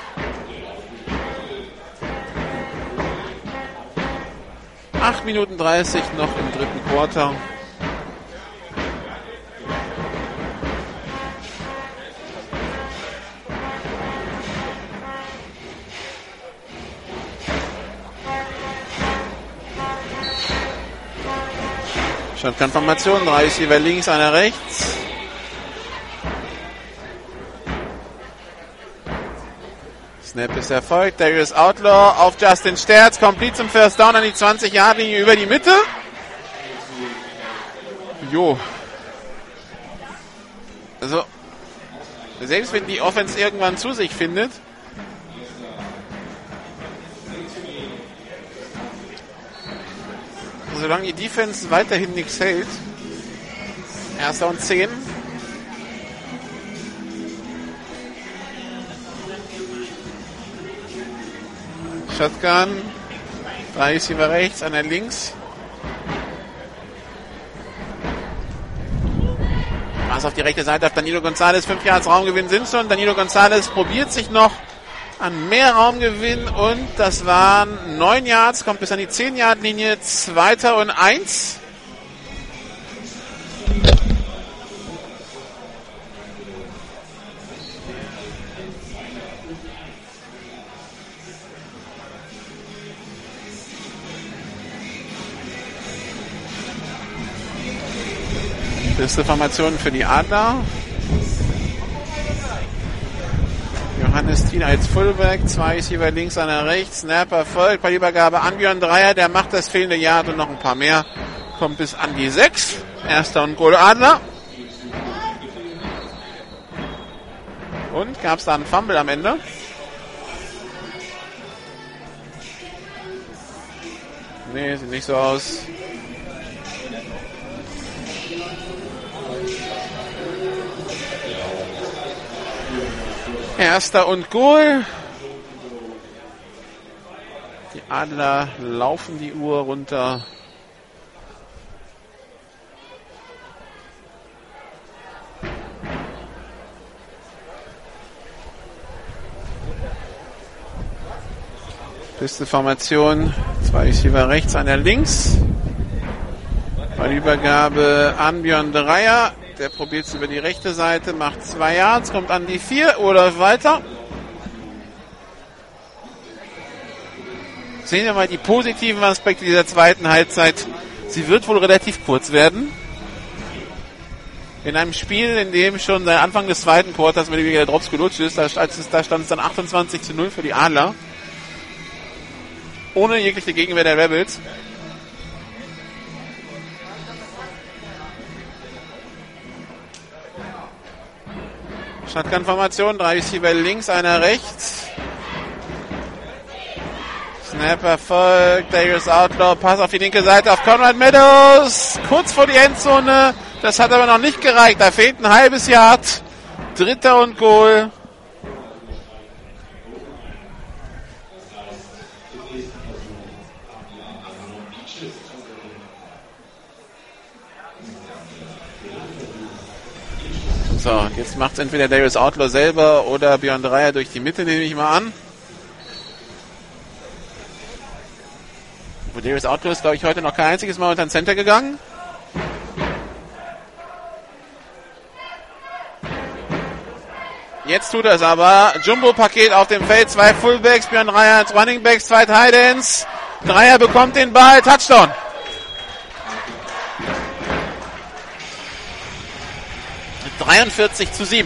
Acht Minuten 30 noch im dritten Quarter. Shotgun-Formation, 3 Receiver links, einer rechts. Snap ist erfolgt. Darius Outlaw auf Justin Sterz. Complete zum First Down an die 20-Yard-Linie über die Mitte. Jo. Also, selbst wenn die Offense irgendwann zu sich findet, solange die Defense weiterhin nichts hält. 1. und 10. Shotgun. 3 Receiver rechts, einer links. Pass auf die rechte Seite auf Danilo Gonzalez. 5 Yards Raumgewinn sind schon. Danilo Gonzalez probiert sich noch an mehr Raumgewinn und das waren 9 Yards, kommt bis an die 10-Yard-Linie, 2. und 1. Beste Formation für die Adler. Johannes Thiel als Fullback, 2 Receiver links, einer rechts, Snap erfolgt, bei Übergabe an Björn Dreier, der macht das fehlende Yard und noch ein paar mehr, kommt bis an die 6, 1. und Goal Adler. Und gab es da einen Fumble am Ende? Nee, sieht nicht so aus. Erster und Goal. Die Adler laufen die Uhr runter. Beste Formation. 2 Receiver rechts, einer links. Bei der Übergabe an Björn Dreier. Der probiert es über die rechte Seite, macht 2 Yards, kommt an die 4 oder weiter. Sehen wir mal die positiven Aspekte dieser zweiten Halbzeit. Sie wird wohl relativ kurz werden. In einem Spiel, in dem schon seit Anfang des zweiten Quarters mit der Drops gelutscht ist, da stand es dann 28-0 für die Adler. Ohne jegliche Gegenwehr der Rebels. Shotgun-Formation, 3 Receiver links, einer rechts. Snap erfolgt, Darius Outlaw, Pass auf die linke Seite auf Conrad Meadows. Kurz vor die Endzone, das hat aber noch nicht gereicht, da fehlt ein halbes Yard. 3. und Goal. So, jetzt macht es entweder Darius Outlaw selber oder Björn Dreier durch die Mitte, nehme ich mal an. Wo Darius Outlaw ist, glaube ich, heute noch kein einziges Mal unter den Center gegangen. Jetzt tut er es aber. Jumbo-Paket auf dem Feld, 2 Fullbacks, Björn Dreier als Running Backs, 2 Tight Ends. Dreier bekommt den Ball, Touchdown. Mit 43-7.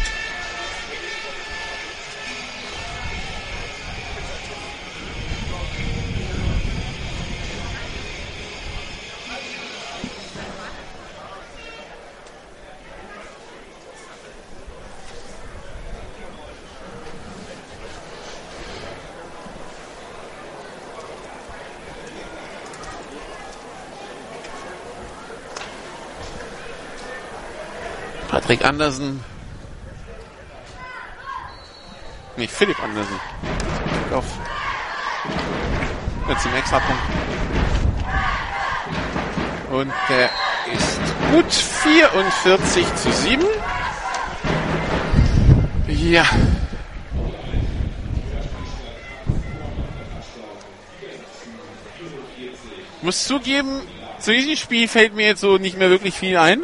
Patrick Andersen. Nee, Philipp Andersen. Auf. Jetzt zum Extrapunkt. Und der ist gut. 44-7. Ja. Ich muss zugeben, zu diesem Spiel fällt mir jetzt so nicht mehr wirklich viel ein.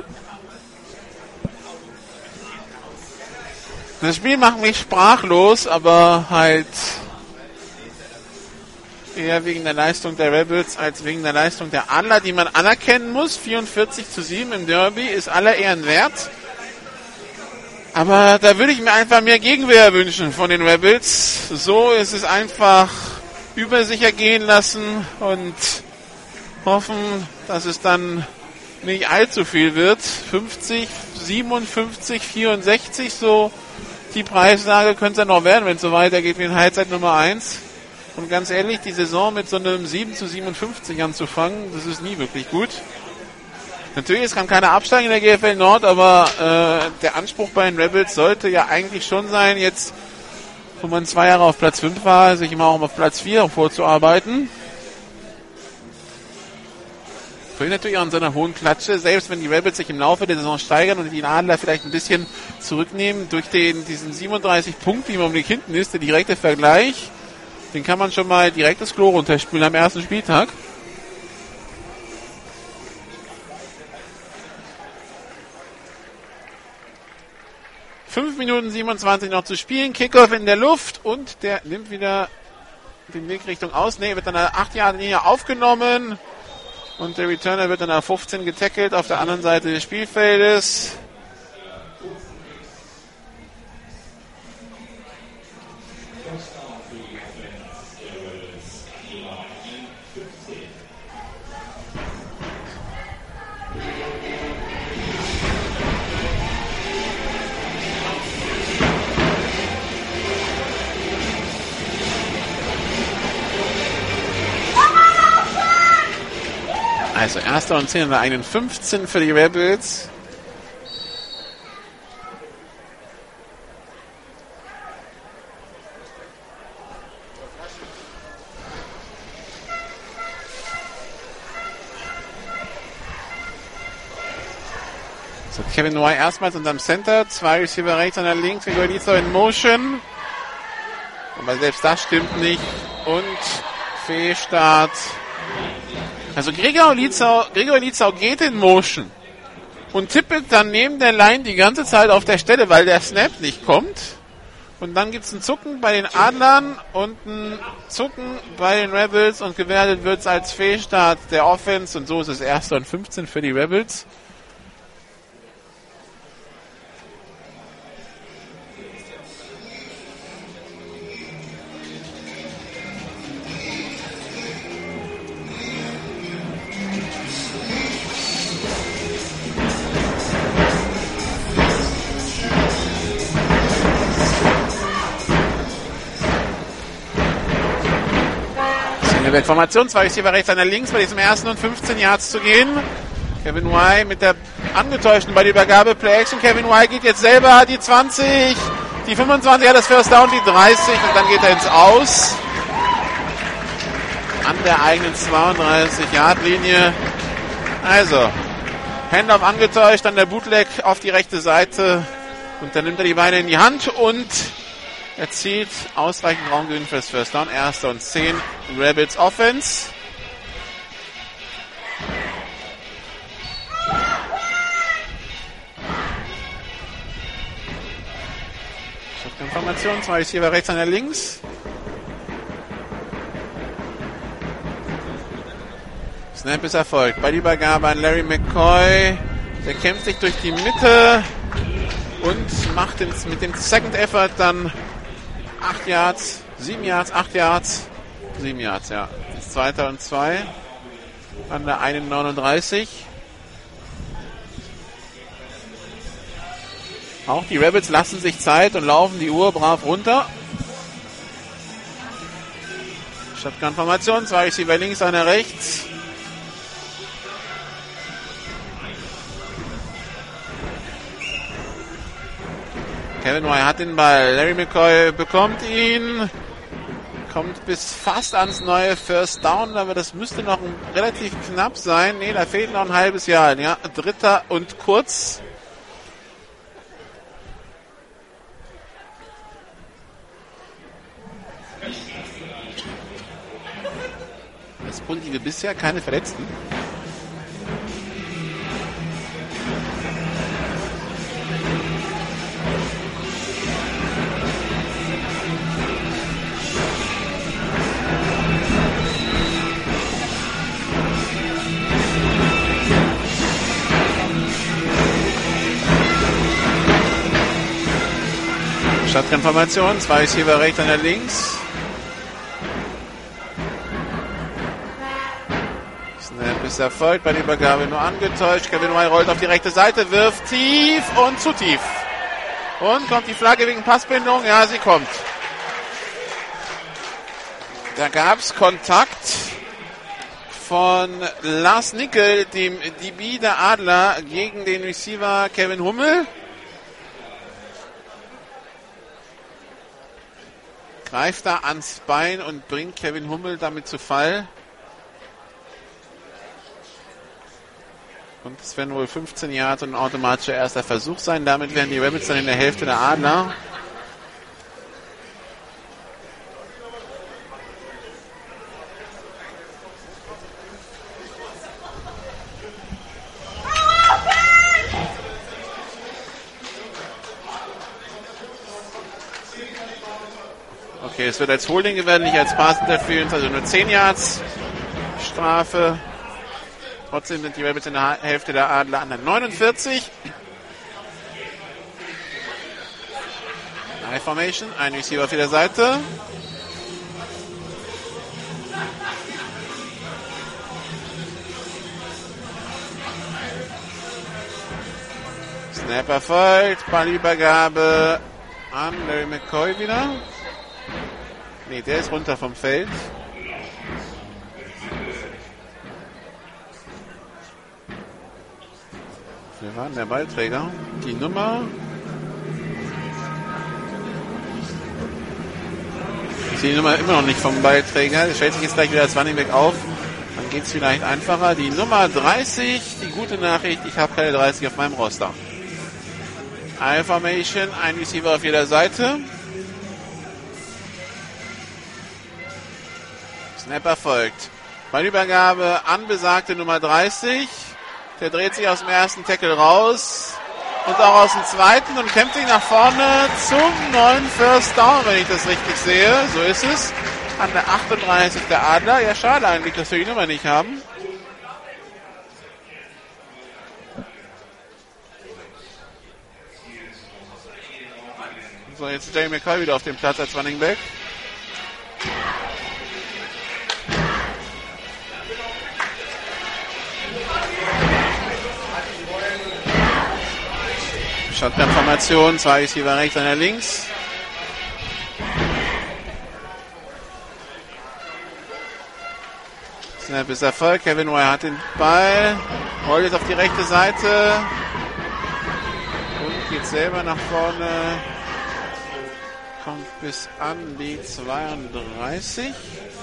Das Spiel macht mich sprachlos, aber halt eher wegen der Leistung der Rebels als wegen der Leistung der Adler, die man anerkennen muss. 44-7 im Derby ist aller Ehren wert. Aber da würde ich mir einfach mehr Gegenwehr wünschen von den Rebels. So ist es einfach über sich ergehen lassen und hoffen, dass es dann nicht allzu viel wird. 50, 57, 64 so. Die Preislage könnte es ja noch werden, wenn es so weitergeht wie in Halbzeit Nummer 1. Und ganz ehrlich, die Saison mit so einem 7-57 anzufangen, das ist nie wirklich gut. Natürlich, es kann keiner absteigen in der GFL Nord, aber der Anspruch bei den Rebels sollte ja eigentlich schon sein, jetzt, wo man 2 Jahre auf Platz 5 war, sich immer auch auf Platz 4 vorzuarbeiten. Natürlich auch in so einer hohen Klatsche, selbst wenn die Rebels sich im Laufe der Saison steigern und die Adler vielleicht ein bisschen zurücknehmen, durch diesen 37 Punkte, die man um die hinten ist, der direkte Vergleich, den kann man schon mal direkt das Klo runterspülen am ersten Spieltag. Fünf Minuten 27 noch zu spielen, Kickoff in der Luft und der nimmt wieder den Weg Richtung Außen, wird an der 8-Yard-Linie aufgenommen. Und der Returner wird an der 15 getackelt auf der anderen Seite des Spielfeldes. Also 1. und 10 an der eigenen 15 für die Rebels. So, Kevin White erstmals in seinem Center, 2 Receiver rechts, einer links, Gregor Ilizau in Motion. Aber selbst das stimmt nicht. Und Fehlstart. Also Gregor Ilizau geht in Motion und tippelt dann neben der Line die ganze Zeit auf der Stelle, weil der Snap nicht kommt. Und dann gibt es ein Zucken bei den Adlern und ein Zucken bei den Rebels und gewertet wird es als Fehlstart der Offense. Und so ist es 1. und 15 für die Rebels. Formation, 2 Receiver rechts, einer links, bei diesem 1. und 15 Yards zu gehen. Kevin Y mit der angetäuschten bei der Übergabe, Play Action. Kevin Y geht jetzt selber die 20, die 25, ja, das First Down, die 30 und dann geht er ins Aus. An der eigenen 32-Yard-Linie. Also, Handoff angetäuscht, dann der Bootleg auf die rechte Seite und dann nimmt er die Beine in die Hand und erzielt ausreichend Raumgewinn für das First Down. 1. und 10, Rebels Offense. Information, 2 Receiver rechts, einer links. Snap ist erfolgt. Bei der Übergabe an Larry McCoy. Der kämpft sich durch die Mitte und macht mit dem Second Effort dann 8 Yards, 7 Yards, 8 Yards, 7 Yards, ja. Das ist 2. und 2 an der 1,39. Auch die Rebels lassen sich Zeit und laufen die Uhr brav runter. Shotgun-Formation, 2 Receiver links, einer rechts. Kevin Y hat den Ball. Larry McCoy bekommt ihn. Kommt bis fast ans neue First Down, aber das müsste noch relativ knapp sein. Ne, da fehlt noch ein halbes Jahr. Ja, 3. und kurz. Das Positive bisher, keine Verletzten. Shotgun-Formation, 2 Receiver rechts, einer links. Snap ist erfolgt, bei der Übergabe nur angetäuscht. Kevin Y rollt auf die rechte Seite, wirft tief und zu tief. Und kommt die Flagge wegen Passbindung? Ja, sie kommt. Da gab es Kontakt von Lars Nickel, dem DB der Adler, gegen den Receiver Kevin Hummel. Greift da ans Bein und bringt Kevin Hummel damit zu Fall. Und es werden wohl 15 Yards und ein automatischer erster Versuch sein. Damit werden die Rebels dann in der Hälfte der Adler. Okay, es wird als Holding gewertet, nicht als Pass Interference, also nur 10 Yards Strafe. Trotzdem sind die Rebels in der Hälfte der Adler an der 49. High Formation, ein Receiver auf jeder Seite. Snap erfolgt, Ballübergabe an Larry McCoy wieder. Ne, der ist runter vom Feld. Wer war denn der Ballträger? Die Nummer. Ist die Nummer immer noch nicht vom Ballträger. Der stellt sich jetzt gleich wieder als Running Back auf. Dann geht es vielleicht einfacher. Die Nummer 30. Die gute Nachricht, ich habe keine 30 auf meinem Roster. I-Formation, ein Receiver auf jeder Seite. Snapper folgt. Ballübergabe an besagte Nummer 30. Der dreht sich aus dem ersten Tackle raus und auch aus dem zweiten und kämpft sich nach vorne zum neuen First Down, wenn ich das richtig sehe. So ist es. An der 38 der Adler. Ja, schade eigentlich, dass wir die Nummer nicht haben. So, jetzt ist Jay McCoy wieder auf dem Platz als Running Back. Shotgun-Formation, 2 Receiver rechts, einer links. Snap ist Erfolg. Kevin White hat den Ball. Rollt jetzt auf die rechte Seite. Und geht selber nach vorne. Kommt bis an die 32.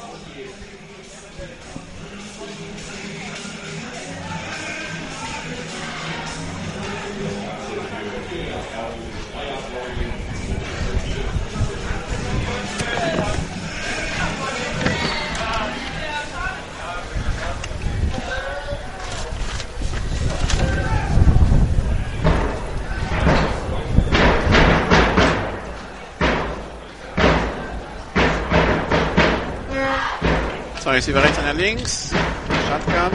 Receiver rechts, einer links. Shotgun.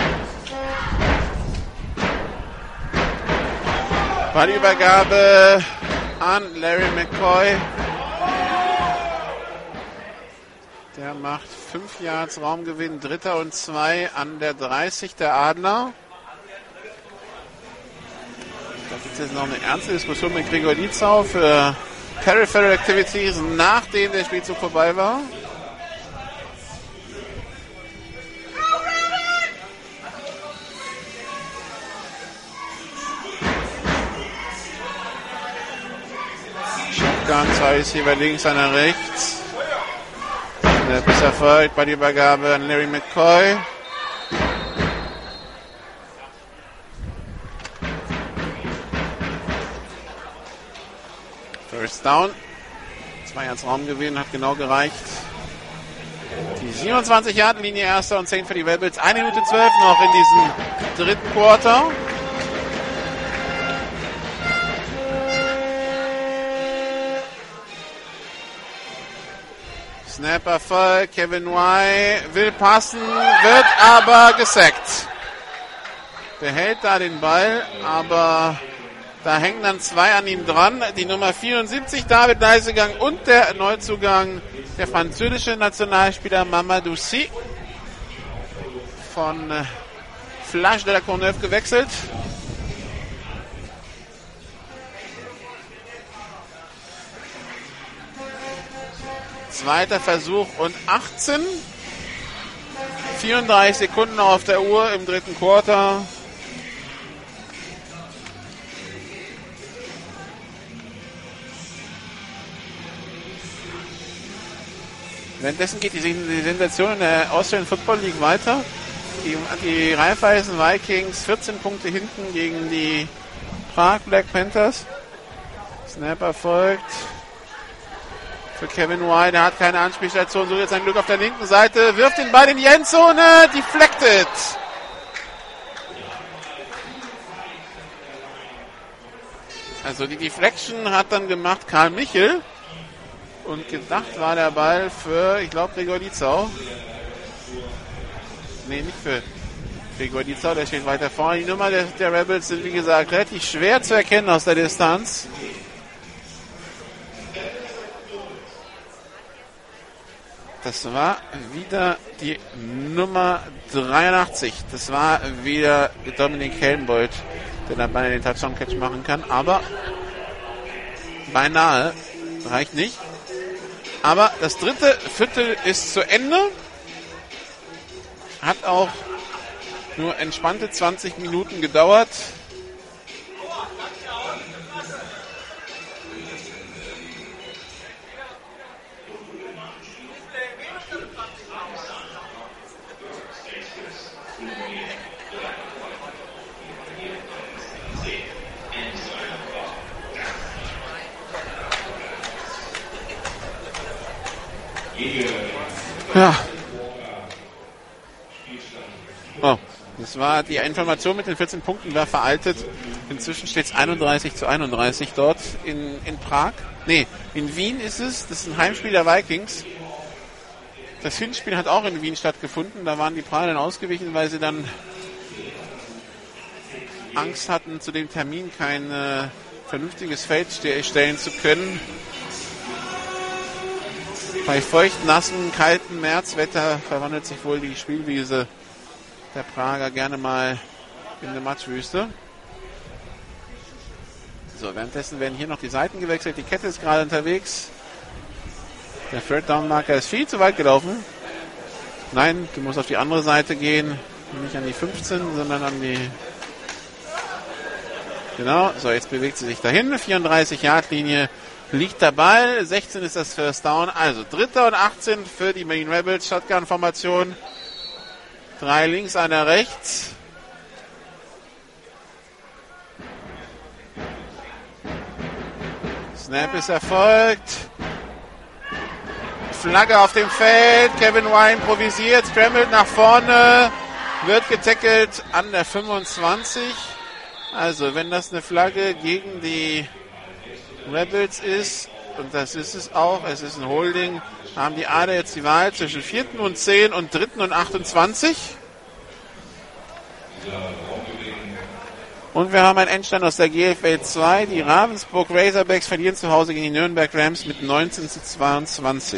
Ballübergabe an Larry McCoy. Der macht 5 Yards Raumgewinn, 3. und 2 an der 30 der Adler. Da gibt es jetzt noch eine ernste Diskussion mit Gregor Lietzau für Peripheral Activities, nachdem der Spielzug vorbei war. Zwei ist hier links, einer rechts. Bis erfolgt bei der Übergabe an Larry McCoy. First Down. 2 Yards Raumgewinn, hat genau gereicht. Die 27-Yard-Linie, 1. und 10 für die Rebels. 1 Minute 12 noch in diesem dritten Quarter. Snap Erfolg, Kevin White will passen, wird aber gesackt. Behält da den Ball, aber da hängen dann 2 an ihm dran. Die Nummer 74, David Leisegang, und der Neuzugang, der französische Nationalspieler Mamadou Sy, von Flash de la Courneuve gewechselt. Zweiter Versuch und 18. 34 Sekunden auf der Uhr im dritten Quarter. Währenddessen geht die Sensation in der Austrian Football League weiter. Die Raiffeisen Vikings 14 Punkte hinten gegen die Prag Black Panthers. Snap erfolgt für Kevin White, der hat keine Anspielstation, sucht jetzt sein Glück auf der linken Seite, wirft den Ball in die Endzone, deflected. Also die Deflection hat dann gemacht Karl Michel und gedacht war der Ball für, ich glaube, Gregor Lietzau. Nee, nicht für Gregor Lietzau, der steht weiter vorne. Die Nummer der Rebels sind, wie gesagt, relativ schwer zu erkennen aus der Distanz. Das war wieder die Nummer 83. Das war wieder Dominik Helmbold, der dann beinahe den Touchdown-Catch machen kann. Aber beinahe. Reicht nicht. Aber das dritte Viertel ist zu Ende. Hat auch nur entspannte 20 Minuten gedauert. Ja. Oh, das war die Information mit den 14 Punkten, war veraltet. Inzwischen steht es 31-31 dort in Prag. Nee, in Wien ist es. Das ist ein Heimspiel der Vikings. Das Hinspiel hat auch in Wien stattgefunden. Da waren die Prager ausgewichen, weil sie dann Angst hatten, zu dem Termin kein vernünftiges Feld stellen zu können. Bei feuchten, nassen, kalten Märzwetter verwandelt sich wohl die Spielwiese der Prager gerne mal in eine Matschwüste. So, währenddessen werden hier noch die Seiten gewechselt. Die Kette ist gerade unterwegs. Der Third Down Marker ist viel zu weit gelaufen. Nein, du musst auf die andere Seite gehen. Nicht an die 15, sondern an die... Genau, so jetzt bewegt sie sich dahin. 34-Yard-Linie liegt der Ball. 16 ist das First Down. Also 3. und 18 für die Berlin Rebels. Shotgun-Formation. 3 links, einer rechts. Snap ist erfolgt. Flagge auf dem Feld. Kevin Wine improvisiert, scrambled nach vorne. Wird getackelt an der 25. Also, wenn das eine Flagge gegen die Rebels ist, und das ist es auch, es ist ein Holding, haben die Adler jetzt die Wahl zwischen 4. und 10 und 3. und 28. Und wir haben einen Endstand aus der GFL 2. Die Ravensburg Razorbacks verlieren zu Hause gegen die Nürnberg Rams mit 19-22.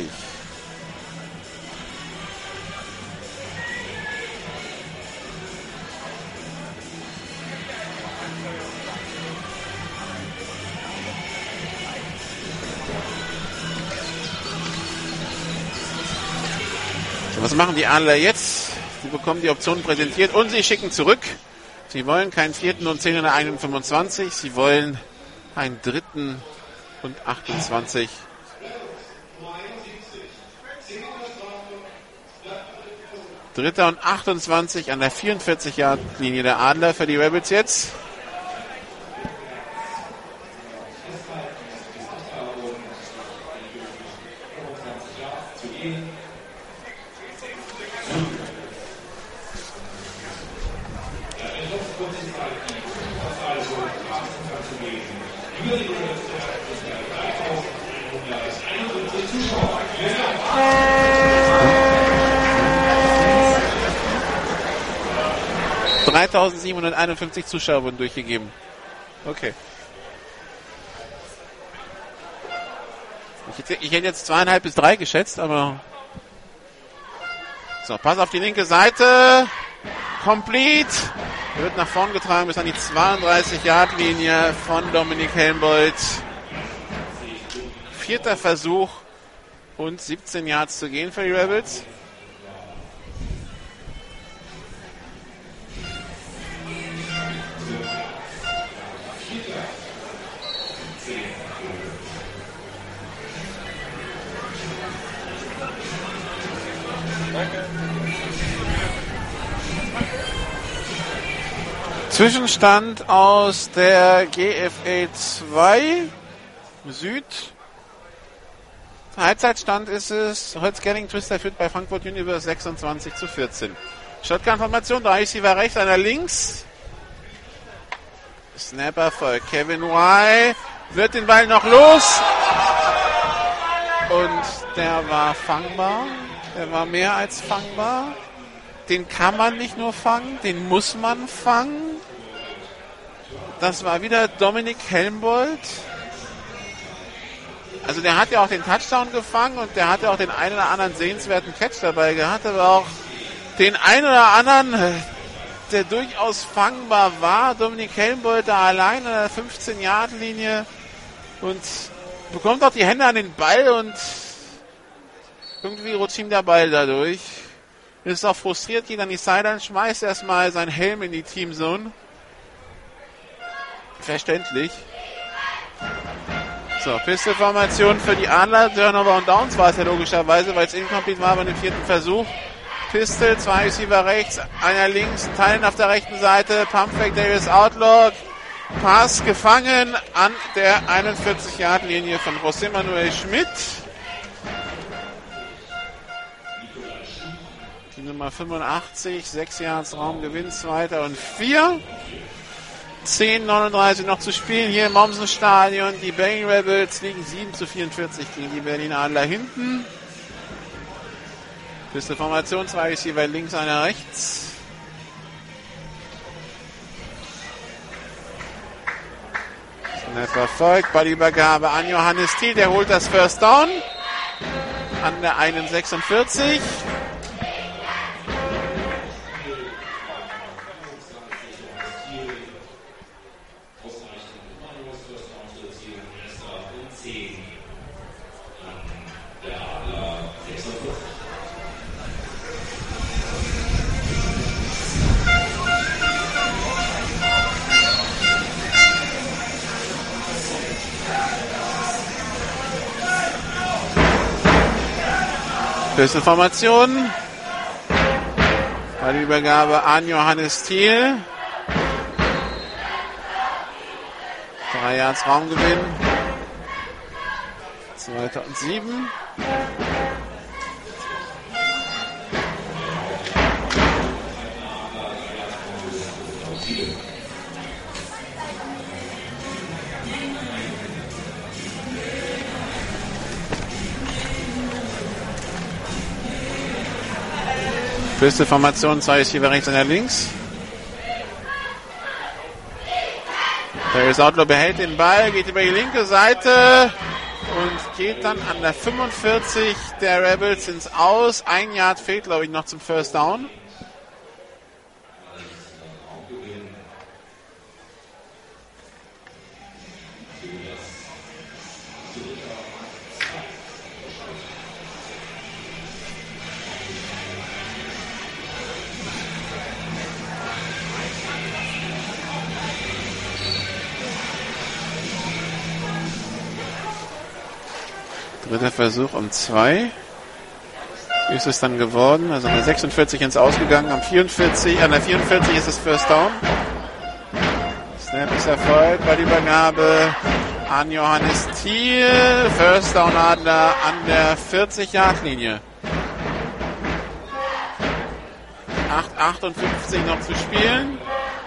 Was machen die Adler jetzt? Sie bekommen die Option präsentiert und sie schicken zurück. Sie wollen keinen 4. und 10 oder 21. Sie wollen einen 3. und 28. Dritter und 28 an der 44-Yard-Linie der Adler für die Rebels jetzt. (3.751) Zuschauer wurden durchgegeben. Okay. Ich hätte jetzt 2,5 bis 3 geschätzt, aber... So, Pass auf die linke Seite. Complete. Wird nach vorn getragen bis an die 32-Yard-Linie von Dominik Helmbold. 4. Versuch und 17 Yards zu gehen für die Rebels. Zwischenstand aus der GFL 2 Süd. Halbzeitstand ist es, Holz-Gerling Twister führt bei Frankfurt Universe 26-14. Shotgun-Formation, 3 Receiver rechts, einer links. Snapper für Kevin Y. Wird den Ball noch los. Und der war fangbar. Der war mehr als fangbar. Den kann man nicht nur fangen, den muss man fangen. Das war wieder Dominik Helmbold. Also der hat ja auch den Touchdown gefangen und der hatte auch den einen oder anderen sehenswerten Catch dabei gehabt, aber auch den einen oder anderen, der durchaus fangbar war. Dominik Helmbold da allein an der 15-Yard-Linie und bekommt auch die Hände an den Ball und irgendwie rutscht ihm der Ball dadurch. Ist auch frustriert, geht an die Sideline, schmeißt erstmal seinen Helm in die Teamzone. Verständlich. So, Pistol-Formation für die Adler. Turnover und Downs war es ja logischerweise, weil es incomplete war bei dem 4. Versuch. Pistol, 2 Receiver rechts, einer links, Teilen auf der rechten Seite. Pumpback, Darius Outlaw. Pass gefangen an der 41-Yard-Linie von José Manuel Schmidt. Nummer 85, 6 Yards Raumgewinn, 2. und 4. 10:39 noch zu spielen hier im Mommsen-Stadion. Die Berlin Rebels liegen 7:44 gegen die Berlin Adler hinten. Beste Formation, 2 Receiver links, einer rechts. Snap erfolgt, Ballübergabe an Johannes Thiel, der holt das First Down an der 1:46. Höchste Formation. Bei der Übergabe an Johannes Thiel. 3 Yards Raumgewinn. 2. und 7. Höchste Formation, 2 Receiver rechts, einer links. Darius Outlaw behält den Ball, geht über die linke Seite und geht dann an der 45 der Rebels ins Aus. 1 Yard fehlt, glaube ich, noch zum First Down. Dritter Versuch um 2. Wie ist es dann geworden? Also an der 46 ins Ausgegangen, an der 44 ist es First Down. Snap ist erfolgt, Ballübergabe an Johannes Thiel. First Down Adler an der 40-Yard-Linie. 8:58 noch zu spielen.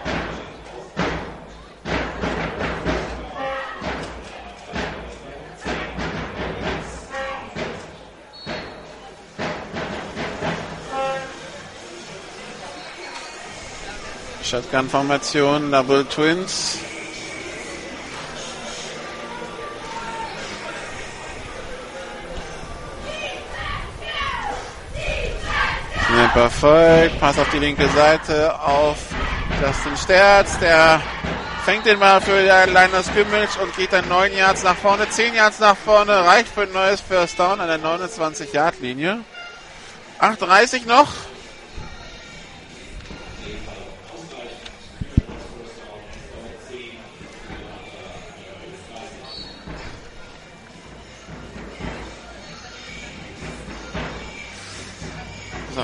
Shotgun-Formation, Double Twins. Snap erfolgt, Pass auf die linke Seite auf Justin Sterz, der fängt den Ball für die Line of Scrimmage und geht dann 9 Yards nach vorne, 10 Yards nach vorne, reicht für ein neues First Down an der 29-Yard-Linie. 8:30 noch. So.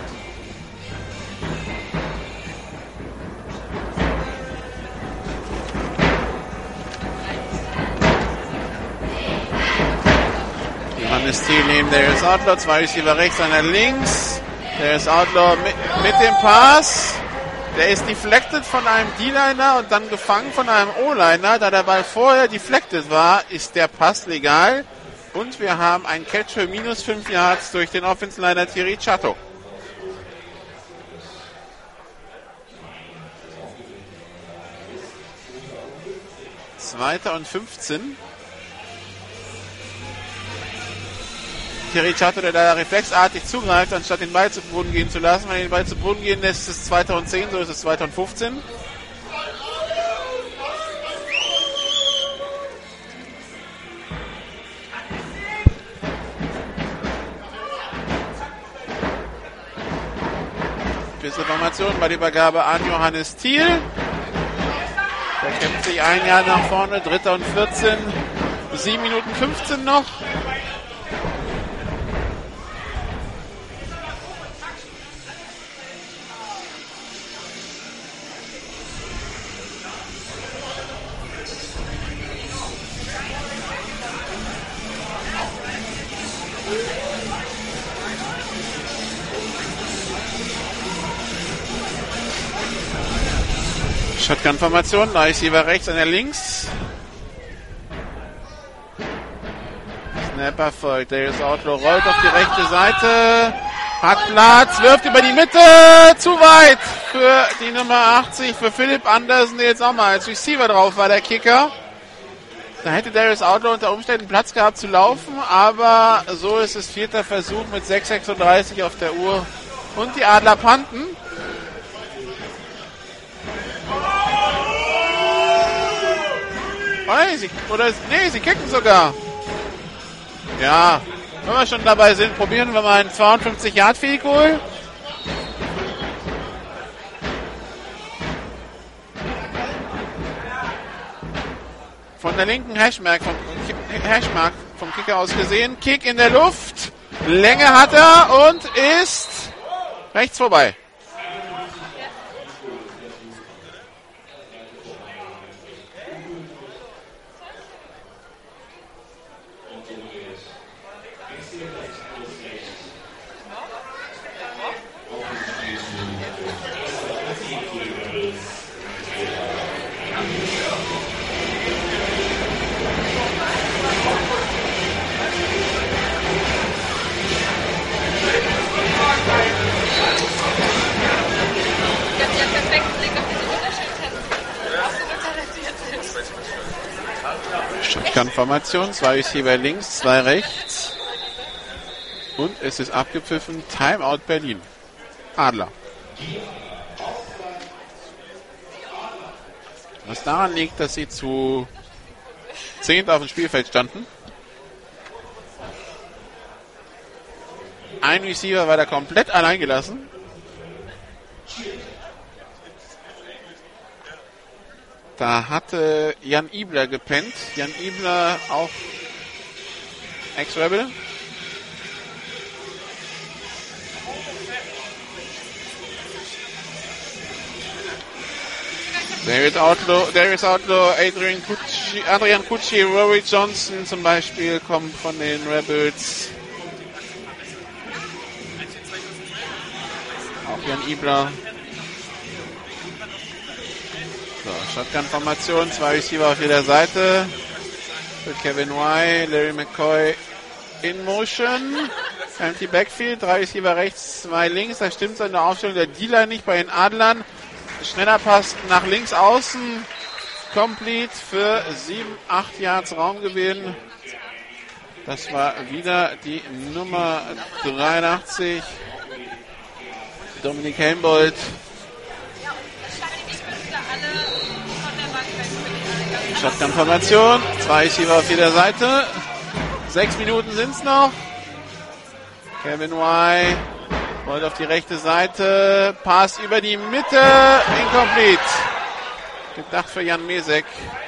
Johannes Thiel neben Darius Outlaw, 2 Receiver rechts, einer links. Darius Outlaw mit dem Pass. Der ist deflected von einem D-Liner und dann gefangen von einem O-Liner. Da der Ball vorher deflected war, ist der Pass legal. Und wir haben einen Catch für -5 Yards durch den Offense-Liner Thierry Chatto. Zweiter und 15. Thierry Chatto, der da reflexartig zugreift, anstatt den Ball zu Boden gehen zu lassen. Wenn er den Ball zu Boden gehen lässt, ist es 2. und 10, so ist es 2. und 15. Beste Formation bei der Übergabe an Johannes Thiel. Der kämpft sich 1 Jahr nach vorne, 3. und 14. 7 Minuten 15 noch. Shotgun-Formation, Receiver rechts, einer links. Snapper folgt, Darius Outlaw rollt auf die rechte Seite, hat Platz, wirft über die Mitte, zu weit für die Nummer 80, für Philipp Andersen, der jetzt auch mal als Receiver drauf war, der Kicker. Da hätte Darius Outlaw unter Umständen Platz gehabt zu laufen, aber so ist es 4. Versuch mit 6:36 auf der Uhr und die Adler punten. Sie kicken sogar. Ja, wenn wir schon dabei sind, probieren wir mal ein 52-Yard-Field-Goal. Von der linken Hashmark vom Kicker aus gesehen. Kick in der Luft. Länge hat er und ist rechts vorbei. Shotgun-Formation, 2 Receiver links, 2 rechts. Und es ist abgepfiffen. Timeout Berlin. Adler. Was daran liegt, dass sie zu 10 auf dem Spielfeld standen. Ein Receiver war da komplett allein gelassen. Da hatte Jan Ibler gepennt. Jan Ibler auch Ex-Rebel. Darius Outlaw, Adrian Kutschi, Rory Johnson zum Beispiel kommt von den Rebels. Auch Jan Ibler. So, Shotgun-Formation, 2 Receiver auf jeder Seite. Für Kevin Y, Larry McCoy in Motion. Empty Backfield, 3 Receiver rechts, 2 links. Da stimmt so in der Aufstellung der D-Line nicht bei den Adlern. Schneller Pass nach links außen. Complete für 7-8 Yards Raumgewinn. Das war wieder die Nummer 83. Dominik Helmbold. Shotgun-Formation. 2 Receiver auf jeder Seite. 6 Minuten sind es noch. Kevin Y. Rollt auf die rechte Seite. Pass über die Mitte. Incomplete. Gedacht für Jan Mesek.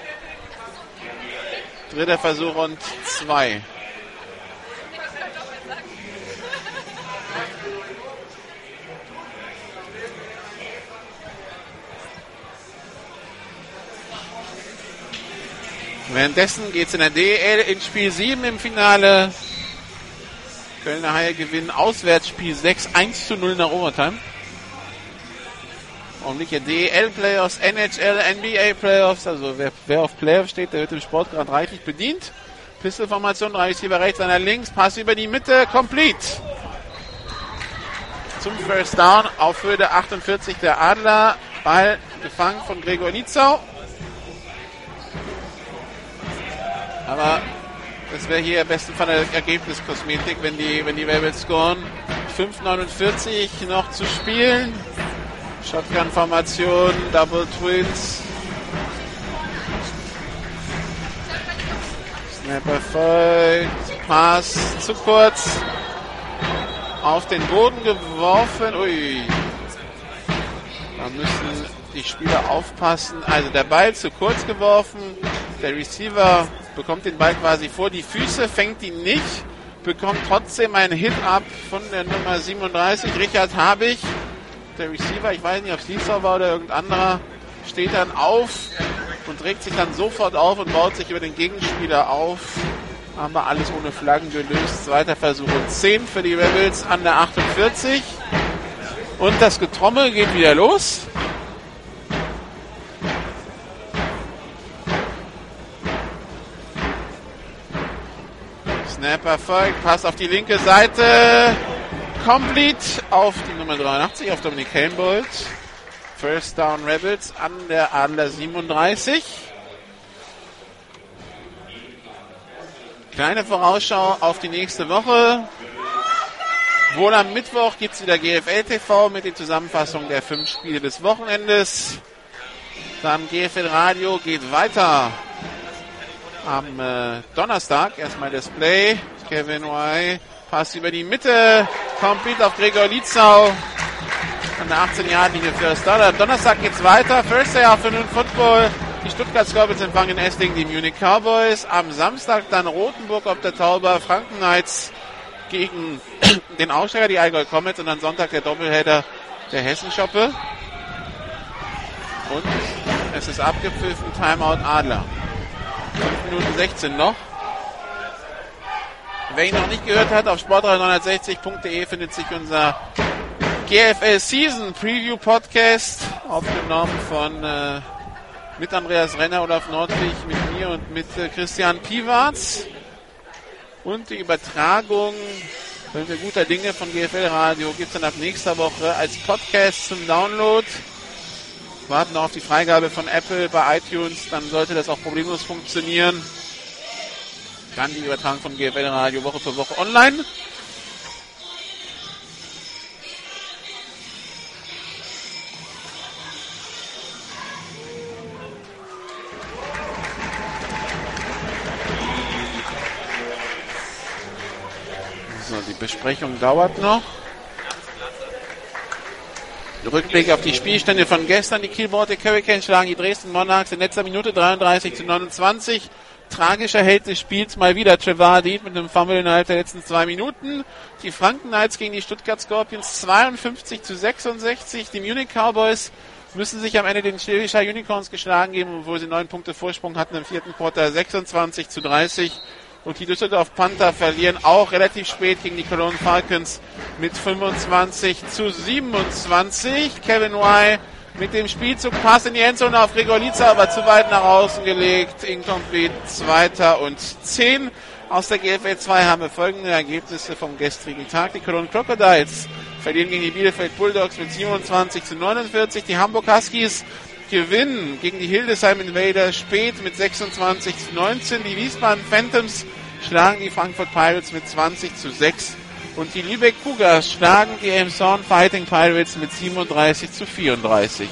3. Versuch und 2. Währenddessen geht es in der DEL in Spiel 7 im Finale. Kölner Haie gewinnen auswärts Spiel 6, 1:0 nach Overtime. Und nicht DEL Playoffs, NHL, NBA Playoffs. Also wer auf Playoffs steht, der wird im Sport gerade reichlich bedient. Pistol-Formation, 3 Receiver rechts, einer links. Pass über die Mitte, complete. Zum First Down auf Höhe der 48 der Adler. Ball gefangen von Gregor Nietzau. Aber das wäre hier im besten Fall Ergebniskosmetik, wenn die Rebels scoren. 5:49 noch zu spielen. Shotgun-Formation, Double Twins. Snapper folgt. Pass zu kurz. Auf den Boden geworfen. Ui. Da müssen die Spieler aufpassen. Also der Ball zu kurz geworfen. Der Receiver bekommt den Ball quasi vor die Füße, fängt ihn nicht, bekommt trotzdem einen Hit-Up von der Nummer 37, Richard Habich. Der Receiver, ich weiß nicht, ob es Liesau war oder irgendein anderer, steht dann auf und regt sich dann sofort auf und baut sich über den Gegenspieler auf. Aber alles ohne Flaggen gelöst. 2. Versuch und 10 für die Rebels an der 48. Und das Getrommel geht wieder los. Snap erfolgt, Pass auf die linke Seite. Complete auf die Nummer 83, auf Dominik Helmbold. First Down Rebels an der Adler 37. Kleine Vorausschau auf die nächste Woche. Wohl am Mittwoch gibt es wieder GFL TV mit den Zusammenfassungen der 5 Spiele des Wochenendes. Dann GFL Radio geht weiter am Donnerstag. Erstmal das Play. Kevin White, Pass über die Mitte. Complete auf Gregor Lietzau. An der 18-Yard-Linie First Down. Am Donnerstag geht's weiter. Thursday Afternoon Football. Die Stuttgart Scorpions empfangen in Essling die Munich Cowboys. Am Samstag dann Rothenburg auf der Tauber. Franken Knights gegen den Aufsteiger, die Allgäu Comets. Und dann Sonntag der Doppelheader der Hessenschoppe. Und es ist abgepfiffen. Timeout Adler. 5 Minuten 16 noch. Wer ihn noch nicht gehört hat, auf sportradio960.de findet sich unser GFL Season Preview Podcast, aufgenommen von mit Andreas Renner, Olaf Nordwig, mit mir und mit Christian Piwarz. Und die Übertragung, wenn wir guter Dinge von GFL Radio, gibt es dann ab nächster Woche als Podcast zum Download. Warten noch auf die Freigabe von Apple bei iTunes, dann sollte das auch problemlos funktionieren. Dann die Übertragung von GFL Radio Woche für Woche online. So, die Besprechung dauert noch. Rückblick auf die Spielstände von gestern. Die Kiel Baltic Hurricanes schlagen die Dresden Monarchs in letzter Minute 33-29. Tragischer Held des Spiels mal wieder Trevor Deed mit einem Fumble innerhalb der letzten 2 Minuten. Die Franken Knights gegen die Stuttgart Scorpions 52-66. Die Munich Cowboys müssen sich am Ende den Schwäbischer Unicorns geschlagen geben, obwohl sie 9 Punkte Vorsprung hatten im 4. Quarter 26-30. Und die Düsseldorf Panther verlieren auch relativ spät gegen die Cologne Falcons mit 25-27. Kevin White mit dem Spielzug, Pass in die Endzone auf Gregor Lietzau, aber zu weit nach außen gelegt. Incomplete, 2. und 10. Aus der GFL 2 haben wir folgende Ergebnisse vom gestrigen Tag. Die Cologne Crocodiles verlieren gegen die Bielefeld Bulldogs mit 27-49. Die Hamburg Huskies gewinnen gegen die Hildesheim Invaders spät mit 26-19. Die Wiesbaden Phantoms schlagen die Frankfurt Pirates mit 20-6. Und die Lübeck Cougars schlagen die Elmshorn Fighting Pirates mit 37-34.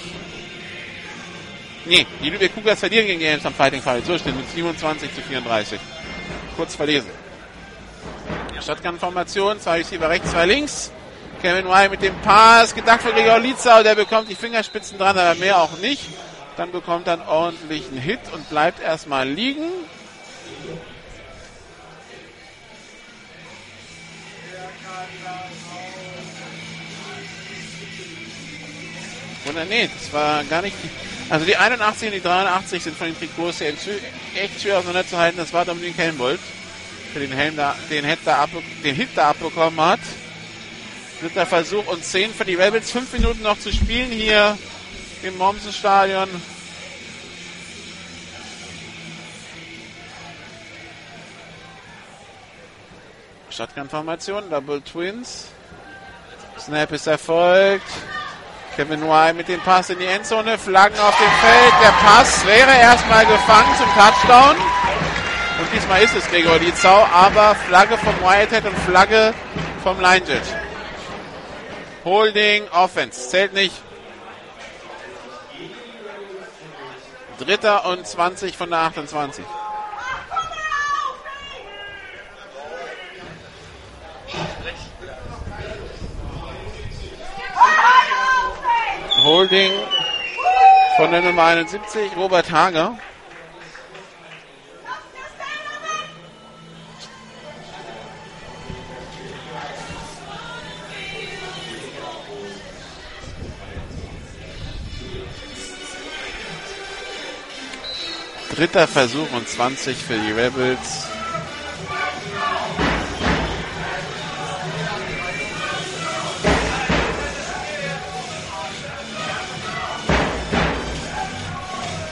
Nee, die Lübeck Cougars verlieren gegen die Elmshorn Fighting Pirates. So steht mit 27-34. Kurz verlesen. Shotgun-Formation, 2 Receiver rechts, 2 links. Kevin White mit dem Pass, gedacht für Gregor Lietzau, der bekommt die Fingerspitzen dran, aber mehr auch nicht. Dann bekommt er einen ordentlichen Hit und bleibt erstmal liegen. Oder nee, das war gar nicht... Also die 81 und die 83 sind von den Trikots echt schwer auseinanderzuhalten. Das war Dominik Helmbold, für den Hit da abbekommen hat. 3. Versuch und 10 für die Rebels. 5 Minuten noch zu spielen hier im Mommsen-Stadion. Shotgun-Formation, Double Twins. Snap ist erfolgt. Kevin White mit dem Pass in die Endzone. Flaggen auf dem Feld. Der Pass wäre erstmal gefangen zum Touchdown. Und diesmal ist es Gregor Lietzau, aber Flagge vom Whitehead und Flagge vom Linejet. Holding, Offense. Zählt nicht. 3. und 20 von der 28. Holding von der Nummer 71, Robert Hager. Dritter Versuch und 20 für die Rebels.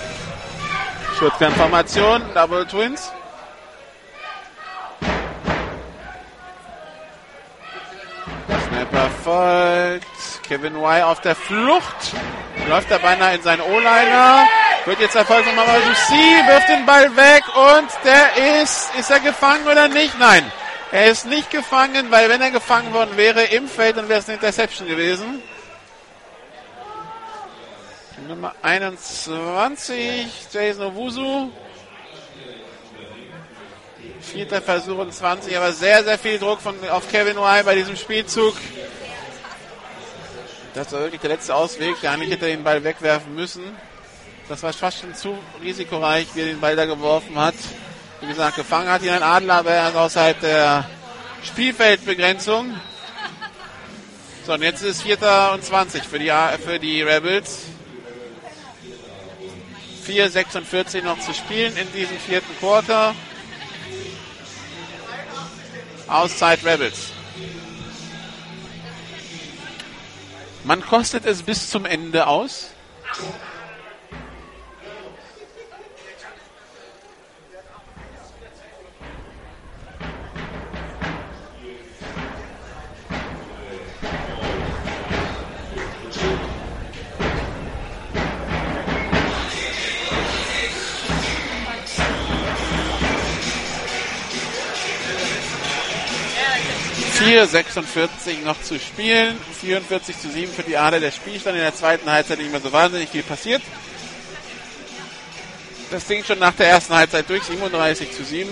Shotgun-Formation, Double Twins. Snapper folgt. Kevin Y auf der Flucht. Läuft da beinahe in seinen O-Liner. Wird jetzt erfolgt von Mamadou Sy. Wirft den Ball weg und der ist er gefangen oder nicht? Nein. Er ist nicht gefangen, weil wenn er gefangen worden wäre im Feld, dann wäre es eine Interception gewesen. Nummer 21, Jason Owusu. 4. Versuch und 20, aber sehr, sehr viel Druck auf Kevin Y bei diesem Spielzug. Das war wirklich der letzte Ausweg. Der eigentlich hätte den Ball wegwerfen müssen. Das war fast schon zu risikoreich, wie er den Ball da geworfen hat. Wie gesagt, gefangen hat ihn ein Adler, aber er ist außerhalb der Spielfeldbegrenzung. So, und jetzt ist es 4. und 20 für die Rebels. 4:46 noch zu spielen in diesem 4. Quarter. Auszeit Rebels. Man kostet es bis zum Ende aus. Hier 46 noch zu spielen, 44:7 für die Adler. Der Spielstand in der zweiten Halbzeit nicht mehr so wahnsinnig viel passiert. Das Ding schon nach der ersten Halbzeit durch, 37:7.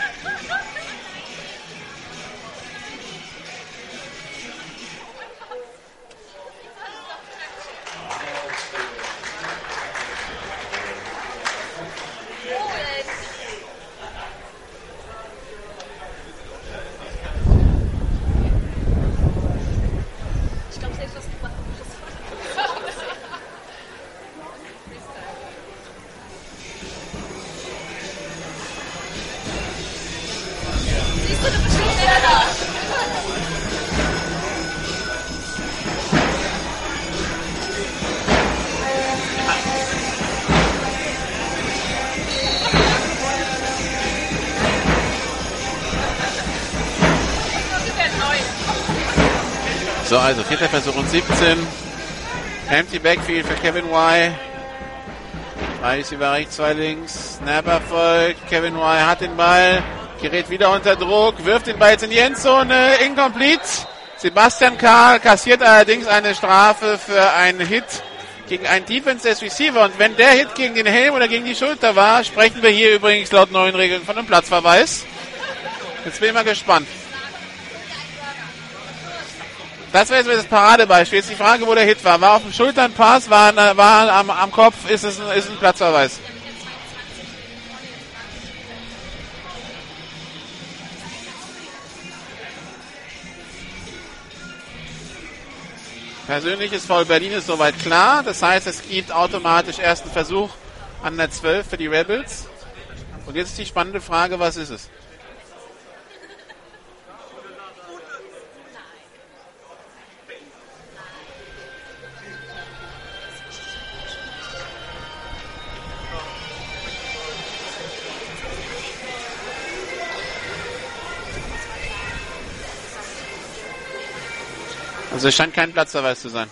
So, also 4. Versuch und 17. Empty Backfield für Kevin Y. 3 Receiver rechts, 2 links. Snapper folgt. Kevin Y hat den Ball. Gerät wieder unter Druck. Wirft den Ball jetzt in die Endzone. Incomplete. Sebastian Karl kassiert allerdings eine Strafe für einen Hit gegen einen Defense Receiver. Und wenn der Hit gegen den Helm oder gegen die Schulter war, sprechen wir hier übrigens laut neuen Regeln von einem Platzverweis. Jetzt bin ich mal gespannt. Das wäre jetzt das Paradebeispiel. Jetzt die Frage, wo der Hit war. War auf dem Schulternpass, war am Kopf, ist ein Platzverweis. Persönliches Foul Berlin ist soweit klar. Das heißt, es gibt automatisch ersten Versuch an der 12 für die Rebels. Und jetzt ist die spannende Frage, was ist es? Also es scheint kein Platzverweis zu sein.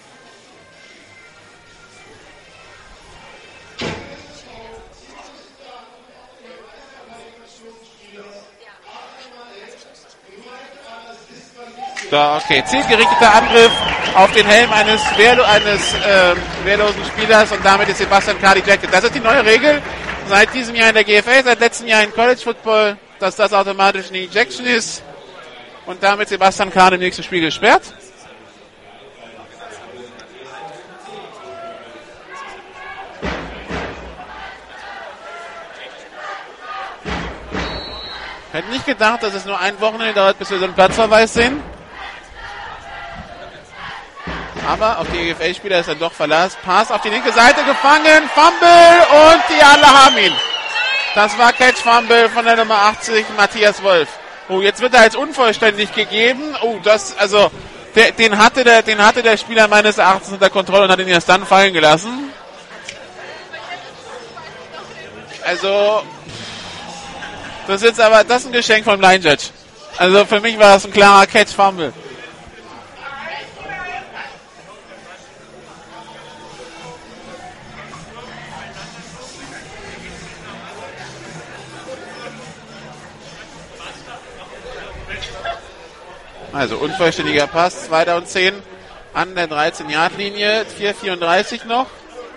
So, okay. Zielgerichteter Angriff auf den Helm eines wehrlosen Spielers und damit ist Sebastian Karl ejected. Das ist die neue Regel seit diesem Jahr in der GFL, seit letztem Jahr in College Football, dass das automatisch eine Ejection ist und damit Sebastian Karl im nächsten Spiel gesperrt. Ich hätte nicht gedacht, dass es nur ein Wochenende dauert, bis wir so einen Platzverweis sehen. Aber auf die GFL-Spieler ist er doch Verlass. Pass auf die linke Seite gefangen. Fumble und die alle haben ihn. Das war Catch-Fumble von der Nummer 80, Matthias Wolf. Oh, jetzt wird er als unvollständig gegeben. Oh, den hatte der Spieler meines Erachtens unter Kontrolle und hat ihn erst dann fallen gelassen. Also, das ist ein Geschenk vom Line Judge. Also für mich war das ein klarer Catch-Fumble. Also unvollständiger Pass, 2. und 10 an der 13-Yard-Linie, 4:34 noch.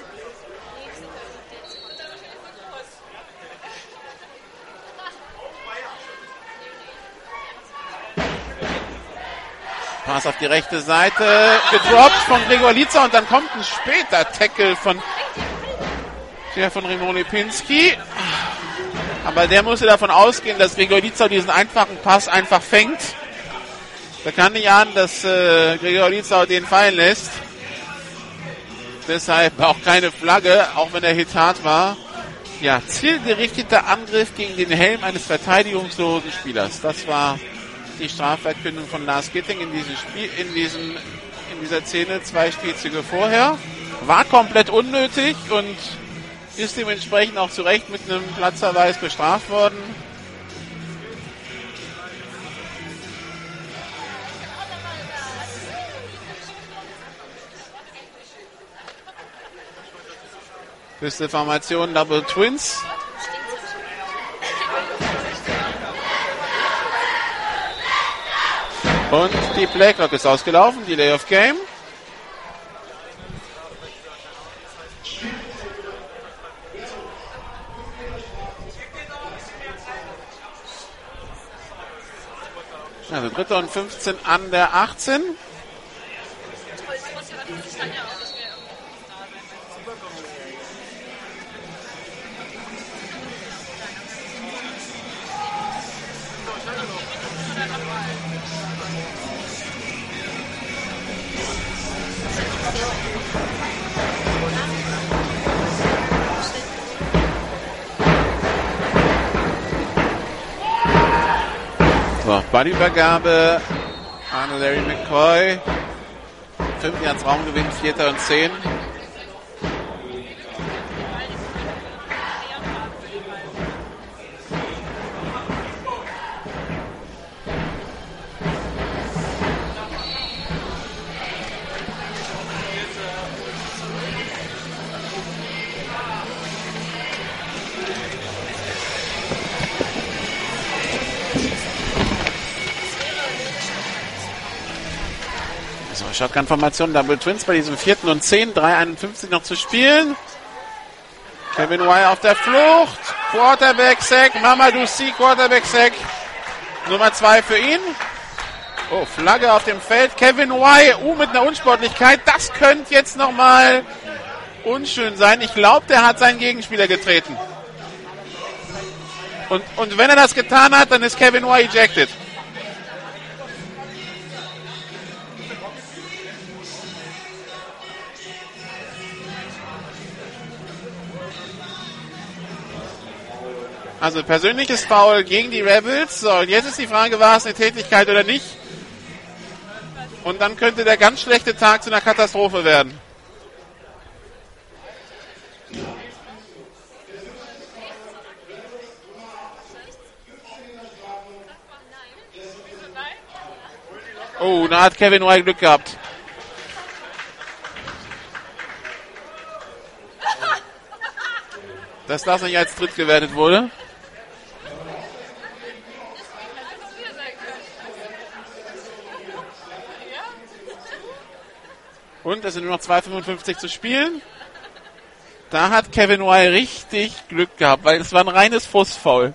Pass auf die rechte Seite, gedroppt von Gregor Lietzer und dann kommt ein später Tackle von Rimon Lipinski. Aber der musste davon ausgehen, dass Gregor Lietzer diesen einfachen Pass einfach fängt. Da kann nicht ahnen, dass Gregor Lietzer den fallen lässt. Deshalb auch keine Flagge, auch wenn der Hit hart war. Ja, zielgerichteter Angriff gegen den Helm eines verteidigungslosen Spielers. Das war die Strafverkündung von Lars Gitting in diesem Spiel, in dieser Szene 2 Spielzüge vorher. War komplett unnötig und ist dementsprechend auch zu Recht mit einem Platzverweis bestraft worden. Beste Formation Double Twins. Und die Playclock ist ausgelaufen, Delay of Game. Also 3. und 15 an der 18. So, Ballübergabe an Larry McCoy. 5 Yards Raumgewinn, 4. und 10. Shotgun-Formation, Double Twins bei diesem 4. und 10, 3:51 noch zu spielen. Kevin Wire auf der Flucht. Quarterback-Sack, Mamadou Sy, Quarterback-Sack. Nummer 2 für ihn. Oh, Flagge auf dem Feld. Kevin Wire, mit einer Unsportlichkeit. Das könnte jetzt nochmal unschön sein. Ich glaube, der hat seinen Gegenspieler getreten. Und wenn er das getan hat, dann ist Kevin Wire ejected. Also persönliches Foul gegen die Rebels. So, und jetzt ist die Frage, war es eine Tätigkeit oder nicht? Und dann könnte der ganz schlechte Tag zu einer Katastrophe werden. Oh, da hat Kevin White Glück gehabt. Dass das nicht als Tritt gewertet wurde. Und es sind nur noch 2:55 zu spielen. Da hat Kevin Wire richtig Glück gehabt, weil es war ein reines Fußfoul.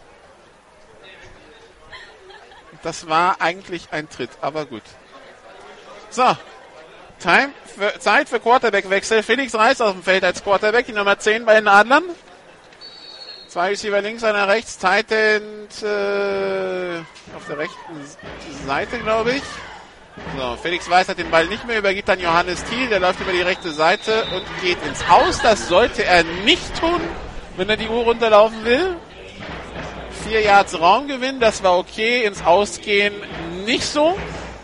Das war eigentlich ein Tritt, aber gut. So, Zeit für Quarterback-Wechsel. Felix Reis auf dem Feld als Quarterback, die Nummer 10 bei den Adlern. 2 Receiver links, einer rechts, Tight End auf der rechten Seite, glaube ich. So, Felix Weiß hat den Ball nicht mehr, übergibt an Johannes Thiel, der läuft über die rechte Seite und geht ins Aus. Das sollte er nicht tun, wenn er die Uhr runterlaufen will. 4 Yards Raumgewinn, das war okay, ins Ausgehen nicht so.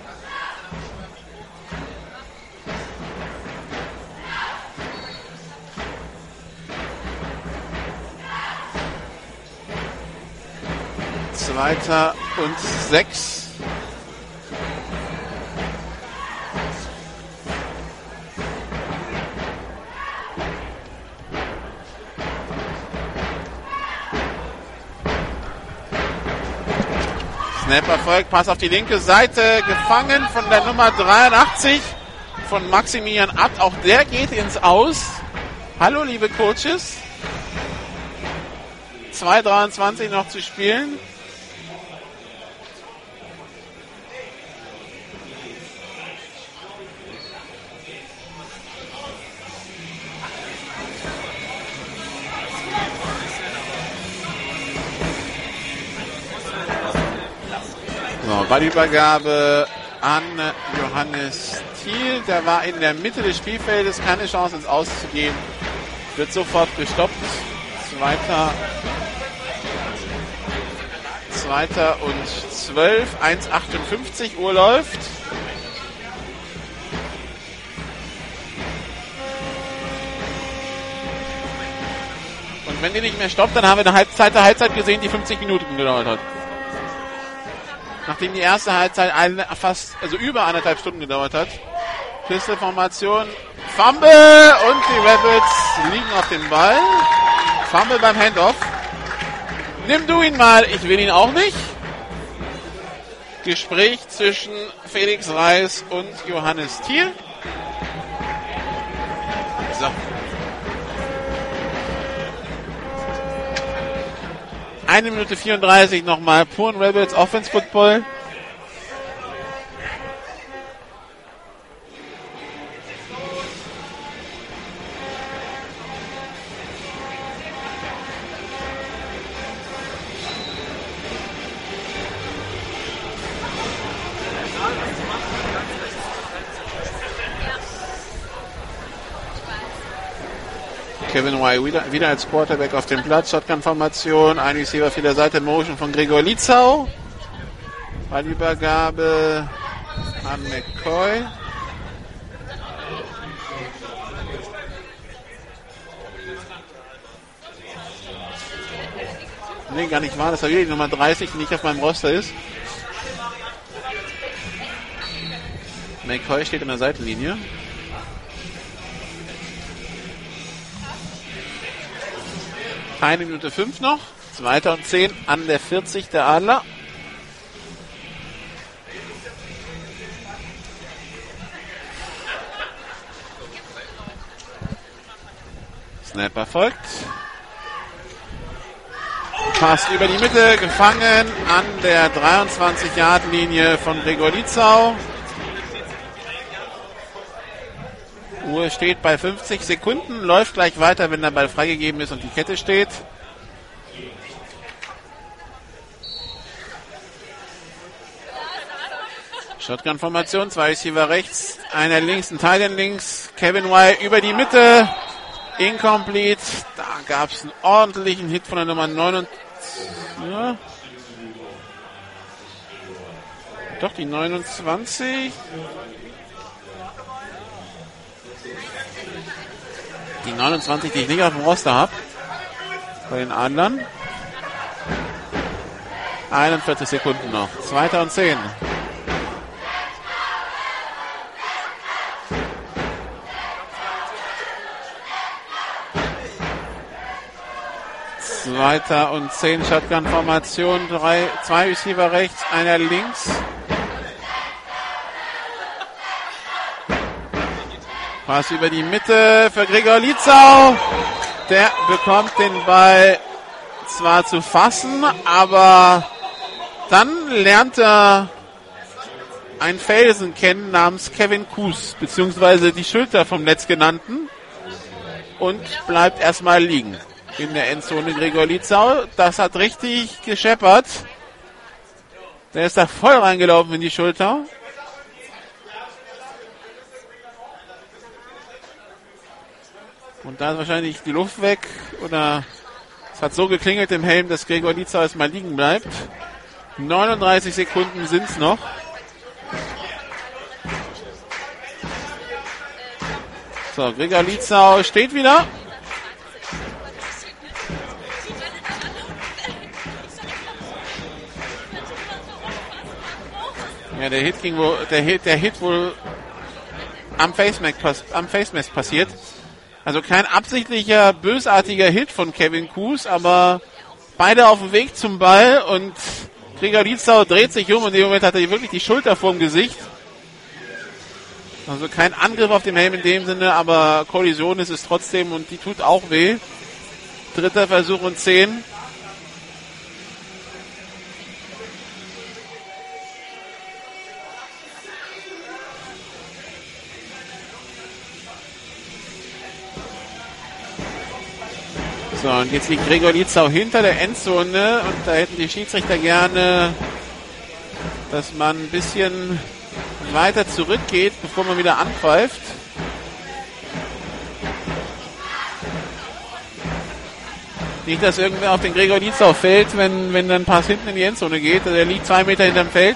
Zweiter und 6. Snap erfolgt, Pass auf die linke Seite, gefangen von der Nummer 83 von Maximilian Abt. Auch der geht ins Aus. Hallo, liebe Coaches. 2:23 noch zu spielen. So, Ballübergabe an Johannes Thiel. Der war in der Mitte des Spielfeldes, keine Chance ins Aus zu gehen. Wird sofort gestoppt. Zweiter und 12, 1:58 Uhr läuft. Und wenn die nicht mehr stoppt, dann haben wir eine Halbzeit gesehen, die 50 Minuten gedauert hat. Nachdem die erste Halbzeit über 1,5 Stunden gedauert hat. Pistol-Formation, Fumble und die Rebels liegen auf dem Ball. Fumble beim Handoff. Nimm du ihn mal, ich will ihn auch nicht. Gespräch zwischen Felix Reis und Johannes Thiel. So. Eine Minute 34 nochmal. Puren Rebels Offense Football. Kevin White wieder als Quarterback auf dem Platz. Shotgun-Formation. Ein Receiver für der Seite. Motion von Gregor Lietzau. Ballübergabe an McCoy. Nee, gar nicht wahr. Das war wieder die Nummer 30, die nicht auf meinem Roster ist. McCoy steht in der Seitenlinie. Eine Minute 5 noch. 2. und 10 an der 40 der Adler. Snap erfolgt. Pass über die Mitte, gefangen an der 23-Yard-Linie von Gregor Lietzau. Uhr steht bei 50 Sekunden, läuft gleich weiter, wenn der Ball freigegeben ist und die Kette steht. Shotgun-Formation, 2 Receiver rechts, einer links, ein Tight End links. Kevin White über die Mitte, incomplete. Da gab es einen ordentlichen Hit von der Nummer 9. Ja. Doch, die 29. Die 29, die ich nicht auf dem Roster habe. Bei den Adlern. 41 Sekunden noch. 2. und 10. Zweiter und 10 Shotgun-Formation. 2 Receiver rechts, einer links. Pass über die Mitte für Gregor Lietzau. Der bekommt den Ball zwar zu fassen, aber dann lernt er einen Felsen kennen namens Kevin Kuss, beziehungsweise die Schulter vom letztgenannten, und bleibt erstmal liegen in der Endzone. Gregor Lietzau, das hat richtig gescheppert. Der ist da voll reingelaufen in die Schulter. Und da ist wahrscheinlich die Luft weg, oder es hat so geklingelt im Helm, dass Gregor Lietzau erstmal liegen bleibt. 39 Sekunden sind es noch. So, Gregor Lietzau steht wieder. Ja, der Hit wohl am Face-Mask passiert. Also kein absichtlicher, bösartiger Hit von Kevin Kuss, aber beide auf dem Weg zum Ball und Gregor Lietzau dreht sich um und in dem Moment hat er wirklich die Schulter vorm Gesicht. Also kein Angriff auf den Helm in dem Sinne, aber Kollision ist es trotzdem und die tut auch weh. Dritter Versuch und 10. So, und jetzt liegt Gregor Lietzau hinter der Endzone und da hätten die Schiedsrichter gerne, dass man ein bisschen weiter zurückgeht, bevor man wieder angreift. Nicht, dass irgendwer auf den Gregor Lietzau fällt, wenn dann ein Pass hinten in die Endzone geht. Also er liegt 2 Meter hinterm Feld.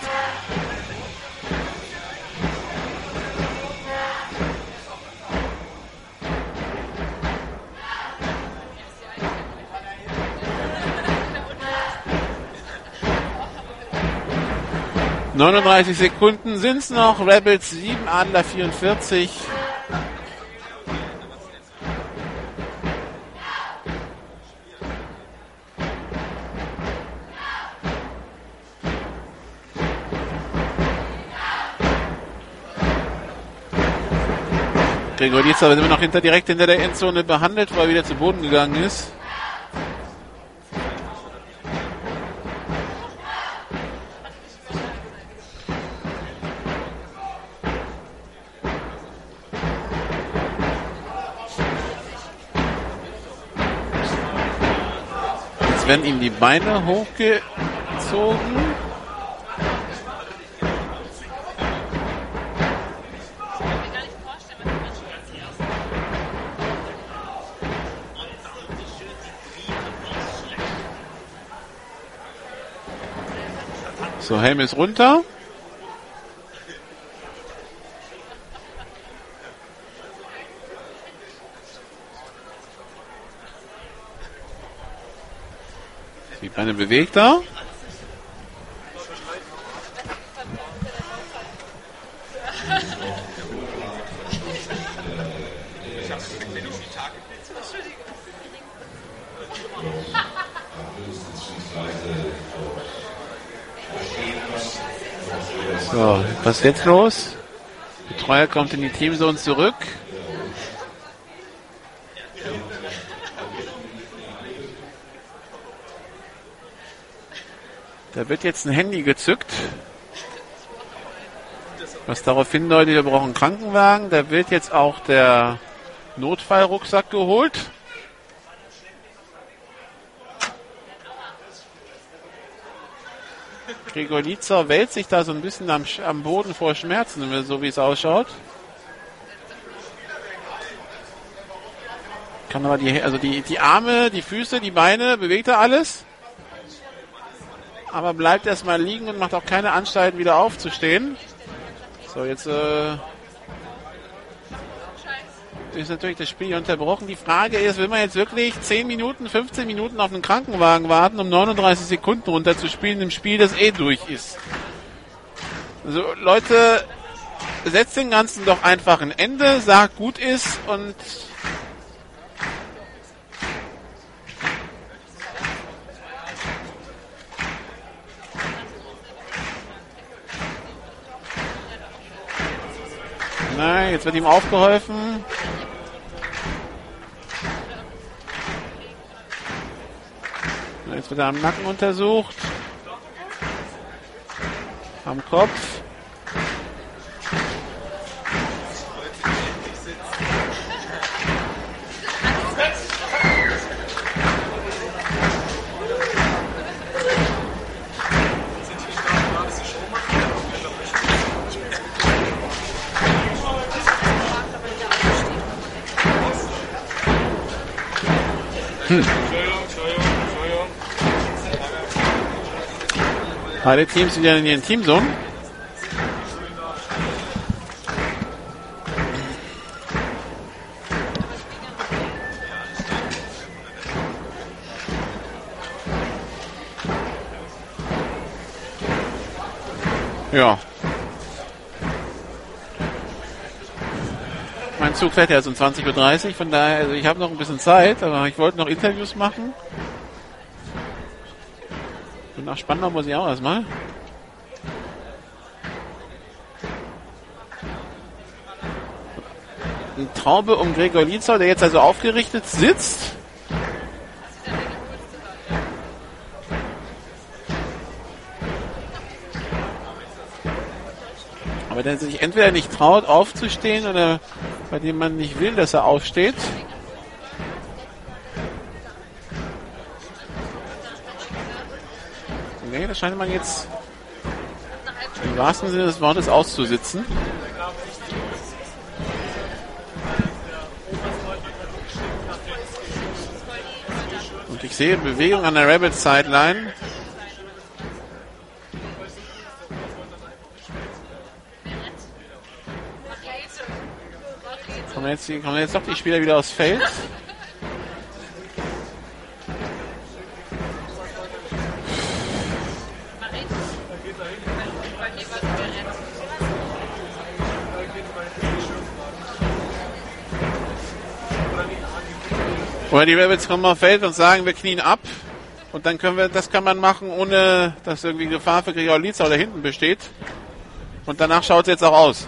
...39 Sekunden sind's noch. Rebels 7, Adler 44. Gregor Lietzau wird immer noch direkt hinter der Endzone behandelt, weil er wieder zu Boden gegangen ist. Jetzt werden ihm die Beine hochgezogen. So, Helm ist runter. Die Beine bewegt er. So, was ist jetzt los? Betreuer kommt in die Teamzone zurück. Da wird jetzt ein Handy gezückt, was darauf hindeutet, wir brauchen einen Krankenwagen. Da wird jetzt auch der Notfallrucksack geholt. Gregor Lietzau wälzt sich da so ein bisschen am Boden vor Schmerzen, so wie es ausschaut. Kann aber die Arme, die Füße, die Beine, bewegt er alles. Aber bleibt erstmal liegen und macht auch keine Anstalten, wieder aufzustehen. So, jetzt ist natürlich das Spiel unterbrochen. Die Frage ist, will man jetzt wirklich 10 Minuten, 15 Minuten auf einen Krankenwagen warten, um 39 Sekunden runterzuspielen im Spiel, das durch ist? Also Leute, setzt den Ganzen doch einfach ein Ende, sagt gut ist und nein, jetzt wird ihm aufgeholfen. Jetzt wird er am Nacken untersucht. Am Kopf. Beide Teams wieder in ihren Teamzonen. Ja. Mein Zug fährt ja erst um 20:30 Uhr, von daher, also ich habe noch ein bisschen Zeit, aber ich wollte noch Interviews machen. Und nach Spandau muss ich auch erstmal. Eine Traube um Gregor Lietzau, der jetzt also aufgerichtet sitzt. Aber der sich entweder nicht traut, aufzustehen oder bei dem man nicht will, dass er aufsteht. Nee, da scheint man jetzt im wahrsten Sinne des Wortes auszusitzen. Und ich sehe Bewegung an der Rebels Sideline. Kommen jetzt doch die Spieler wieder aufs Feld. Oder die Rebels kommen aufs Feld und sagen, wir knien ab. Und dann das kann man machen, ohne dass irgendwie Gefahr für Gregor Lietzau da hinten besteht. Und danach schaut es jetzt auch aus.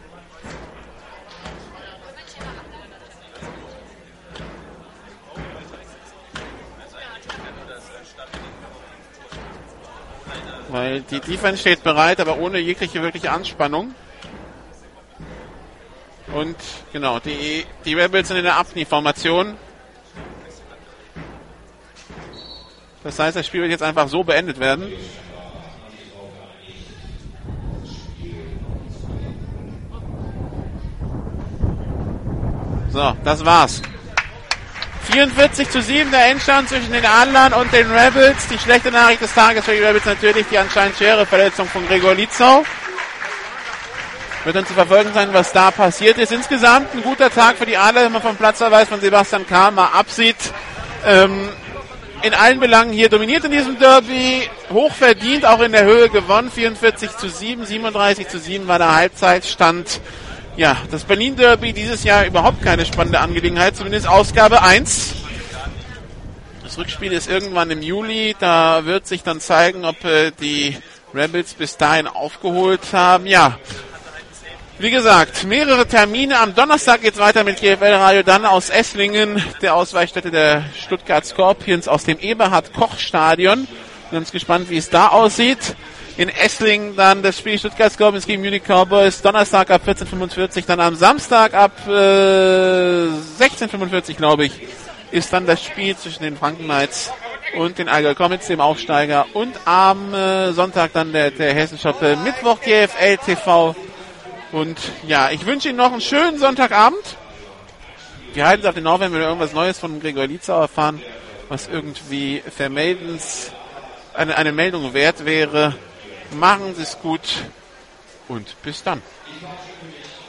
Weil die Defense steht bereit, aber ohne jegliche wirkliche Anspannung. Und genau, die Rebels sind in der Abknie-Formation. Das heißt, das Spiel wird jetzt einfach so beendet werden. So, das war's. 44:7 der Endstand zwischen den Adlern und den Rebels. Die schlechte Nachricht des Tages für die Rebels natürlich die anscheinend schwere Verletzung von Gregor Lietzau. Wird dann zu verfolgen sein, was da passiert ist. Insgesamt ein guter Tag für die Adler, wenn man vom Platzverweis von Sebastian Kahl mal absieht. In allen Belangen hier dominiert in diesem Derby, hochverdient, auch in der Höhe gewonnen. 44:7, 37:7 war der Halbzeitstand. Ja, das Berlin Derby dieses Jahr überhaupt keine spannende Angelegenheit, zumindest Ausgabe 1. Das Rückspiel ist irgendwann im Juli, da wird sich dann zeigen, ob die Rebels bis dahin aufgeholt haben. Ja, wie gesagt, mehrere Termine. Am Donnerstag geht's weiter mit GFL Radio, dann aus Esslingen, der Ausweichstätte der Stuttgart Scorpions aus dem Eberhard-Koch-Stadion. Wir sind ganz gespannt, wie es da aussieht. In Esslingen dann das Spiel Stuttgart Scorpions gegen Munich Cowboys. Donnerstag ab 14:45, dann am Samstag ab 16:45, glaube ich, ist dann das Spiel zwischen den Franken Knights und den Allgäu Comets, dem Aufsteiger. Und am Sonntag dann der Hessenschoppe. Mittwoch GFL TV. Und ja, ich wünsche Ihnen noch einen schönen Sonntagabend. Wir halten es auf den Lauf, wenn wir irgendwas Neues von Gregor Lietzau erfahren, was irgendwie eine Meldung wert wäre. Machen Sie es gut und bis dann.